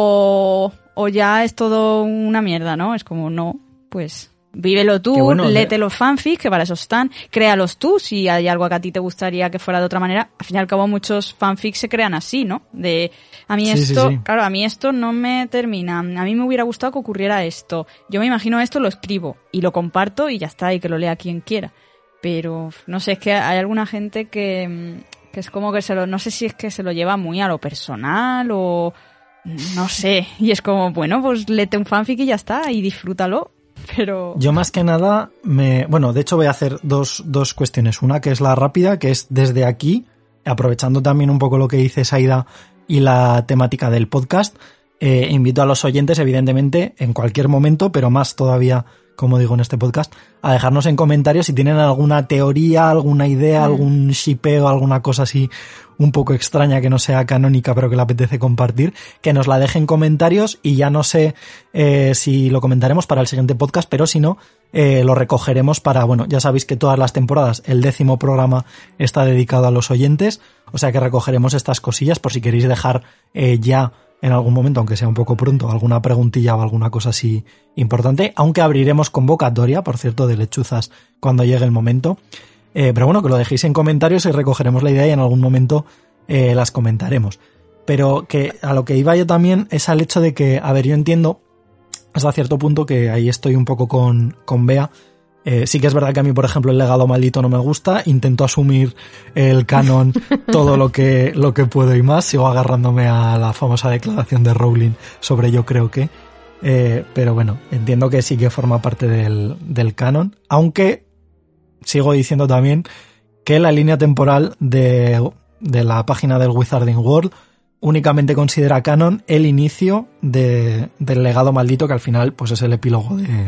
o, o ya es todo una mierda, ¿no? Es como, no, pues vívelo tú, Que bueno, léete de- los fanfics, que para eso están, créalos tú, si hay algo que a ti te gustaría que fuera de otra manera. Al fin y al cabo muchos fanfics se crean así, ¿no? De, a mí Sí, sí, esto, sí. claro, a mí esto no me termina, a mí me hubiera gustado que ocurriera esto. Yo me imagino esto, lo escribo y lo comparto y ya está, y que lo lea quien quiera. Pero, no sé, es que hay alguna gente que, mm, que es como que se lo, no sé si es que se lo lleva muy a lo personal o, no sé, y es como, bueno, pues léete un fanfic y ya está, y disfrútalo. Pero Yo más que nada me... Bueno, de hecho voy a hacer dos, dos cuestiones. Una que es la rápida, que es desde aquí, aprovechando también un poco lo que dice Saida y la temática del podcast, eh, invito a los oyentes, evidentemente, en cualquier momento, pero más todavía, como digo en este podcast, a dejarnos en comentarios si tienen alguna teoría, alguna idea, algún shipeo, alguna cosa así un poco extraña que no sea canónica pero que le apetece compartir, que nos la dejen en comentarios y ya no sé eh, si lo comentaremos para el siguiente podcast, pero si no, eh, lo recogeremos para, bueno, ya sabéis que todas las temporadas el décimo programa está dedicado a los oyentes, o sea que recogeremos estas cosillas por si queréis dejar eh, ya en algún momento, aunque sea un poco pronto, alguna preguntilla o alguna cosa así importante, aunque abriremos convocatoria, por cierto, de lechuzas cuando llegue el momento. Eh, pero bueno, que lo dejéis en comentarios y recogeremos la idea y en algún momento eh, las comentaremos. Pero que a lo que iba yo también es al hecho de que, a ver, yo entiendo hasta cierto punto que ahí estoy un poco con, con Bea. Eh, sí que es verdad que a mí, por ejemplo, el legado maldito no me gusta. Intento asumir el canon todo lo que, lo que puedo y más. Sigo agarrándome a la famosa declaración de Rowling sobre yo creo que. Eh, pero bueno, entiendo que sí que forma parte del, del canon. Aunque sigo diciendo también que la línea temporal de, de la página del Wizarding World únicamente considera canon el inicio de, del legado maldito, que al final pues es el epílogo de,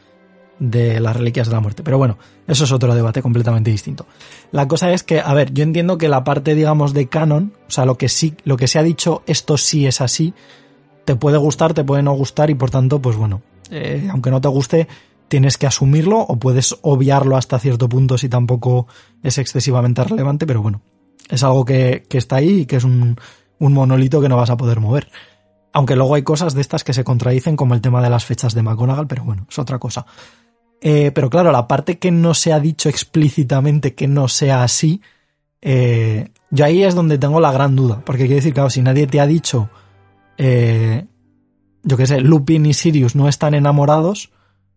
de las reliquias de la muerte. Pero bueno, eso es otro debate completamente distinto. La cosa es que, a ver, yo entiendo que la parte, digamos, de canon, o sea, lo que sí, lo que se ha dicho, esto sí es así, te puede gustar, te puede no gustar y por tanto, pues bueno, eh, aunque no te guste, tienes que asumirlo o puedes obviarlo hasta cierto punto si tampoco es excesivamente relevante, pero bueno, es algo que, que está ahí y que es un, un monolito que no vas a poder mover. Aunque luego hay cosas de estas que se contradicen, como el tema de las fechas de McGonagall, pero bueno, es otra cosa. Eh, pero claro, la parte que no se ha dicho explícitamente que no sea así, eh, yo ahí es donde tengo la gran duda, porque quiero decir, claro, si nadie te ha dicho, eh, yo qué sé, Lupin y Sirius no están enamorados,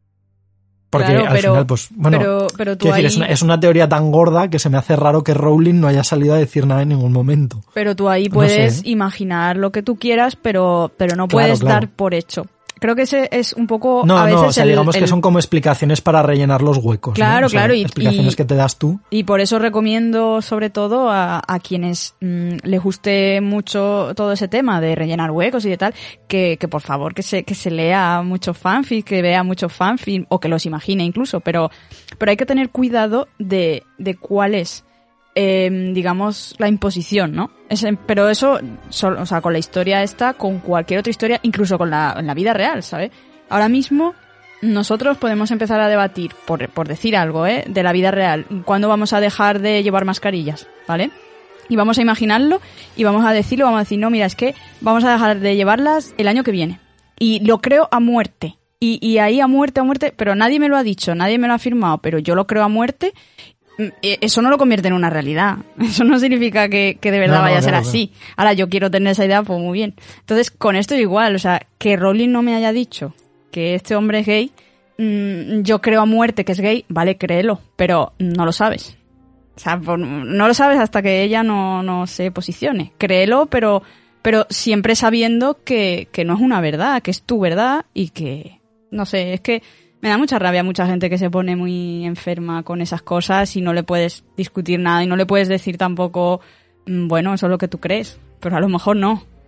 porque claro, al pero, final, pues, bueno, pero, pero tú quiero ahí, decir, es una, es una teoría tan gorda que se me hace raro que Rowling no haya salido a decir nada en ningún momento. pero tú ahí No puedes sé. imaginar lo que tú quieras, pero, pero no Claro, puedes claro. dar por hecho. Creo que ese es un poco No, a veces no, o sea, el- digamos que el- son como explicaciones para rellenar los huecos. ¿no? Claro, O sea, claro, y- explicaciones y- que te das tú. Y por eso recomiendo sobre todo a, a quienes mm, les guste mucho todo ese tema de rellenar huecos y de tal, que, que por favor que se, que se lea mucho fanfic, que vea mucho fanfic o que los imagine incluso, pero, pero hay que tener cuidado de, de cuál es, eh, digamos, la imposición, ¿no? Es, pero eso, sol- o sea, con la historia esta, con cualquier otra historia, incluso con la, en la vida real, ¿sabes? Ahora mismo nosotros podemos empezar a debatir, por, por decir algo, ¿eh? De la vida real. ¿Cuándo vamos a dejar de llevar mascarillas? ¿Vale? Y vamos a imaginarlo y vamos a decirlo, vamos a decir, no, mira, es que vamos a dejar de llevarlas el año que viene. Y lo creo a muerte. Y, y ahí a muerte, a muerte, pero nadie me lo ha dicho, nadie me lo ha afirmado, pero yo lo creo a muerte. Eso no lo convierte en una realidad. Eso no significa que, que de verdad No, no, vaya a ser claro, así. Ahora, yo quiero tener esa idea, pues muy bien. Entonces, con esto igual, o sea, que Rowling no me haya dicho que este hombre es gay, mmm, yo creo a muerte que es gay, vale, créelo, pero no lo sabes. O sea, por, no lo sabes hasta que ella no, no se posicione. Créelo, pero, pero siempre sabiendo que, que no es una verdad, que es tu verdad y que, no sé, es que me da mucha rabia mucha gente que se pone muy enferma con esas cosas y no le puedes discutir nada y no le puedes decir tampoco, bueno, eso es lo que tú crees, pero a lo mejor no.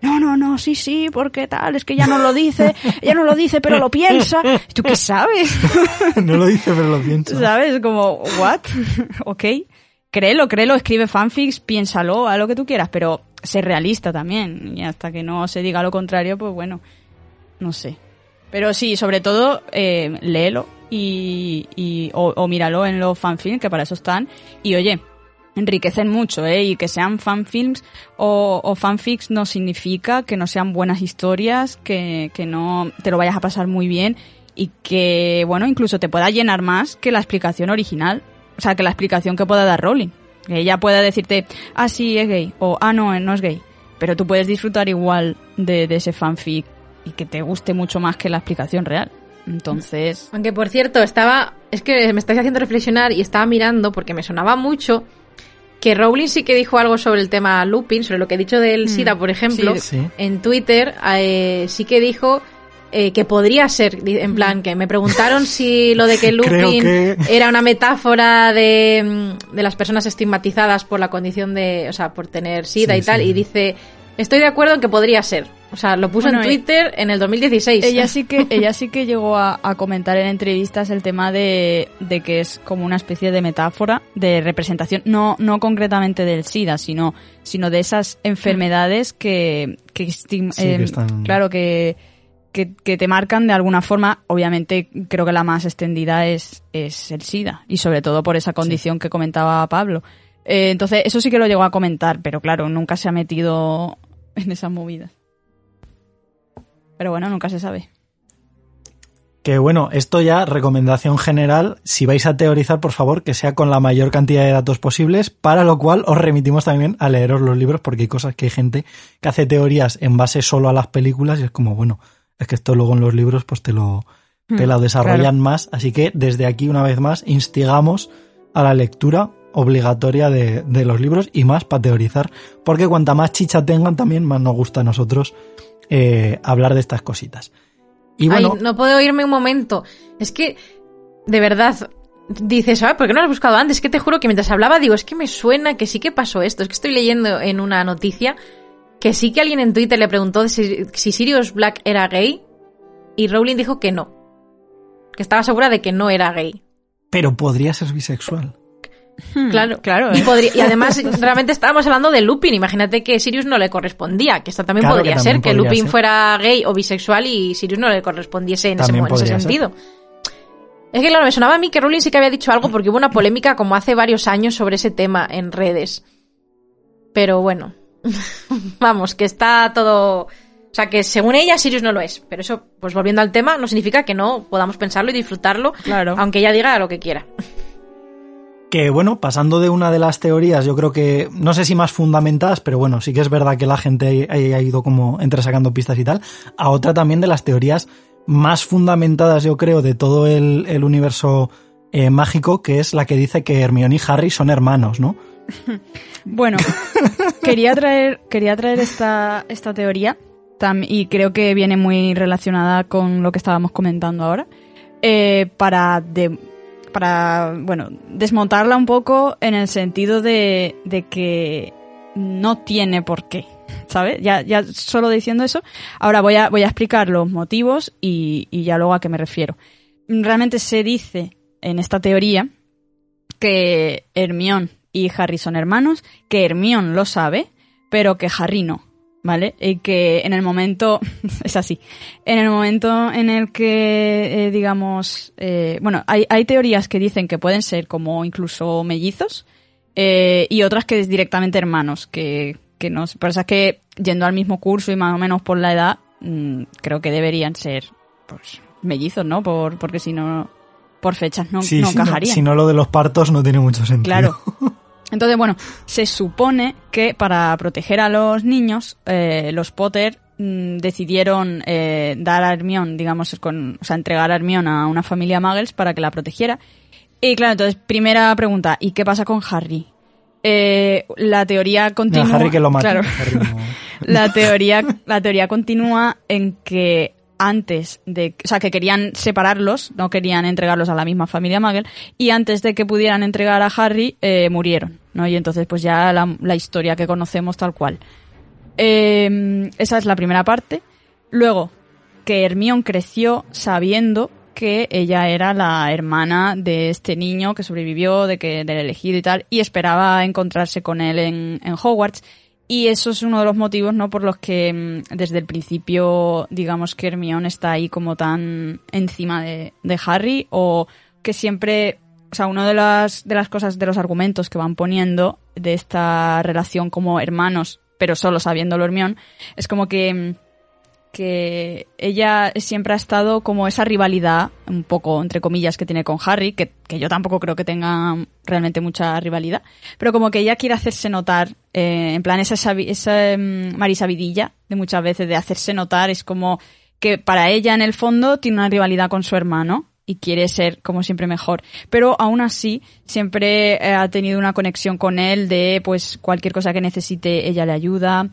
no, no, no, sí, sí, porque tal, es que ella no lo dice, ella no lo dice, pero lo piensa. ¿Tú qué sabes? No lo dice, pero lo piensa. ¿Sabes? Como, ¿what? Ok. Créelo, créelo, escribe fanfics, piénsalo, haz lo que tú quieras, pero sé realista también. Y hasta que no se diga lo contrario, pues bueno, no sé. Pero sí, sobre todo, eh, léelo y, y o, o míralo en los fanfilms, que para eso están. Y oye, enriquecen mucho, ¿eh? Y que sean fanfilms o, o fanfics no significa que no sean buenas historias, que, que no te lo vayas a pasar muy bien y que, bueno, incluso te pueda llenar más que la explicación original. O sea, que la explicación que pueda dar Rowling. Que ella pueda decirte, ah, sí, es gay, o ah, no, no es gay. Pero tú puedes disfrutar igual de, de ese fanfic y que te guste mucho más que la explicación real. Entonces... Aunque, por cierto, estaba... Es que me estáis haciendo reflexionar y estaba mirando porque me sonaba mucho que Rowling sí que dijo algo sobre el tema Lupin, sobre lo que he dicho del SIDA, por ejemplo. Sí, sí. En Twitter eh, sí que dijo... Eh, que podría ser, en plan, que me preguntaron si lo de que Lupin que... era una metáfora de, de las personas estigmatizadas por la condición de, o sea, por tener SIDA sí, y tal, sí. y dice, estoy de acuerdo en que podría ser. O sea, lo puso bueno, en Twitter en el dos mil dieciséis. Ella sí que, ella sí que llegó a, a comentar en entrevistas el tema de, de que es como una especie de metáfora de representación, no, no concretamente del SIDA, sino, sino de esas enfermedades que, que, estigma, sí, eh, que están... claro que Que, que te marcan de alguna forma. Obviamente creo que la más extendida es, es el SIDA y sobre todo por esa condición sí. que comentaba Pablo. Eh, entonces eso sí que lo llegó a comentar, pero claro, nunca se ha metido en esas movidas. Pero bueno, nunca se sabe. Que bueno, esto ya, recomendación general, si vais a teorizar, por favor, que sea con la mayor cantidad de datos posibles, para lo cual os remitimos también a leeros los libros, porque hay cosas que hay gente que hace teorías en base solo a las películas y es como, bueno... Es que esto luego en los libros pues te lo, te lo desarrollan claro. más. Así que desde aquí, una vez más, instigamos a la lectura obligatoria de, de los libros y más para teorizar. Porque cuanta más chicha tengan, también más nos gusta a nosotros eh, hablar de estas cositas. Y bueno, Ay, no puedo oírme un momento. Es que, de verdad, dices, ¿sabes? ¿Por qué no lo has buscado antes? Es que te juro que mientras hablaba digo, es que me suena que sí que pasó esto. Es que estoy leyendo en una noticia... que sí que alguien en Twitter le preguntó si, si Sirius Black era gay y Rowling dijo que no. Que estaba segura de que no era gay. Pero podría ser bisexual. Hmm, claro, claro. ¿eh? Y, podría, y además realmente estábamos hablando de Lupin. Imagínate que Sirius no le correspondía. Que esto también claro podría que ser, también que podría Lupin ser. fuera gay o bisexual y Sirius no le correspondiese en, ese, en ese sentido. Ser. Es que claro, me sonaba a mí que Rowling sí que había dicho algo porque hubo una polémica como hace varios años sobre ese tema en redes. Pero bueno... Vamos, que está todo... O sea, que según ella Sirius no lo es. Pero eso, pues volviendo al tema, no significa que no podamos pensarlo y disfrutarlo, claro. aunque ella diga lo que quiera. Que bueno, pasando de una de las teorías, yo creo que, no sé si más fundamentadas, pero bueno, sí que es verdad que la gente ha ido como entresacando pistas y tal, a otra también de las teorías más fundamentadas, yo creo, de todo el, el universo eh, mágico, que es la que dice que Hermione y Harry son hermanos, ¿no? Bueno, quería traer, quería traer esta, esta teoría tam, y creo que viene muy relacionada con lo que estábamos comentando ahora, eh, para, de, para bueno, desmontarla un poco en el sentido de, de que no tiene por qué, ¿sabes? Ya, ya solo diciendo eso, ahora voy a, voy a explicar los motivos y, y ya luego a qué me refiero. Realmente se dice en esta teoría que Hermione y Harry son hermanos, que Hermione lo sabe, pero que Harry no, ¿vale? Y que en el momento, es así, en el momento en el que, eh, digamos, eh, bueno, hay, hay teorías que dicen que pueden ser como incluso mellizos, eh, y otras que es directamente hermanos, que, que no sé, pero es que yendo al mismo curso y más o menos por la edad, mmm, creo que deberían ser, pues, mellizos, ¿no? Por, porque si no, por fechas no, sí, no si encajarían. No, si no, lo de los partos no tiene mucho sentido. Claro. Entonces, bueno, se supone que para proteger a los niños, eh, los Potter mmm, decidieron eh, dar a Hermione, digamos, con, o sea, entregar a Hermione a una familia Muggles para que la protegiera. Y claro, entonces, primera pregunta, ¿y qué pasa con Harry? Eh, la teoría continúa... No, Harry que lo mata. Claro. Harry no... la, teoría, la teoría continúa en que antes de... O sea, que querían separarlos, no querían entregarlos a la misma familia Muggle, y antes de que pudieran entregar a Harry, eh, murieron, ¿no? Y entonces, pues ya la, la historia que conocemos tal cual. Eh, esa es la primera parte. Luego, que Hermione creció sabiendo que ella era la hermana de este niño que sobrevivió, de que del elegido y tal, y esperaba encontrarse con él en, en Hogwarts. Y eso es uno de los motivos, ¿no?, por los que desde el principio, digamos que Hermione está ahí como tan encima de, de Harry, o que siempre, o sea, una de las, de las cosas, de los argumentos que van poniendo de esta relación como hermanos, pero solo sabiéndolo Hermione, es como que que ella siempre ha estado como esa rivalidad, un poco entre comillas, que tiene con Harry, que, que yo tampoco creo que tenga realmente mucha rivalidad, pero como que ella quiere hacerse notar, eh, en plan esa, esa um, Marisa Vidilla de muchas veces, de hacerse notar, es como que para ella en el fondo tiene una rivalidad con su hermano y quiere ser como siempre mejor, pero aún así siempre eh, ha tenido una conexión con él de pues cualquier cosa que necesite ella le ayuda.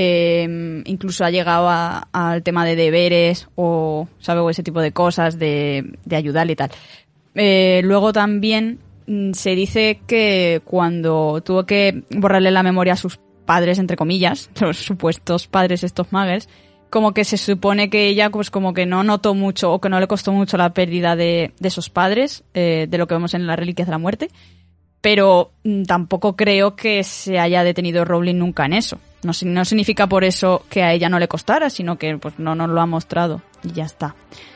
Eh, incluso ha llegado al tema de deberes o, ¿sabe?, o ese tipo de cosas de, de ayudarle y tal. Eh, luego también mm, se dice que cuando tuvo que borrarle la memoria a sus padres, entre comillas, los supuestos padres estos muggles, como que se supone que ella pues como que no notó mucho o que no le costó mucho la pérdida de, de esos padres, eh, de lo que vemos en las Reliquias de la Muerte, pero mm, tampoco creo que se haya detenido Rowling nunca en eso. No, no significa por eso que a ella no le costara, sino que pues no nos lo ha mostrado y ya está.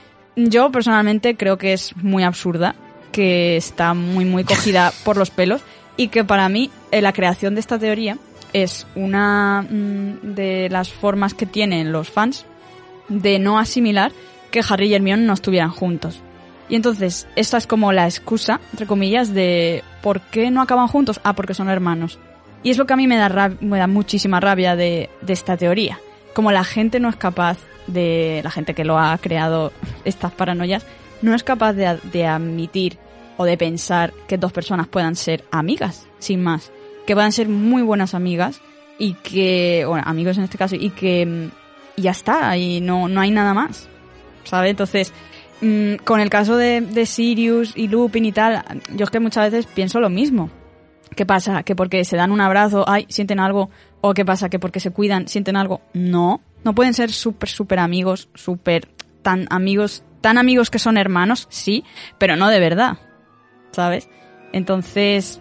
Yo personalmente creo que es muy absurda, que está muy muy cogida por los pelos y que para mí eh, la creación de esta teoría es una mmm, de las formas que tienen los fans de no asimilar que Harry y Hermione no estuvieran juntos. Y entonces esta es como la excusa, entre comillas, de ¿por qué no acaban juntos? Ah, porque son hermanos. Y es lo que a mí me da, rab- me da muchísima rabia de, de esta teoría. Como la gente no es capaz de, la gente que lo ha creado estas paranoias, no es capaz de, de admitir o de pensar que dos personas puedan ser amigas, sin más. Que puedan ser muy buenas amigas y que, bueno, amigos en este caso, y que y ya está, y no, no hay nada más, ¿sabes? Entonces, mmm, con el caso de, de Sirius y Lupin y tal, yo es que muchas veces pienso lo mismo. ¿Qué pasa? ¿Que porque se dan un abrazo, ay, sienten algo? ¿O qué pasa? ¿Que porque se cuidan, sienten algo? No, no pueden ser súper, súper amigos, súper tan amigos, tan amigos que son hermanos, sí, pero no de verdad, ¿sabes? Entonces,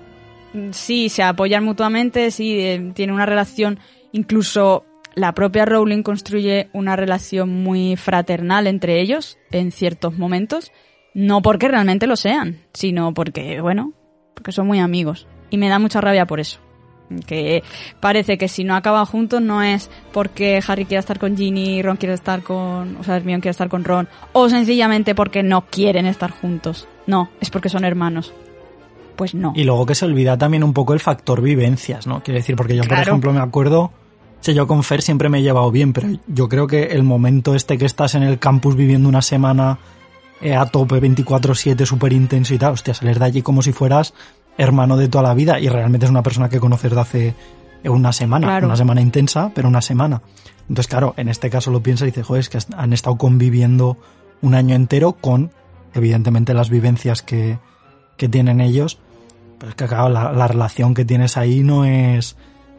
sí, se apoyan mutuamente, sí, eh, tienen una relación, incluso la propia Rowling construye una relación muy fraternal entre ellos en ciertos momentos, no porque realmente lo sean, sino porque, bueno, porque son muy amigos. Y me da mucha rabia por eso. Que parece que si no acaban juntos no es porque Harry quiera estar con Ginny y Ron quiere estar con... O sea, Hermione quiere estar con Ron. O sencillamente porque no quieren estar juntos. No, es porque son hermanos. Pues no. Y luego que se olvida también un poco el factor vivencias, ¿no? Quiero decir, porque yo, Claro. por ejemplo, me acuerdo... O sea, yo con Fer siempre me he llevado bien, pero yo creo que el momento este que estás en el campus viviendo una semana eh, a tope, veinticuatro siete, súper intenso y tal, hostia, salir de allí como si fueras hermano de toda la vida y realmente es una persona que conoces de hace una semana, Claro. una semana intensa, pero una semana. Entonces, claro, en este caso lo piensas y dices, joder, es que han estado conviviendo un año entero con, evidentemente, las vivencias que, que tienen ellos, pero es que, claro, la, la relación que tienes ahí no es,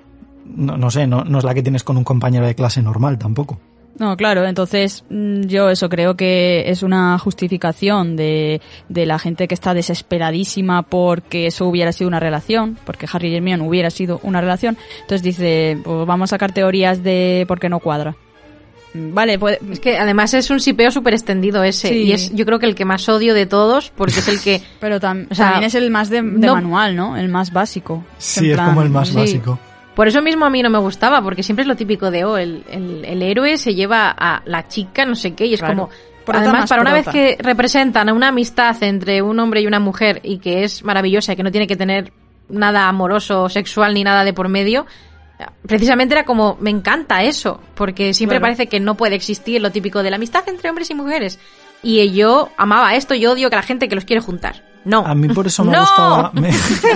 no, no sé, no, no es la que tienes con un compañero de clase normal tampoco. No, claro, entonces yo eso creo que es una justificación de, de la gente que está desesperadísima porque eso hubiera sido una relación, porque Harry y Hermione hubiera sido una relación, entonces dice, pues vamos a sacar teorías de por qué no cuadra. Vale, pues... Es que además es un sipeo súper extendido ese, Sí. y es yo creo que el que más odio de todos, porque es el que... Pero tam- O sea, también es el más de, de no- manual, ¿no? El más básico. Sí, En es plan, como el más sí. básico. Por eso mismo a mí no me gustaba, porque siempre es lo típico de, oh, el, el, el héroe se lleva a la chica, no sé qué, y es Claro. como... Prota Además, más para una vez prota. que representan a una amistad entre un hombre y una mujer y que es maravillosa y que no tiene que tener nada amoroso, sexual ni nada de por medio, precisamente era como, me encanta eso, porque siempre Claro. parece que no puede existir lo típico de la amistad entre hombres y mujeres. Y yo amaba esto, yo odio que la gente que los quiere juntar. No. A mí por eso me ¡No! gustaba... me-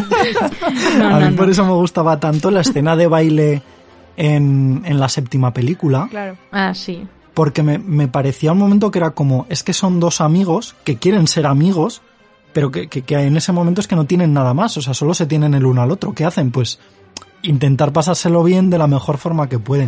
No, a no, mí por no. eso me gustaba tanto la escena de baile en, en la séptima película. Claro. Ah, sí. Porque me, me parecía un momento que era como, es que son dos amigos que quieren ser amigos, pero que, que, que en ese momento es que no tienen nada más, o sea, solo se tienen el uno al otro. ¿Qué hacen? Pues intentar pasárselo bien de la mejor forma que pueden.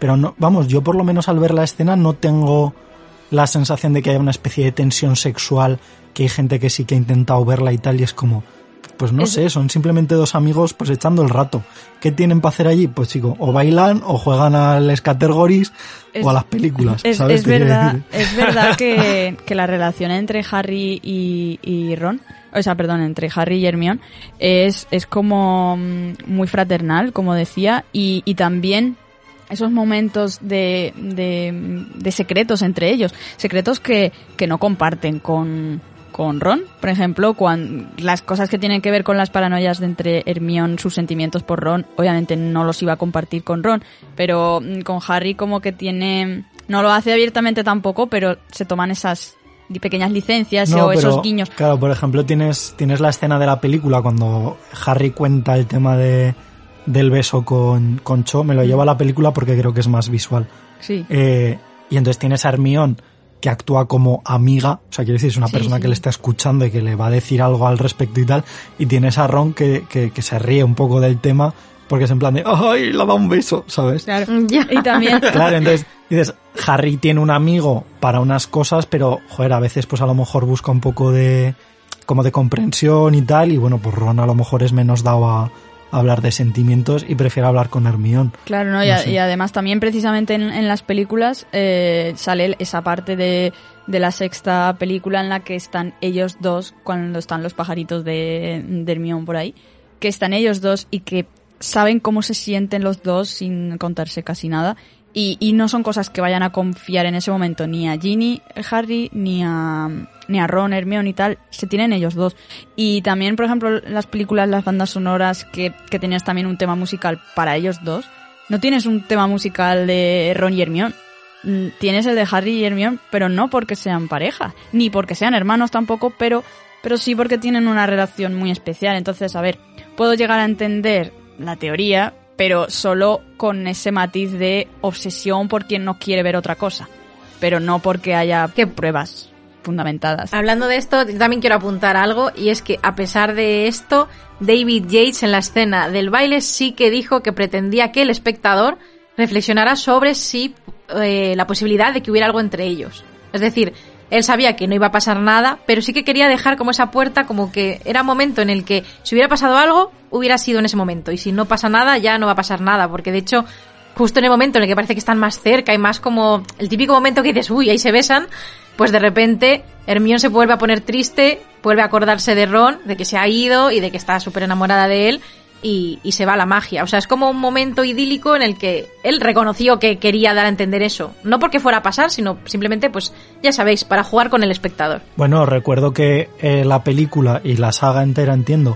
pero no, vamos, yo por lo menos al ver la escena no tengo la sensación de que haya una especie de tensión sexual, que hay gente que sí que ha intentado verla y tal, y es como, pues no es... sé, son simplemente dos amigos pues echando el rato. ¿Qué tienen para hacer allí? Pues chico, o bailan, o juegan al Scattergories, o a las películas, es, ¿sabes? Es verdad, es verdad que, que la relación entre Harry y, y Ron, o sea, perdón, entre Harry y Hermione, es, es como muy fraternal, como decía, y, y también esos momentos de, de, de secretos entre ellos, secretos que, que no comparten con, con Ron, por ejemplo, cuando las cosas que tienen que ver con las paranoias de entre Hermione, sus sentimientos por Ron, obviamente no los iba a compartir con Ron, pero con Harry como que tiene, no lo hace abiertamente tampoco, pero se toman esas pequeñas licencias no, o pero, esos guiños. Claro, por ejemplo, tienes, tienes la escena de la película cuando Harry cuenta el tema de del beso con, con Cho, me lo lleva a la película porque creo que es más visual. Sí. Eh, y entonces tienes a Hermione que actúa como amiga, o sea, quiero decir, es una sí, persona sí. que le está escuchando y que le va a decir algo al respecto y tal, y tienes a Ron que, que, que se ríe un poco del tema porque es en plan de ¡ay! Le da un beso, ¿sabes? Claro. Y también... Claro, entonces dices, Harry tiene un amigo para unas cosas, pero, joder, a veces pues a lo mejor busca un poco de como de comprensión y tal, y bueno, pues Ron a lo mejor es menos dado a hablar de sentimientos y prefiere hablar con Hermione. Claro, ¿no? no y, a, sé. y además también precisamente en, en las películas eh, sale esa parte de, de la sexta película en la que están ellos dos, cuando están los pajaritos de, de Hermione por ahí, que están ellos dos y que saben cómo se sienten los dos sin contarse casi nada. Y, y no son cosas que vayan a confiar en ese momento ni a Ginny, Harry, ni a, ni a Ron, Hermione y tal. Se tienen ellos dos. Y también, por ejemplo, las películas, las bandas sonoras que, que tenías también un tema musical para ellos dos. No tienes un tema musical de Ron y Hermione. Tienes el de Harry y Hermione, pero no porque sean pareja. Ni porque sean hermanos tampoco, pero, pero sí porque tienen una relación muy especial. Entonces, a ver, puedo llegar a entender la teoría, pero solo con ese matiz de obsesión por quien no quiere ver otra cosa, pero no porque haya ¿Qué? pruebas fundamentadas. Hablando de esto, yo también quiero apuntar algo, y es que a pesar de esto, David Yates en la escena del baile sí que dijo que pretendía que el espectador reflexionara sobre si eh, la posibilidad de que hubiera algo entre ellos. Es decir, él sabía que no iba a pasar nada, pero sí que quería dejar como esa puerta, como que era un momento en el que si hubiera pasado algo, hubiera sido en ese momento. Y si no pasa nada, ya no va a pasar nada. Porque de hecho, justo en el momento en el que parece que están más cerca y más como el típico momento que dices, uy, ahí se besan, pues de repente Hermione se vuelve a poner triste, vuelve a acordarse de Ron, de que se ha ido y de que está súper enamorada de él. Y, y se va la magia. O sea, es como un momento idílico en el que él reconoció que quería dar a entender eso. No porque fuera a pasar, sino simplemente, pues, ya sabéis, para jugar con el espectador. Bueno, recuerdo que eh, la película y la saga entera, entiendo,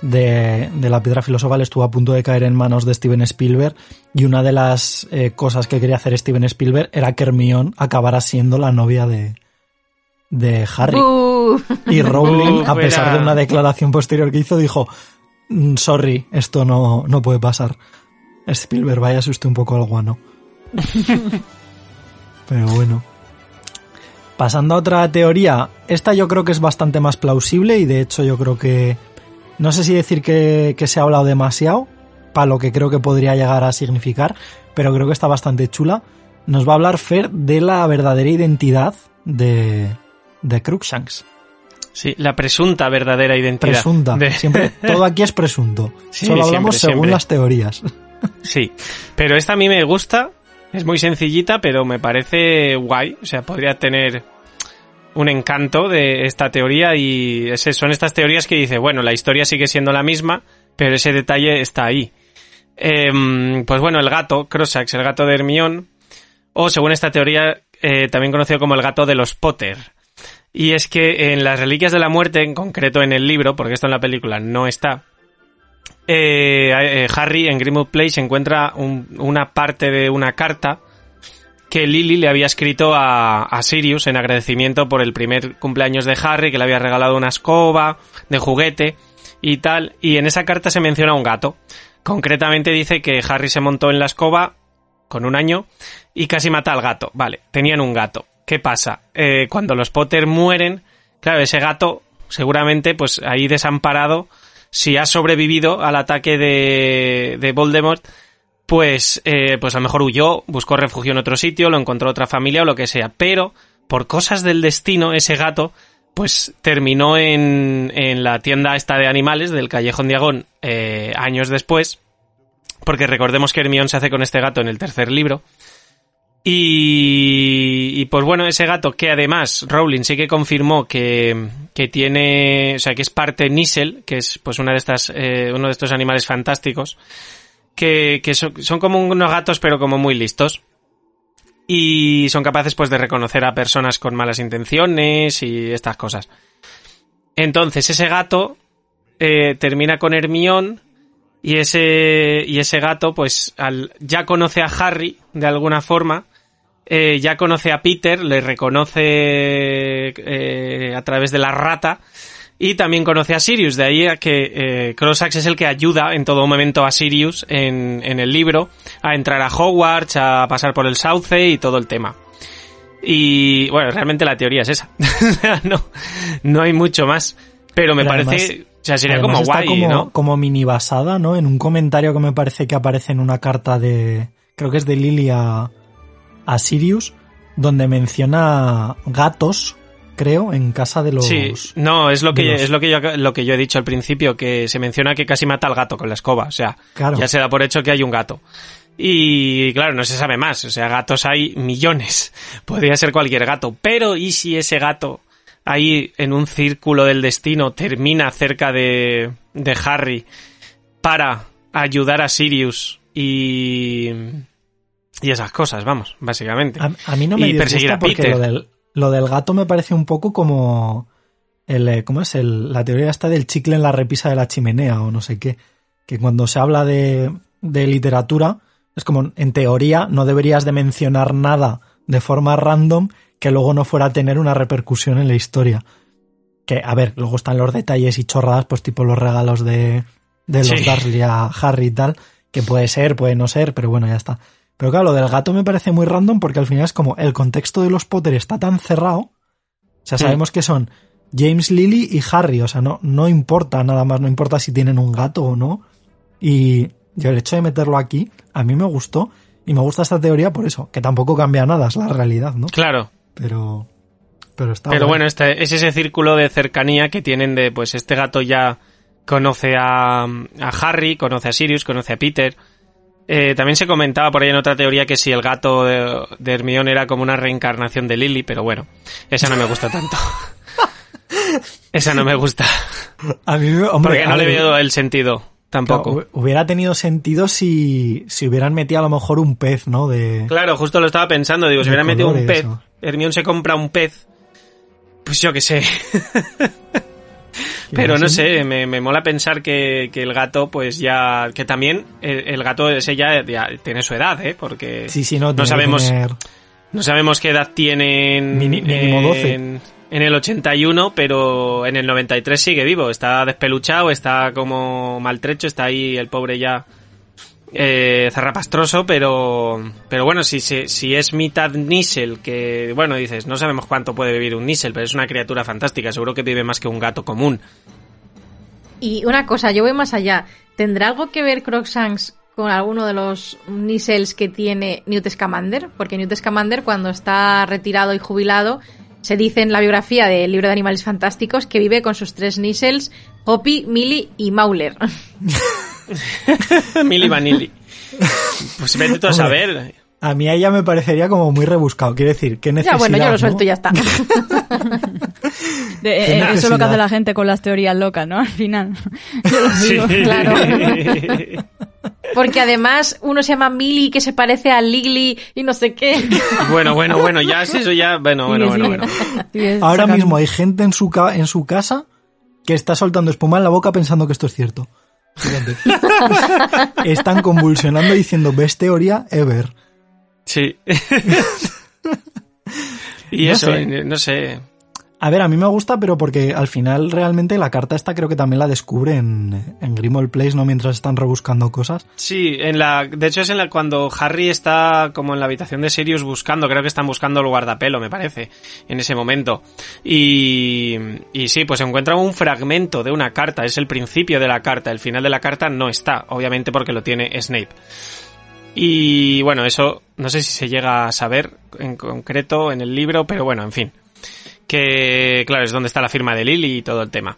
de, de la Piedra Filosofal estuvo a punto de caer en manos de Steven Spielberg, y una de las eh, cosas que quería hacer Steven Spielberg era que Hermione acabara siendo la novia de, de Harry. Uh. Y Rowling, Uh, a pesar verá. de una declaración posterior que hizo, dijo... Sorry, esto no, no puede pasar. Spielberg, vaya usted un poco al guano. Pero bueno. Pasando a otra teoría, esta yo creo que es bastante más plausible y de hecho yo creo que... No sé si decir que, que se ha hablado demasiado, para lo que creo que podría llegar a significar, pero creo que está bastante chula. Nos va a hablar Fer de la verdadera identidad de, de Crookshanks. Sí, la presunta verdadera identidad. Presunta. De... Siempre, todo aquí es presunto. Sí, Solo hablamos siempre, según siempre. las teorías. Sí, pero esta a mí me gusta, es muy sencillita, pero me parece guay. O sea, podría tener un encanto de esta teoría y ese, son estas teorías que dice, bueno, la historia sigue siendo la misma, pero ese detalle está ahí. Eh, pues bueno, el gato, Crookshanks, el gato de Hermione, o según esta teoría, eh, también conocido como el gato de los Potter. Y es que en las Reliquias de la Muerte, en concreto en el libro, porque esto en la película no está, eh, eh, Harry en Grimmauld Place encuentra un, una parte de una carta que Lily le había escrito a, a Sirius en agradecimiento por el primer cumpleaños de Harry, que le había regalado una escoba de juguete y tal, y en esa carta se menciona un gato. Concretamente dice que Harry se montó en la escoba con un año y casi mata al gato. Vale, tenían un gato. ¿Qué pasa? Eh, cuando los Potter mueren, claro, ese gato seguramente, pues ahí desamparado, si ha sobrevivido al ataque de, de Voldemort, pues, eh, pues a lo mejor huyó, buscó refugio en otro sitio, lo encontró otra familia o lo que sea. Pero, por cosas del destino, ese gato, pues terminó en, en la tienda esta de animales del Callejón Diagon eh, años después. Porque recordemos que Hermione se hace con este gato en el tercer libro. Y, y pues bueno, ese gato que además Rowling sí que confirmó que, que tiene, o sea, que es parte Nissel, que es pues una de estas, eh, uno de estos animales fantásticos, que, que son, son como unos gatos pero como muy listos. Y son capaces pues de reconocer a personas con malas intenciones y estas cosas. Entonces ese gato eh, termina con Hermione. Y ese, y ese gato, pues, al, ya conoce a Harry, de alguna forma, eh, ya conoce a Peter, le reconoce eh, a través de la rata, y también conoce a Sirius, de ahí a que eh, Crossax es el que ayuda en todo momento a Sirius en, en el libro, a entrar a Hogwarts, a pasar por el Sauce y todo el tema. Y, bueno, realmente la teoría es esa. no, no hay mucho más, pero me Pero parece... además, O sea, sería además como está guay, como, ¿no? como mini basada, ¿no? En un comentario que me parece que aparece en una carta de... Creo que es de Lily a, a Sirius, donde menciona gatos, creo, en casa de los... Sí, no, es lo que, los... es lo que, yo, lo que yo he dicho al principio, que se menciona que casi mata al gato con la escoba. O sea, Claro. ya se da por hecho que hay un gato. Y claro, no se sabe más. O sea, gatos hay millones. Podría ser cualquier gato. Pero, ¿y si ese gato... ahí en un círculo del destino termina cerca de, de Harry para ayudar a Sirius y y esas cosas, vamos, básicamente. A, a mí no me y perseguir disgusta a porque Peter. lo del, lo del gato me parece un poco como el, eh, ¿cómo es? El, la teoría esta del chicle en la repisa de la chimenea o no sé qué, que cuando se habla de, de literatura es como, en teoría no deberías de mencionar nada de forma random que luego no fuera a tener una repercusión en la historia. Que, a ver, luego están los detalles y chorradas, pues tipo los regalos de, de los Sí. Dursley a Harry y tal, que puede ser, puede no ser, pero bueno, ya está. Pero claro, lo del gato me parece muy random porque al final es como el contexto de los Potter está tan cerrado, o sea, sabemos Mm. que son James, Lily y Harry, o sea, no, no importa nada más, no importa si tienen un gato o no, y, y el hecho de meterlo aquí, a mí me gustó, y me gusta esta teoría por eso, que tampoco cambia nada, es la realidad, ¿no? Claro. Pero, pero está Pero guay. bueno, este, es ese círculo de cercanía que tienen de, pues este gato ya conoce a, a Harry, conoce a Sirius, conoce a Peter. Eh, también se comentaba por ahí en otra teoría que si el gato de, de Hermione era como una reencarnación de Lily, pero bueno, esa no me gusta tanto. Esa no me gusta. A mí, me- hombre, Porque no a le ver, veo el sentido tampoco. claro, hubiera tenido sentido si, si hubieran metido a lo mejor un pez, ¿no? De, Claro, justo lo estaba pensando, digo, si de hubiera metido un colores, pez, o- Hermione se compra un pez, pues yo qué sé. Pero no sí. sé, me, me mola pensar que, que el gato, pues ya, que también el, el gato ese ya, ya tiene su edad, ¿eh? Porque Sí, sí, no, no tiene que sabemos, tener- no sabemos qué edad tienen Mini- mínimo doce. en, en el ochenta y uno, pero en el noventa y tres sigue vivo, está despeluchado, está como maltrecho, está ahí el pobre ya eh, zarrapastroso, pero pero bueno, si, si, si es mitad Nissel, que bueno, dices, no sabemos cuánto puede vivir un Nissel, pero es una criatura fantástica, seguro que vive más que un gato común. Y una cosa, yo voy más allá. ¿Tendrá algo que ver Crookshanks con alguno de los Nissels que tiene Newt Scamander? Porque Newt Scamander, cuando está retirado y jubilado, se dice en la biografía del libro de Animales Fantásticos que vive con sus tres Nissels, Hoppy, Millie y Mauler. Milli Vanilli. Pues vete tú a Hombre, saber. A mí a ella me parecería como muy rebuscado. Quiero decir, ¿qué Ya, necesidad? bueno, yo lo ¿no? suelto y ya está. De- Qué eh, eso es lo que necesidad. hace la gente con las teorías locas, ¿no? Al final. Yo lo digo. claro. Porque además uno se llama Millie, que se parece a Ligly y no sé qué. Bueno, bueno, bueno, ya es eso, ya. Bueno, bueno, bueno, bueno. Sigues Ahora sacando- mismo hay gente en su, ca- en su casa que está soltando espuma en la boca pensando que esto es cierto. Fíjate. Están convulsionando diciendo best teoría ever. Sí. Y No eso, sé. eh, no sé. A ver, a mí me gusta, pero porque al final realmente la carta esta creo que también la descubre en, en Grimmauld Place, ¿no? Mientras están rebuscando cosas. Sí, en la, de hecho es en la cuando Harry está como en la habitación de Sirius buscando, creo que están buscando el guardapelo, me parece, en ese momento. Y, y sí, pues encuentra un fragmento de una carta, es el principio de la carta, el final de la carta no está, obviamente porque lo tiene Snape. Y bueno, eso no sé si se llega a saber en concreto en el libro, pero bueno, en fin. Que claro, es donde está la firma de Lily y todo el tema.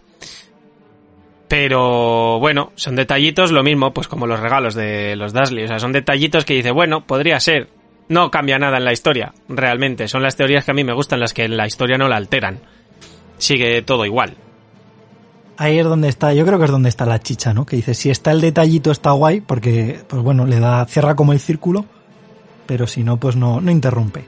Pero bueno, son detallitos, lo mismo pues como los regalos de los Dursley. O sea, son detallitos que dice, bueno, podría ser. No cambia nada en la historia, realmente. Son las teorías que a mí me gustan, las que en la historia no la alteran. Sigue todo igual. Ahí es donde está, yo creo que es donde está la chicha, ¿no? Que dice, si está el detallito está guay, porque, pues bueno, le da, cierra como el círculo, pero si no, pues no, no interrumpe.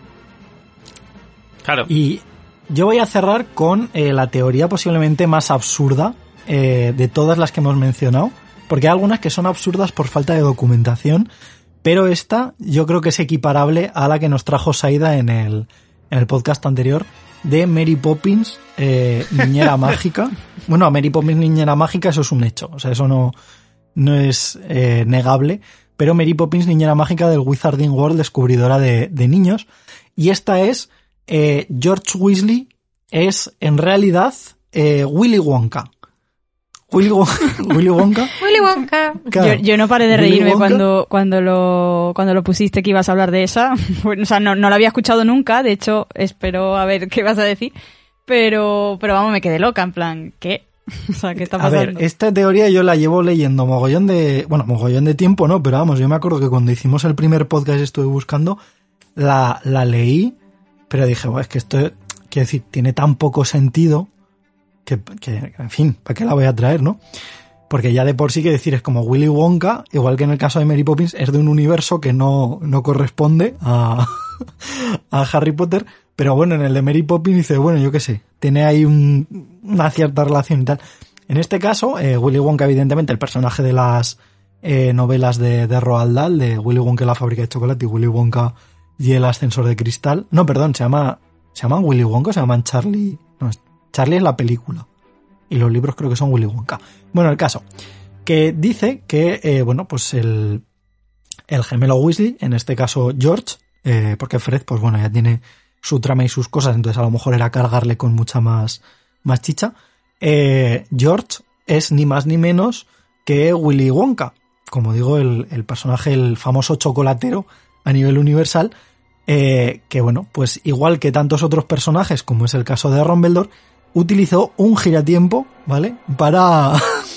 Claro. Y yo voy a cerrar con eh, la teoría posiblemente más absurda eh, de todas las que hemos mencionado, porque hay algunas que son absurdas por falta de documentación, pero esta yo creo que es equiparable a la que nos trajo Saida en el, en el podcast anterior, de Mary Poppins, eh, niñera mágica. Bueno, a Mary Poppins, niñera mágica, eso es un hecho. O sea, eso no, no es eh, negable. Pero Mary Poppins, niñera mágica del Wizarding World, descubridora de, de niños. Y esta es, eh, George Weasley es en realidad eh, Willy Wonka. Willy Wonka. Willy Wonka. Willy Wonka. Claro. Yo, yo no paré de Willy reírme Wonka. cuando, cuando lo, cuando lo pusiste que ibas a hablar de esa. Bueno, o sea, no, no lo había escuchado nunca, de hecho, espero a ver qué vas a decir. Pero, pero vamos, me quedé loca, en plan, ¿qué? O sea, ¿qué está A pasando? ver, esta teoría yo la llevo leyendo mogollón de... Bueno, mogollón de tiempo, ¿no? Pero vamos, yo me acuerdo que cuando hicimos el primer podcast estuve buscando, la, la leí, pero dije, bueno, es que esto, quiero decir, tiene tan poco sentido que, que, en fin, ¿para qué la voy a traer, no? Porque ya de por sí, que decir, es como Willy Wonka, igual que en el caso de Mary Poppins, es de un universo que no, no corresponde a, a Harry Potter, pero bueno, en el de Mary Poppins dice, bueno, yo qué sé, tiene ahí un, una cierta relación y tal. En este caso, eh, Willy Wonka, evidentemente, el personaje de las eh, novelas de, de Roald Dahl, de Willy Wonka y la fábrica de chocolate y Willy Wonka y el ascensor de cristal. No, perdón, se llama, ¿se llaman Willy Wonka o se llaman Charlie? No, Charlie es la película. Y los libros creo que son Willy Wonka. Bueno, el caso, que dice que, eh, bueno, pues el, el gemelo Weasley, en este caso George, eh, porque Fred, pues bueno, ya tiene su trama y sus cosas, entonces a lo mejor era cargarle con mucha más, más chicha. Eh, George es ni más ni menos que Willy Wonka, como digo, el, el personaje, el famoso chocolatero a nivel universal, eh, que bueno, pues igual que tantos otros personajes, como es el caso de Dumbledore, utilizó un giratiempo, ¿vale? Para,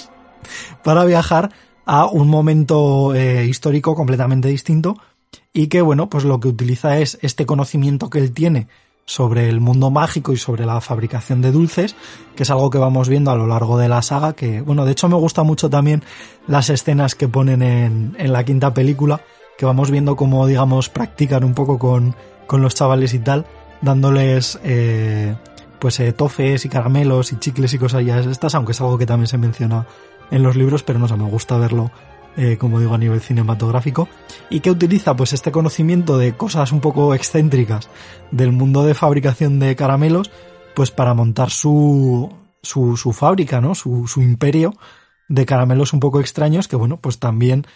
para viajar a un momento eh, histórico completamente distinto y que, bueno, pues lo que utiliza es este conocimiento que él tiene sobre el mundo mágico y sobre la fabricación de dulces, que es algo que vamos viendo a lo largo de la saga, que, bueno, de hecho me gusta mucho también las escenas que ponen en, en la quinta película, que vamos viendo cómo, digamos, practican un poco con, con los chavales y tal, dándoles... Eh, pues eh, tofes y caramelos y chicles y cosas ya estas, aunque es algo que también se menciona en los libros, pero no sé, me gusta verlo, eh, como digo, a nivel cinematográfico. Y que utiliza pues este conocimiento de cosas un poco excéntricas del mundo de fabricación de caramelos, pues para montar su, su, su fábrica, ¿no? Su, su imperio de caramelos un poco extraños, que bueno, pues también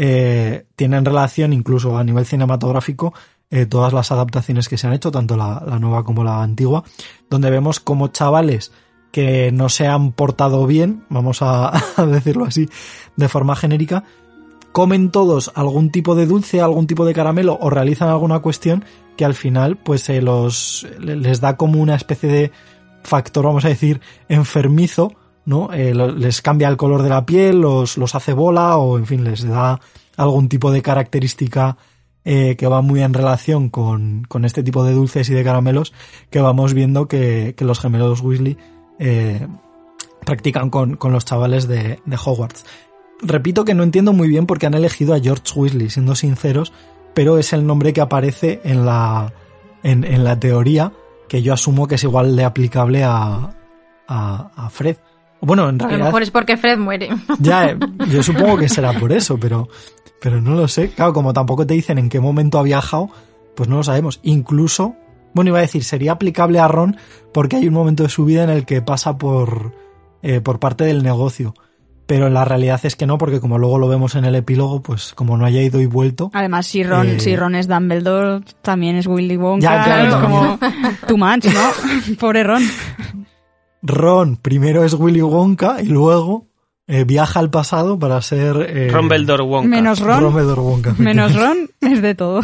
eh, tienen relación incluso a nivel cinematográfico, Eh, todas las adaptaciones que se han hecho, tanto la, la nueva como la antigua, donde vemos como chavales que no se han portado bien, vamos a, a decirlo así de forma genérica, comen todos algún tipo de dulce, algún tipo de caramelo o realizan alguna cuestión que al final pues se los les da como una especie de factor, vamos a decir, enfermizo, ¿no? Eh, lo, les cambia el color de la piel, los, los hace bola o en fin, les da algún tipo de característica Eh, que va muy en relación con, con este tipo de dulces y de caramelos que vamos viendo que, que los gemelos Weasley eh, practican con, con los chavales de, de Hogwarts. Repito que no entiendo muy bien por qué han elegido a George Weasley, siendo sinceros, pero es el nombre que aparece en la, en, en la teoría, que yo asumo que es igual de aplicable a, a, a Fred. Bueno, en realidad... A lo mejor es porque Fred muere. Ya, eh, yo supongo que será por eso, pero... Pero no lo sé. Claro, como tampoco te dicen en qué momento ha viajado, pues no lo sabemos. Incluso, bueno, iba a decir, sería aplicable a Ron porque hay un momento de su vida en el que pasa por, eh, por parte del negocio. Pero la realidad es que no, porque como luego lo vemos en el epílogo, pues como no haya ido y vuelto... Además, si Ron, eh... si Ron es Dumbledore, también es Willy Wonka. Ya, claro, es también. como too much, ¿no? Pobre Ron. Ron primero es Willy Wonka y luego eh, viaja al pasado para ser... Eh, Ron Beldor Wonka. Menos Ron. Ron Beldor Wonka. Menos Ron es de todo.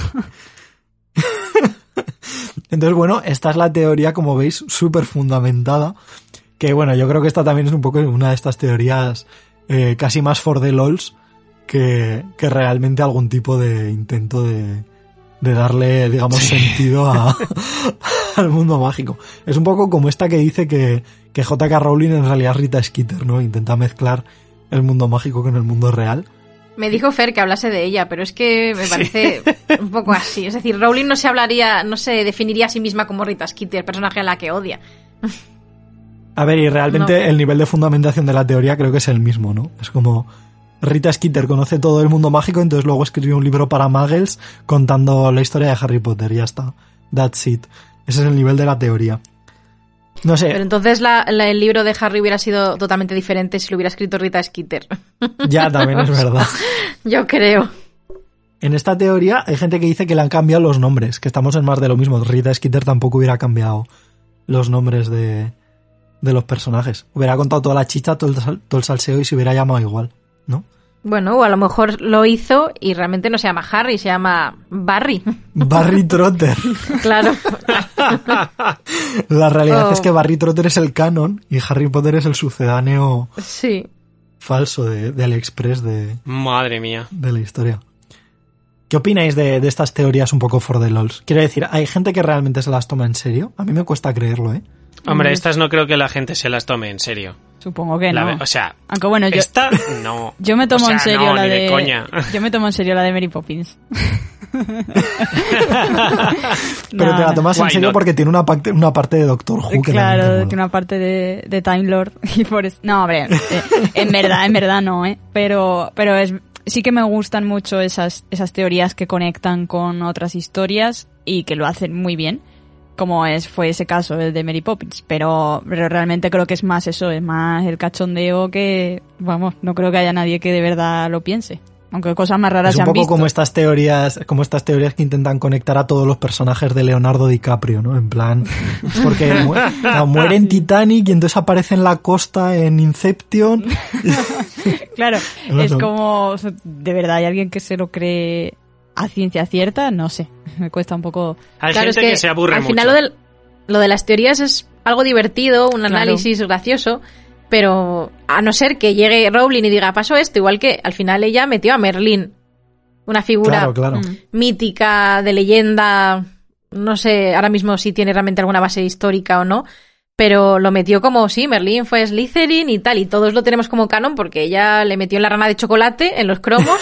Entonces, bueno, esta es la teoría, como veis, súper fundamentada. Que, bueno, yo creo que esta también es un poco una de estas teorías eh, casi más for the lols que, que realmente algún tipo de intento de, de darle, digamos, sí. sentido a, al mundo mágico. Es un poco como esta que dice que, que J K Rowling en realidad es Rita Skeeter, ¿no? Intenta mezclar el mundo mágico con el mundo real. Me dijo Fer que hablase de ella, pero es que me parece sí. un poco así. Es decir, Rowling no se hablaría, no se definiría a sí misma como Rita Skeeter, personaje a la que odia. A ver, y realmente no. el nivel de fundamentación de la teoría creo que es el mismo, ¿no? Es como Rita Skeeter conoce todo el mundo mágico, entonces luego escribió un libro para muggles contando la historia de Harry Potter, y ya está. That's it. Ese es el nivel de la teoría. No sé. Pero entonces la, la, el libro de Harry hubiera sido totalmente diferente si lo hubiera escrito Rita Skeeter. Ya, también es verdad. Yo creo. En esta teoría hay gente que dice que le han cambiado los nombres, que estamos en más de lo mismo. Rita Skeeter tampoco hubiera cambiado los nombres de, de los personajes. Hubiera contado toda la chicha, todo el, todo el salseo y se hubiera llamado igual, ¿no? Bueno, o a lo mejor lo hizo y realmente no se llama Harry, se llama Barry. Barry Trotter. Claro. La realidad oh. es que Barry Trotter es el canon y Harry Potter es el sucedáneo sí. falso de, de AliExpress de, Madre mía. de la historia. ¿Qué opináis de, de estas teorías un poco for the lols? Quiero decir, ¿hay gente que realmente se las toma en serio? A mí me cuesta creerlo, ¿eh? Hombre, estas no creo que la gente se las tome en serio. Supongo que no. La, o sea, aunque bueno, yo esta no. Yo me tomo o sea, en serio no, la ni de, de coña. Yo me tomo en serio la de Mary Poppins. Pero no, te la tomas no. en serio porque tiene una parte, una parte de Doctor Who que claro, también tiene una parte de, de Time Lord y por eso, no, hombre, eh, en verdad, en verdad no, eh, pero pero es sí que me gustan mucho esas esas teorías que conectan con otras historias y que lo hacen muy bien, como es fue ese caso el de Mary Poppins, pero, pero realmente creo que es más eso, es más el cachondeo que, vamos, no creo que haya nadie que de verdad lo piense. Aunque cosas más raras es se un han poco visto. como estas teorías, como estas teorías que intentan conectar a todos los personajes de Leonardo DiCaprio, ¿no? En plan, porque mu no, muere en Titanic y entonces aparece en la costa en Inception. Claro, no, es no. como, de verdad, hay alguien que se lo cree a ciencia cierta, no sé, me cuesta un poco. Hay claro, gente es que, que se aburre al mucho. final lo, del, lo de las teorías es algo divertido, un Claro. análisis gracioso, pero a no ser que llegue Rowling y diga, pasó esto, igual que al final ella metió a Merlín, una figura Claro, claro. Mm. mítica, de leyenda, no sé ahora mismo si tiene realmente alguna base histórica o no, pero lo metió como, sí, Merlín fue Slytherin y tal, y todos lo tenemos como canon porque ella le metió en la rama de chocolate, en los cromos,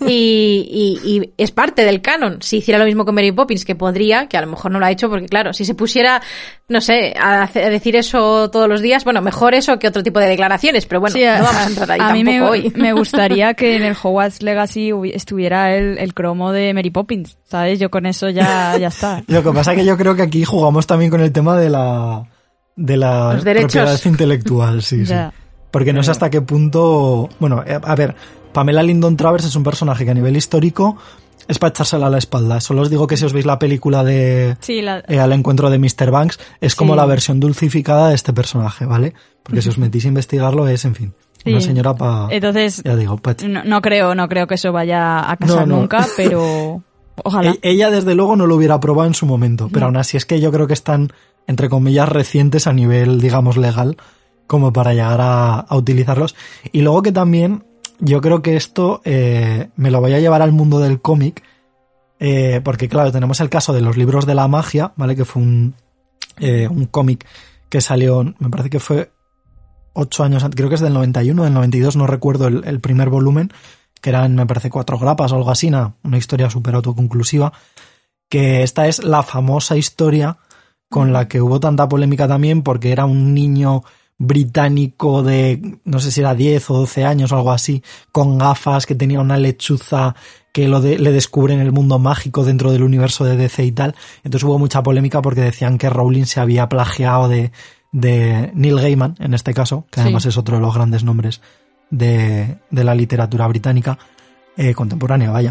y, y, y es parte del canon. Si hiciera lo mismo con Mary Poppins, que podría, que a lo mejor no lo ha hecho, porque claro, si se pusiera, no sé, a, hacer, a decir eso todos los días, bueno, mejor eso que otro tipo de declaraciones, pero bueno, Sí, a, no vamos a entrar ahí a tampoco mí me, hoy. me gustaría que en el Hogwarts Legacy hubi- estuviera el, el cromo de Mary Poppins, ¿sabes? Yo con eso ya, ya está. Lo que pasa es que yo creo que aquí jugamos también con el tema de la de la Los derechos. propiedad intelectual, sí, sí. Ya. Porque no sé hasta qué punto... Bueno, eh, a ver, Pamela Lyndon Travers es un personaje que a nivel histórico es para echársela a la espalda. Solo os digo que si os veis la película de Sí, la, eh, Al encuentro de mister Banks, es como Sí. la versión dulcificada de este personaje, ¿vale? Porque si os metís a investigarlo es, en fin, Sí. una señora para... entonces, Ya digo, pa- no, no creo, no creo que eso vaya a casar No, no. nunca, pero ojalá. E- Ella, desde luego, no lo hubiera aprobado en su momento, pero No. aún así es que yo creo que están, entre comillas, recientes a nivel, digamos, legal, como para llegar a, a utilizarlos. Y luego que también, yo creo que esto eh, me lo voy a llevar al mundo del cómic, eh, porque claro, tenemos el caso de los libros de la magia, ¿vale? Que fue un, eh, un cómic que salió, me parece que fue ocho años antes, creo que es del noventa y uno, del noventa y dos, no recuerdo el, el primer volumen, que eran, me parece, cuatro grapas o algo así, una, una historia súper autoconclusiva, que esta es la famosa historia con la que hubo tanta polémica también, porque era un niño británico de, no sé si era diez o doce años o algo así, con gafas, que tenía una lechuza que lo de, le descubre en el mundo mágico dentro del universo de D C y tal. Entonces hubo mucha polémica porque decían que Rowling se había plagiado de, de Neil Gaiman, en este caso, que además Sí. es otro de los grandes nombres de, de la literatura británica eh, contemporánea, vaya.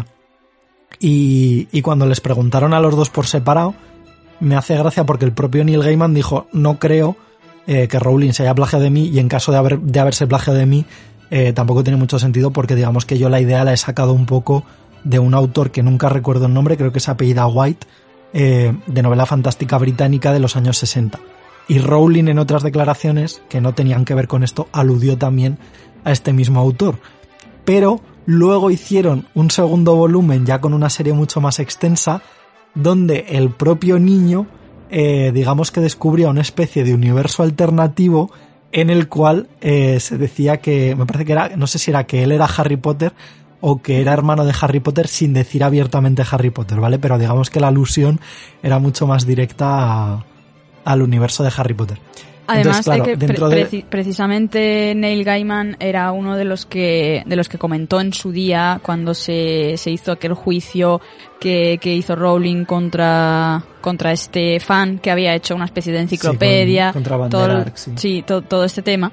Y, y cuando les preguntaron a los dos por separado, me hace gracia porque el propio Neil Gaiman dijo, no creo eh, que Rowling se haya plagiado de mí, y en caso de, haber, de haberse plagiado de mí, eh, tampoco tiene mucho sentido porque digamos que yo la idea la he sacado un poco de un autor que nunca recuerdo el nombre, creo que se apellida White, eh, de novela fantástica británica de los años sesenta. Y Rowling en otras declaraciones, que no tenían que ver con esto, aludió también a este mismo autor. Pero luego hicieron un segundo volumen ya con una serie mucho más extensa, donde el propio niño, eh, digamos que descubría una especie de universo alternativo en el cual eh, se decía que, me parece que era, no sé si era que él era Harry Potter o que era hermano de Harry Potter sin decir abiertamente Harry Potter, ¿vale? Pero digamos que la alusión era mucho más directa a, al universo de Harry Potter. Además, Entonces, claro, que dentro pre- de... precisamente Neil Gaiman era uno de los que de los que comentó en su día cuando se, se hizo aquel juicio que, que hizo Rowling contra contra este fan que había hecho una especie de enciclopedia, sí, con, contra Van todo, der Ark, sí. sí, to, todo este tema.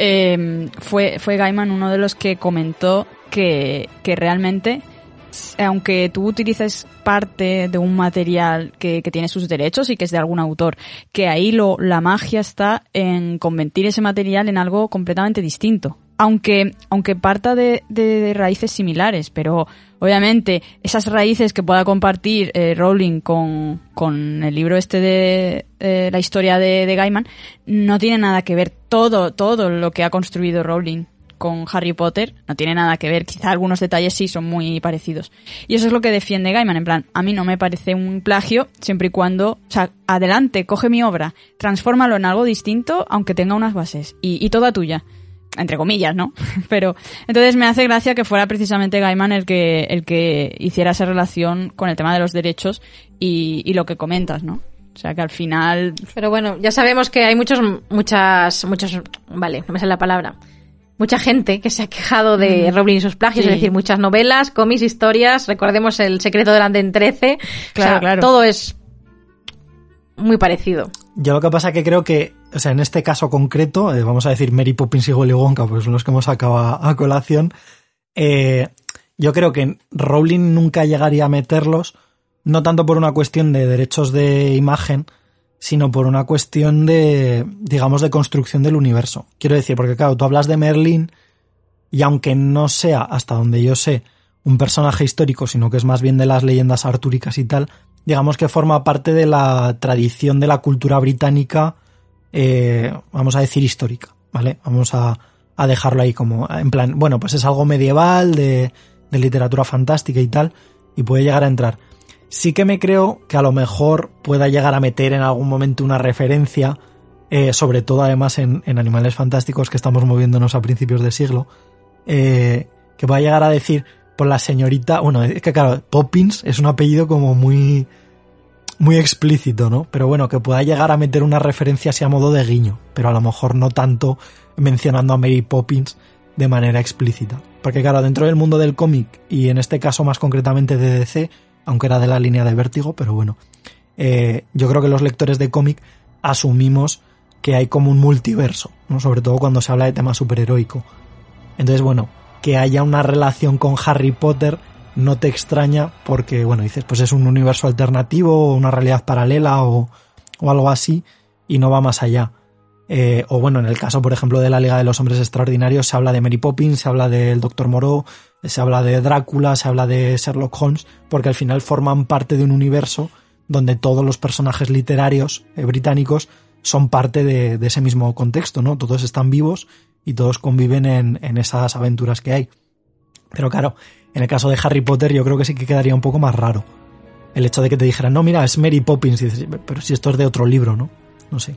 Eh, fue fue Gaiman uno de los que comentó que que realmente, aunque tú utilices parte de un material que, que tiene sus derechos y que es de algún autor, que ahí lo, la magia está en convertir ese material en algo completamente distinto. Aunque, aunque parta de, de, de raíces similares, pero obviamente esas raíces que pueda compartir eh, Rowling con, con el libro este de eh, la historia de, de Gaiman, no tiene nada que ver. Todo, todo lo que ha construido Rowling con Harry Potter no tiene nada que ver, quizá algunos detalles sí son muy parecidos. Y eso es lo que defiende Gaiman, en plan, a mí no me parece un plagio siempre y cuando, o sea, adelante, coge mi obra, transfórmalo en algo distinto, aunque tenga unas bases, y, y toda tuya, entre comillas, ¿no? Pero, entonces me hace gracia que fuera precisamente Gaiman el que, el que hiciera esa relación con el tema de los derechos y, y lo que comentas, ¿no? O sea, que al final... Pero bueno, ya sabemos que hay muchos, muchas, muchos, vale, no me sale la palabra, mucha gente que se ha quejado de Rowling y sus plagios, Sí. es decir, muchas novelas, cómics, historias, recordemos El secreto del Andén trece, Claro, o sea, claro. todo es muy parecido. Yo lo que pasa que creo que, o sea, en este caso concreto, eh, vamos a decir Mary Poppins y Willy Wonka, pues son los que hemos sacado a, a colación, eh, yo creo que Rowling nunca llegaría a meterlos, no tanto por una cuestión de derechos de imagen, sino por una cuestión de, digamos, de construcción del universo. Quiero decir, porque claro, tú hablas de Merlín y aunque no sea, hasta donde yo sé, un personaje histórico, sino que es más bien de las leyendas artúricas y tal, digamos que forma parte de la tradición de la cultura británica, eh, vamos a decir histórica, ¿vale? Vamos a, a dejarlo ahí como, en plan, bueno, pues es algo medieval, de, de literatura fantástica y tal, y puede llegar a entrar. Sí que me creo que a lo mejor pueda llegar a meter en algún momento una referencia, eh, sobre todo además en, en Animales Fantásticos, que estamos moviéndonos a principios de siglo, eh, que pueda llegar a decir, por la señorita, bueno, es que claro, Poppins es un apellido como muy, muy explícito, ¿no? Pero bueno, que pueda llegar a meter una referencia así a modo de guiño, pero a lo mejor no tanto mencionando a Mary Poppins de manera explícita. Porque claro, dentro del mundo del cómic, y en este caso más concretamente de D C, aunque era de la línea de Vértigo, pero bueno, eh, yo creo que los lectores de cómic asumimos que hay como un multiverso, ¿no? Sobre todo cuando se habla de tema superheroico. Entonces, bueno, que haya una relación con Harry Potter no te extraña porque, bueno, dices, pues es un universo alternativo o una realidad paralela o, o algo así y no va más allá. Eh, o bueno, en el caso, por ejemplo, de la Liga de los Hombres Extraordinarios se habla de Mary Poppins, se habla del doctor Moreau, se habla de Drácula, se habla de Sherlock Holmes, porque al final forman parte de un universo donde todos los personajes literarios eh, británicos son parte de, de ese mismo contexto, ¿no? Todos están vivos y todos conviven en, en esas aventuras que hay. Pero claro, en el caso de Harry Potter yo creo que sí que quedaría un poco más raro el hecho de que te dijeran, no, mira, es Mary Poppins, y dices, pero si esto es de otro libro, ¿no? No sé.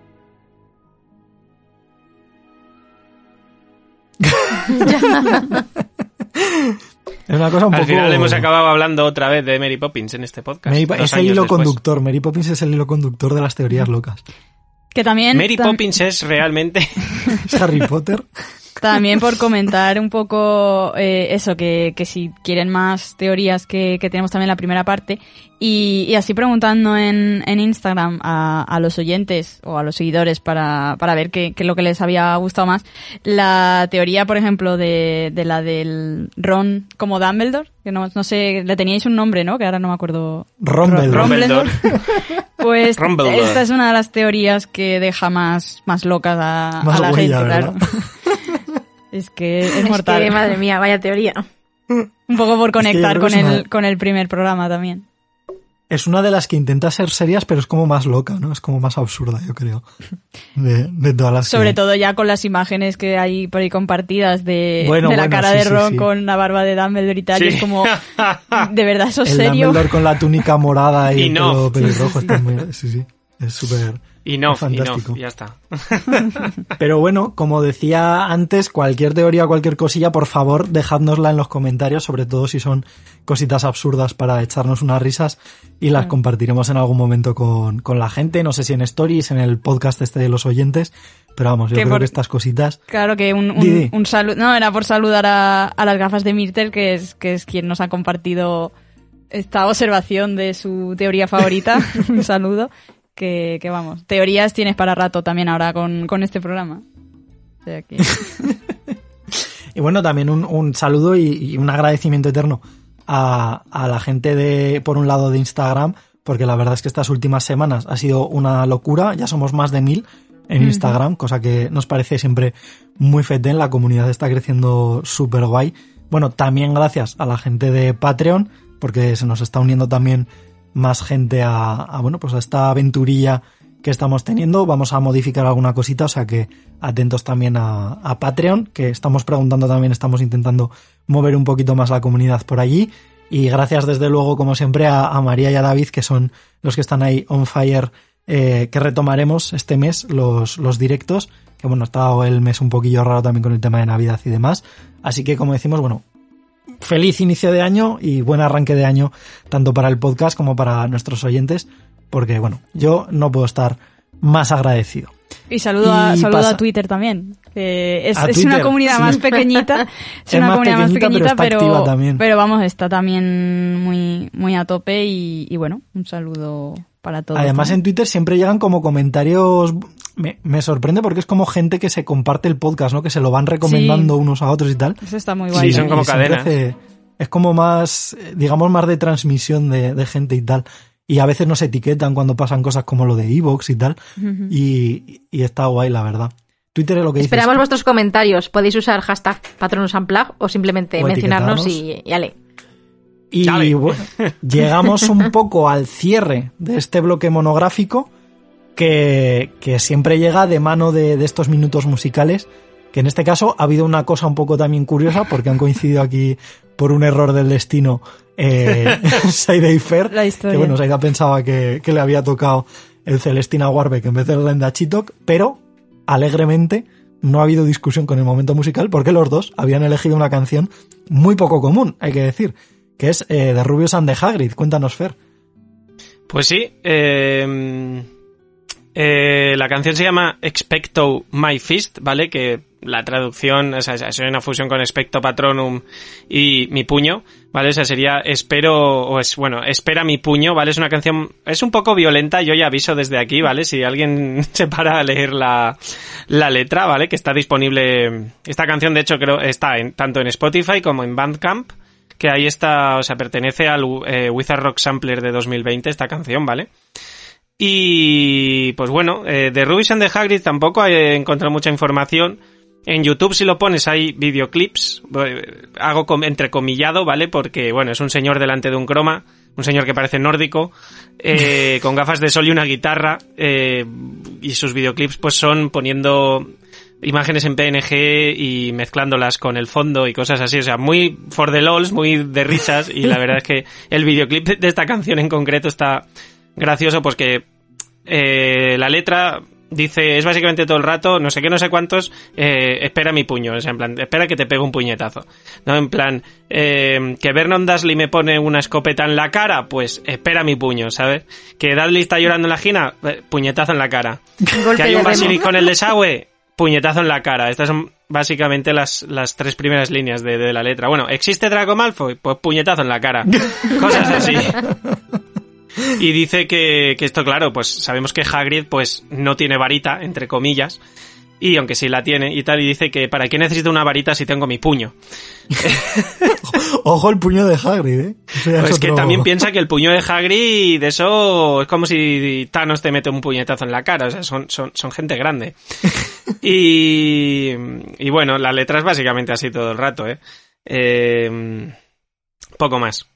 Es una cosa un Al poco... final hemos acabado hablando otra vez de Mary Poppins en este podcast. Mary, dos es el años hilo después. conductor. Mary Poppins es el hilo conductor de las teorías locas. Que también... Mary tam- Poppins es realmente... ¿Es Harry Potter? También por comentar un poco eh, eso, que, que si quieren más teorías que, que tenemos también la primera parte, y, y así preguntando en, en Instagram a, a los oyentes o a los seguidores para, para ver qué, qué es lo que les había gustado más, la teoría, por ejemplo, de, de la del Ron como Dumbledore, que no, no sé, le teníais un nombre, ¿no? Que ahora no me acuerdo. Rumbledore. Rumbledore. Pues Rumbledore. esta es una de las teorías que deja más, más locas a, Más a la huella, gente, claro. ¿verdad? Es que es, Es mortal. que, madre mía, vaya teoría. Un poco por conectar creo con que es el, una- con el primer programa también. Es una de las que intenta ser serias, pero es como más loca, ¿no? Es como más absurda, yo creo. De, de todas las que Sobre hay. todo ya con las imágenes que hay por ahí compartidas de, Bueno, de la bueno, cara sí, de sí, Ron sí. con la barba de Dumbledore y tal. Sí. Y es como, ¿de verdad eso es El serio? Dumbledore con la túnica morada y, Y el no. pelo pelirrojo. Está muy, sí, sí. Es súper... Y no, y fantástico. no, ya está. Pero bueno, como decía antes, cualquier teoría, cualquier cosilla, por favor, dejádnosla en los comentarios, sobre todo si son cositas absurdas para echarnos unas risas y las compartiremos en algún momento con, con la gente, no sé si en stories, en el podcast este de los oyentes, pero vamos, yo Que creo por- que estas cositas... Claro que un, Di, di. un, un saludo. No, era por saludar a, a las gafas de Myrtle, que es, que es quien nos ha compartido esta observación de su teoría favorita. Un saludo. Que, que vamos, teorías tienes para rato también ahora con, con este programa. O sea que... Y bueno, también un, un saludo y, y un agradecimiento eterno a, a la gente de, por un lado, de Instagram, porque la verdad es que estas últimas semanas ha sido una locura, ya somos más de mil en Ujú. Instagram, cosa que nos parece siempre muy fetén, la comunidad está creciendo súper guay. Bueno, también gracias a la gente de Patreon, porque se nos está uniendo también más gente a, a, bueno, pues a esta aventurilla que estamos teniendo. Vamos a modificar alguna cosita, o sea que atentos también a, a Patreon, que estamos preguntando también, estamos intentando mover un poquito más la comunidad por allí. Y gracias desde luego, como siempre, a, a María y a David, que son los que están ahí on fire, eh, que retomaremos este mes los, los directos, que bueno, ha estado el mes un poquillo raro también con el tema de Navidad y demás. Así que, como decimos, bueno, feliz inicio de año y buen arranque de año tanto para el podcast como para nuestros oyentes, porque bueno, yo no puedo estar más agradecido. Y saludo, a, Y saludo pasa- a Twitter también, que es, A es Twitter, una comunidad sí. más pequeñita, es, Es una más comunidad más pequeñita, pero pequeñita, está pero, activa también. pero vamos, está también muy, muy a tope y, y bueno, un saludo para todos. Además también. en Twitter siempre llegan como comentarios, me, me sorprende porque es como gente que se comparte el podcast, ¿no? Que se lo van recomendando Sí. unos a otros y tal. Eso está muy Sí, guay. son Y como siempre cadenas. hace- es como más, eh, digamos, más de transmisión de, de gente y tal. Y a veces nos etiquetan cuando pasan cosas como lo de Evox y tal. Ujú. Y, y está guay, la verdad. Twitter es lo que dices. Esperamos vuestros comentarios. Podéis usar hashtag PatronusUnplug o simplemente O mencionarnos etiquetarnos. y, y ale. Y Dale. bueno, llegamos un poco al cierre de este bloque monográfico que, que siempre llega de mano de, de estos minutos musicales, que en este caso ha habido una cosa un poco también curiosa porque han coincidido aquí por un error del destino eh, Saida y Fer, La historia. que bueno, Saida pensaba que, que le había tocado el Celestina Warbeck en vez del Glenda Chitok, pero alegremente no ha habido discusión con el momento musical porque los dos habían elegido una canción muy poco común, hay que decir, que es eh, de Rubius and the Hagrid. Cuéntanos, Fer. Pues sí, eh, eh, la canción se llama Expecto My Fist, ¿vale? Que la traducción, o sea, es una fusión con Expecto Patronum y Mi Puño, ¿vale? O sea, sería espero, o es, bueno, espera mi puño, ¿vale? Es una canción, es un poco violenta, yo ya aviso desde aquí, ¿vale? Si alguien se para a leer la, la letra, ¿vale? Que está disponible, esta canción de hecho creo está en, tanto en Spotify como en Bandcamp, que ahí está, o sea, pertenece al eh, Wizard Rock Sampler de dos mil veinte, esta canción, ¿vale? Y pues bueno, eh, de Rubius and the Hagrid tampoco he encontrado mucha información. En YouTube si lo pones hay videoclips, eh, hago com- entrecomillado, ¿vale? Porque bueno, es un señor delante de un croma, un señor que parece nórdico, eh, con gafas de sol y una guitarra, eh, y sus videoclips pues son poniendo imágenes en P N G y mezclándolas con el fondo y cosas así, o sea, muy for the lols, muy de risas, y la verdad es que el videoclip de esta canción en concreto está gracioso, pues que eh, la letra dice, es básicamente todo el rato, no sé qué, no sé cuántos, eh, espera mi puño, o sea, en plan, espera que te pegue un puñetazo, ¿no? En plan, eh, que Vernon Dursley me pone una escopeta en la cara, pues espera mi puño, ¿sabes? Que Dudley está llorando en la esquina, eh, puñetazo en la cara. Golpe Que hay de un remo. basilisco en el desagüe, puñetazo en la cara. Estas son básicamente las, las tres primeras líneas de, de la letra. Bueno, ¿existe Draco Malfoy? Pues puñetazo en la cara. Cosas así. Y dice que, que esto, claro, pues sabemos que Hagrid pues no tiene varita, entre comillas, Y aunque sí la tiene y tal, y dice que ¿para qué necesito una varita si tengo mi puño? Ojo el puño de Hagrid, ¿eh? Eso ya Pues es que otro- también piensa que el puño de Hagrid, de eso es como si Thanos te mete un puñetazo en la cara, o sea, son, son, son gente grande. Y, y bueno, la letra es básicamente así todo el rato, ¿eh? eh poco más.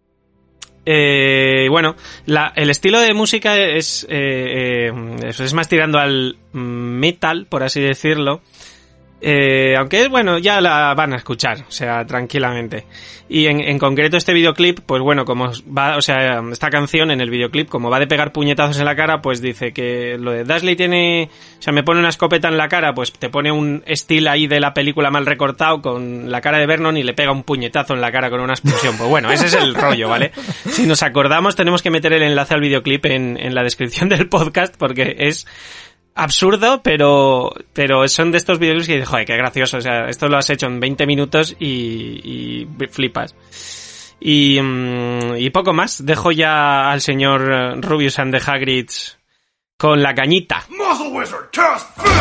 Eh, bueno, la, el estilo de música es, eh, eh, es más tirando al metal, por así decirlo. Eh, aunque, bueno, ya la van a escuchar, o sea, tranquilamente. Y en, en concreto este videoclip, pues bueno, como va, o sea, esta canción en el videoclip, como va de pegar puñetazos en la cara, pues dice que lo de Dursley tiene, o sea, me pone una escopeta en la cara, pues te pone un estilo ahí de la película mal recortado con la cara de Vernon y le pega un puñetazo en la cara con una explosión. Pues bueno, ese es el rollo, ¿vale? Si nos acordamos, tenemos que meter el enlace al videoclip en, en la descripción del podcast porque es absurdo, pero pero son de estos vídeos que dices, joder, qué gracioso, o sea, esto lo has hecho en veinte minutos y, y flipas. Y, y poco más, dejo ya al señor Rubius and the Hagrids con la cañita. Muzzle Wizard, cast fist!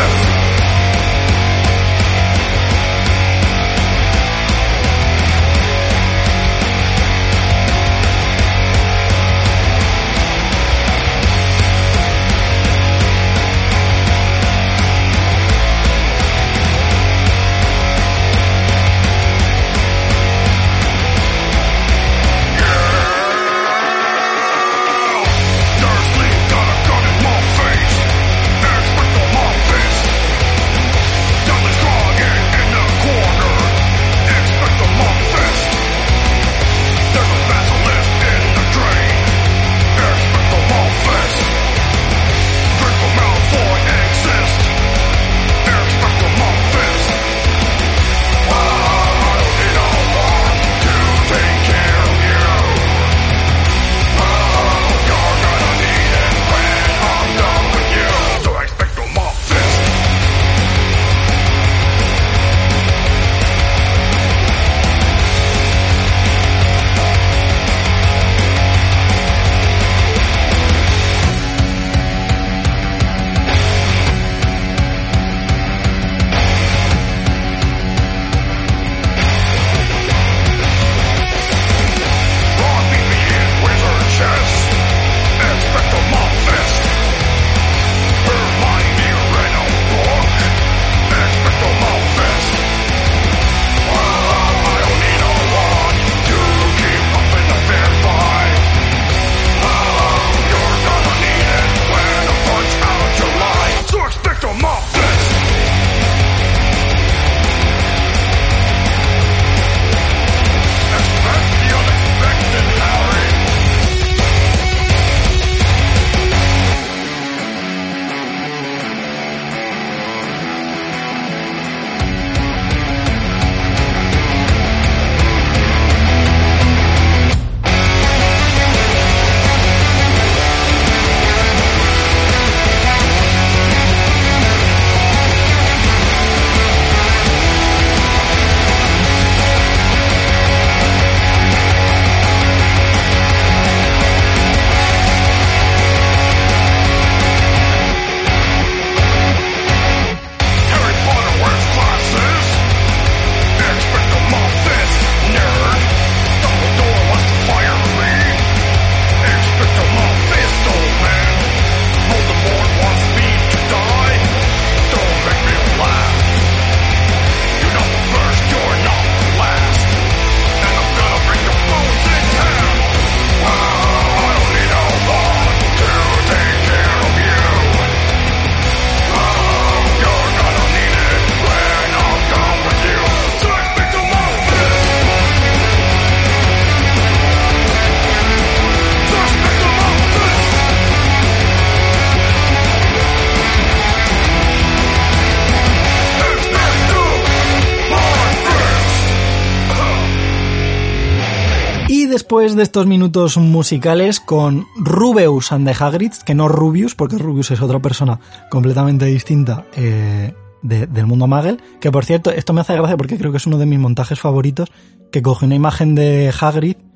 Después de estos minutos musicales con Rubeus and the Hagrids, que no Rubius, porque Rubius es otra persona completamente distinta eh, de, del mundo Muggle, que por cierto, esto me hace gracia porque creo que es uno de mis montajes favoritos, que coge una imagen de Hagrid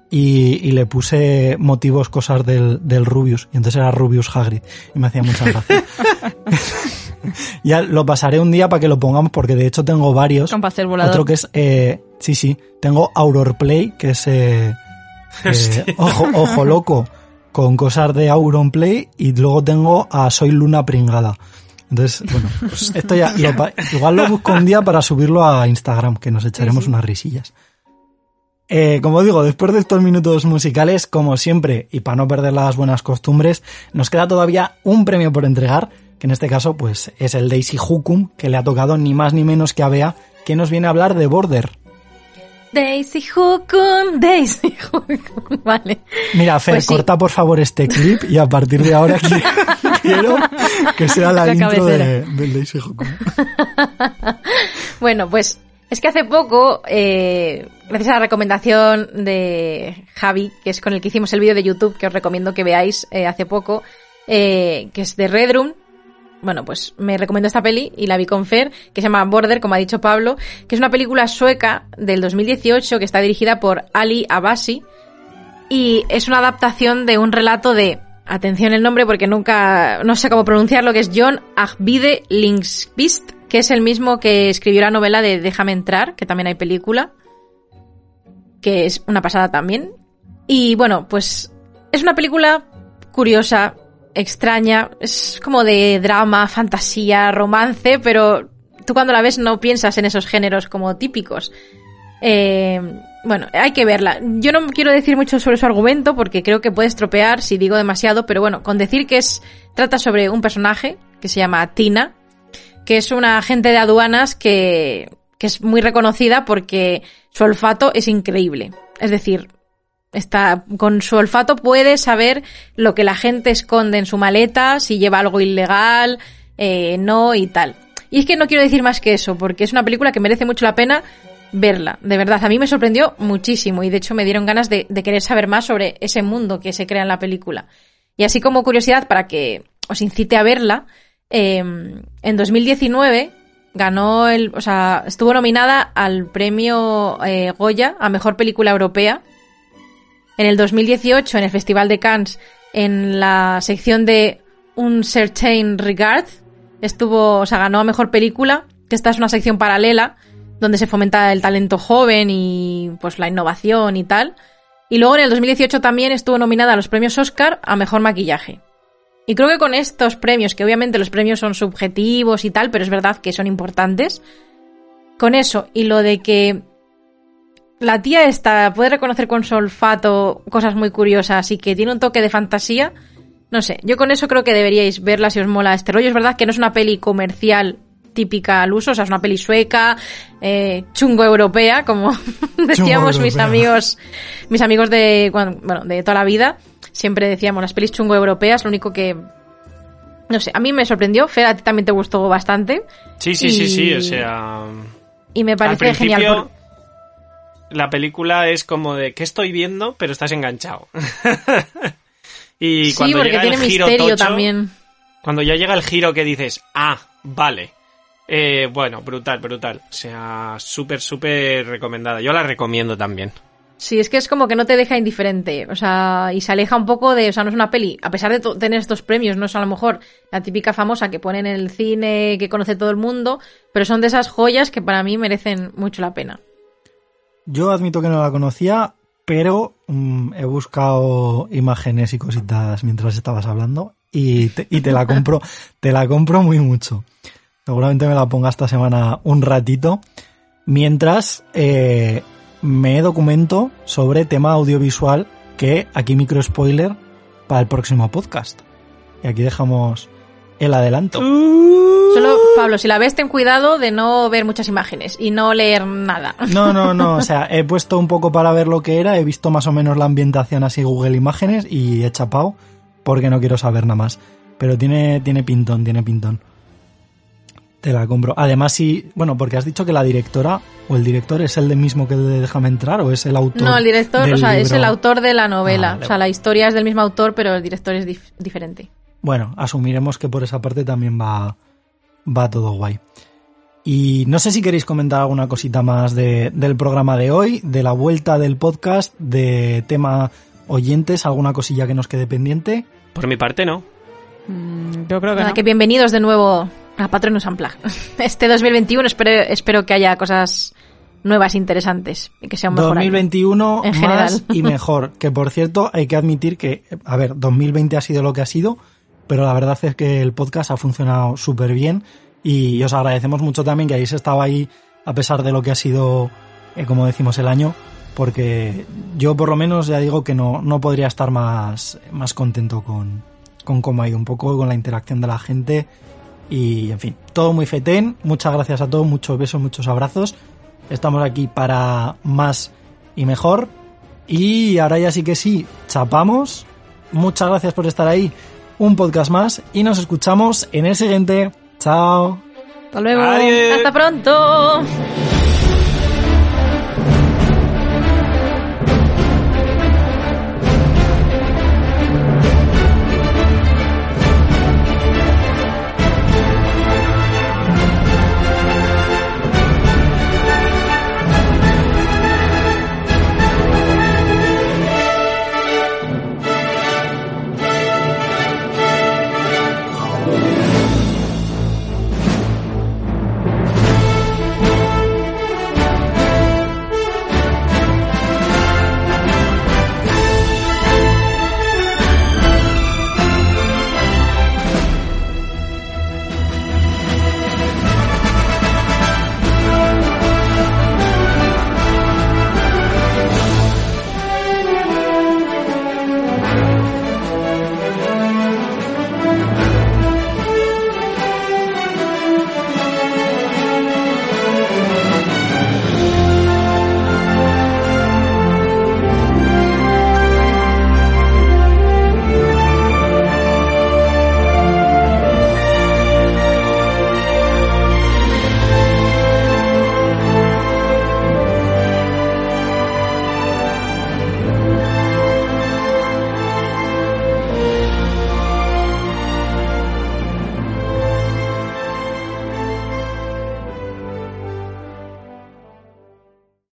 y, y le puse motivos, cosas del, del Rubius, y entonces era Rubius Hagrid, y me hacía mucha gracia. Ya lo pasaré un día para que lo pongamos, porque de hecho tengo varios. Con pastel volador. Otro que es, eh, sí, sí, tengo Auror Play, que es eh, eh, ojo, ojo loco, con cosas de Auron Play, y luego tengo a Soy Luna Pringada. Entonces, bueno, pues esto ya, lo, igual lo busco un día para subirlo a Instagram, que nos echaremos sí, sí. unas risillas. Eh, como digo, después de estos minutos musicales, como siempre, y para no perder las buenas costumbres, nos queda todavía un premio por entregar, que en este caso pues es el Daisy Hukum, que le ha tocado ni más ni menos que a Bea, que nos viene a hablar de Border. Daisy Hukum, Daisy Hukum, vale. Mira, Fer, pues sí. corta por favor este clip y a partir de ahora quiero que sea la, la intro de, del Daisy Hukum. Bueno, pues es que hace poco, eh, gracias a la recomendación de Javi, que es con el que hicimos el vídeo de YouTube, que os recomiendo que veáis eh, hace poco, eh, que es de Red Room, bueno, pues me recomendó esta peli y la vi con Fer, que se llama Border, como ha dicho Pablo, que es una película sueca del dos mil dieciocho que está dirigida por Ali Abbasi y es una adaptación de un relato de, atención el nombre porque nunca, no sé cómo pronunciarlo, que es John Ajvide Lindqvist, que es el mismo que escribió la novela de Déjame entrar, que también hay película, que es una pasada también. Y bueno, pues es una película curiosa, extraña, es como de drama, fantasía, romance, pero tú cuando la ves no piensas en esos géneros como típicos. Eh, bueno, hay que verla. Yo no quiero decir mucho sobre su argumento porque creo que puede estropear si digo demasiado, pero bueno, con decir que es trata sobre un personaje que se llama Tina, que es una agente de aduanas que, que es muy reconocida porque su olfato es increíble. Es decir, está, con su olfato puede saber lo que la gente esconde en su maleta, si lleva algo ilegal, eh, no y tal. Y es que no quiero decir más que eso, porque es una película que merece mucho la pena verla. De verdad, a mí me sorprendió muchísimo y de hecho me dieron ganas de, de querer saber más sobre ese mundo que se crea en la película. Y así como curiosidad para que os incite a verla, Eh, en dos mil diecinueve ganó el, o sea, estuvo nominada al premio eh, Goya a mejor película europea. En el dos mil dieciocho en el Festival de Cannes, en la sección de Un Certain Regard, estuvo, o sea, ganó a mejor película, que esta es una sección paralela donde se fomenta el talento joven y pues la innovación y tal. Y luego en el dos mil dieciocho también estuvo nominada a los premios Oscar a mejor maquillaje. Y creo que con estos premios, que obviamente los premios son subjetivos y tal, pero es verdad que son importantes, con eso y lo de que la tía esta puede reconocer con su olfato cosas muy curiosas y que tiene un toque de fantasía, no sé, yo con eso creo que deberíais verla si os mola este rollo. Es verdad que no es una peli comercial típica al uso, o sea, es una peli sueca, eh, chungo europea, como decíamos chungo mis europea. amigos mis amigos de, bueno, de toda la vida. Siempre decíamos las pelis chungo europeas, lo único que, no sé, a mí me sorprendió. Fer, a ti también te gustó bastante. Sí, sí, y, sí, sí, o sea... Y me parece genial. Por... La película es como de, ¿qué estoy viendo? Pero estás enganchado. Y sí, cuando porque llega tiene el giro misterio tocho, también. Cuando ya llega el giro que dices, ah, vale. Eh, bueno, brutal, brutal. O sea, súper, súper recomendada. Yo la recomiendo también. Sí, es que es como que no te deja indiferente, o sea, y se aleja un poco de, o sea, no es una peli, a pesar de to- tener estos premios, no es a lo mejor la típica famosa que ponen en el cine, que conoce todo el mundo, pero son de esas joyas que para mí merecen mucho la pena. Yo admito que no la conocía, pero mmm, he buscado imágenes y cositas mientras estabas hablando y te, y te la compro, te la compro muy mucho. Seguramente me la ponga esta semana un ratito, mientras... Eh, me documento sobre tema audiovisual, que aquí micro spoiler para el próximo podcast. Y aquí dejamos el adelanto. Solo, Pablo, si la ves, ten cuidado de no ver muchas imágenes y no leer nada. No, no, no, o sea, he puesto un poco para ver lo que era, he visto más o menos la ambientación así Google Imágenes y he chapado porque no quiero saber nada más. Pero tiene, tiene pintón, tiene pintón. Te la compro. Además, sí, bueno, porque has dicho que la directora o el director es el de mismo que el de Déjame entrar, o es el autor. No, el director, del o sea, libro? Es el autor de la novela. Ah, vale. O sea, la historia es del mismo autor, pero el director es dif- diferente. Bueno, asumiremos que por esa parte también va, va todo guay. Y no sé si queréis comentar alguna cosita más de, del programa de hoy, de la vuelta del podcast, de tema oyentes, alguna cosilla que nos quede pendiente. Por mi parte, no. Mm, yo creo que Nada, no. que bienvenidos de nuevo a Patronus Unplugged. Este dos mil veintiuno espero, espero que haya cosas nuevas, interesantes y que sea un mejor dos mil veintiuno año, en más general. y mejor. Que por cierto, hay que admitir que, a ver, dos mil veinte ha sido lo que ha sido, pero la verdad es que el podcast ha funcionado súper bien y os agradecemos mucho también que hayáis estado ahí a pesar de lo que ha sido, eh, como decimos, el año, porque yo por lo menos ya digo que no, no podría estar más, más contento con, con cómo ha ido un poco, con la interacción de la gente y, en fin, todo muy fetén. Muchas gracias a todos, muchos besos, muchos abrazos. Estamos aquí para más y mejor. Y ahora ya sí que sí, chapamos. Muchas gracias por estar ahí. Un podcast más y nos escuchamos en el siguiente. Chao. Hasta luego. Adiós. Hasta pronto.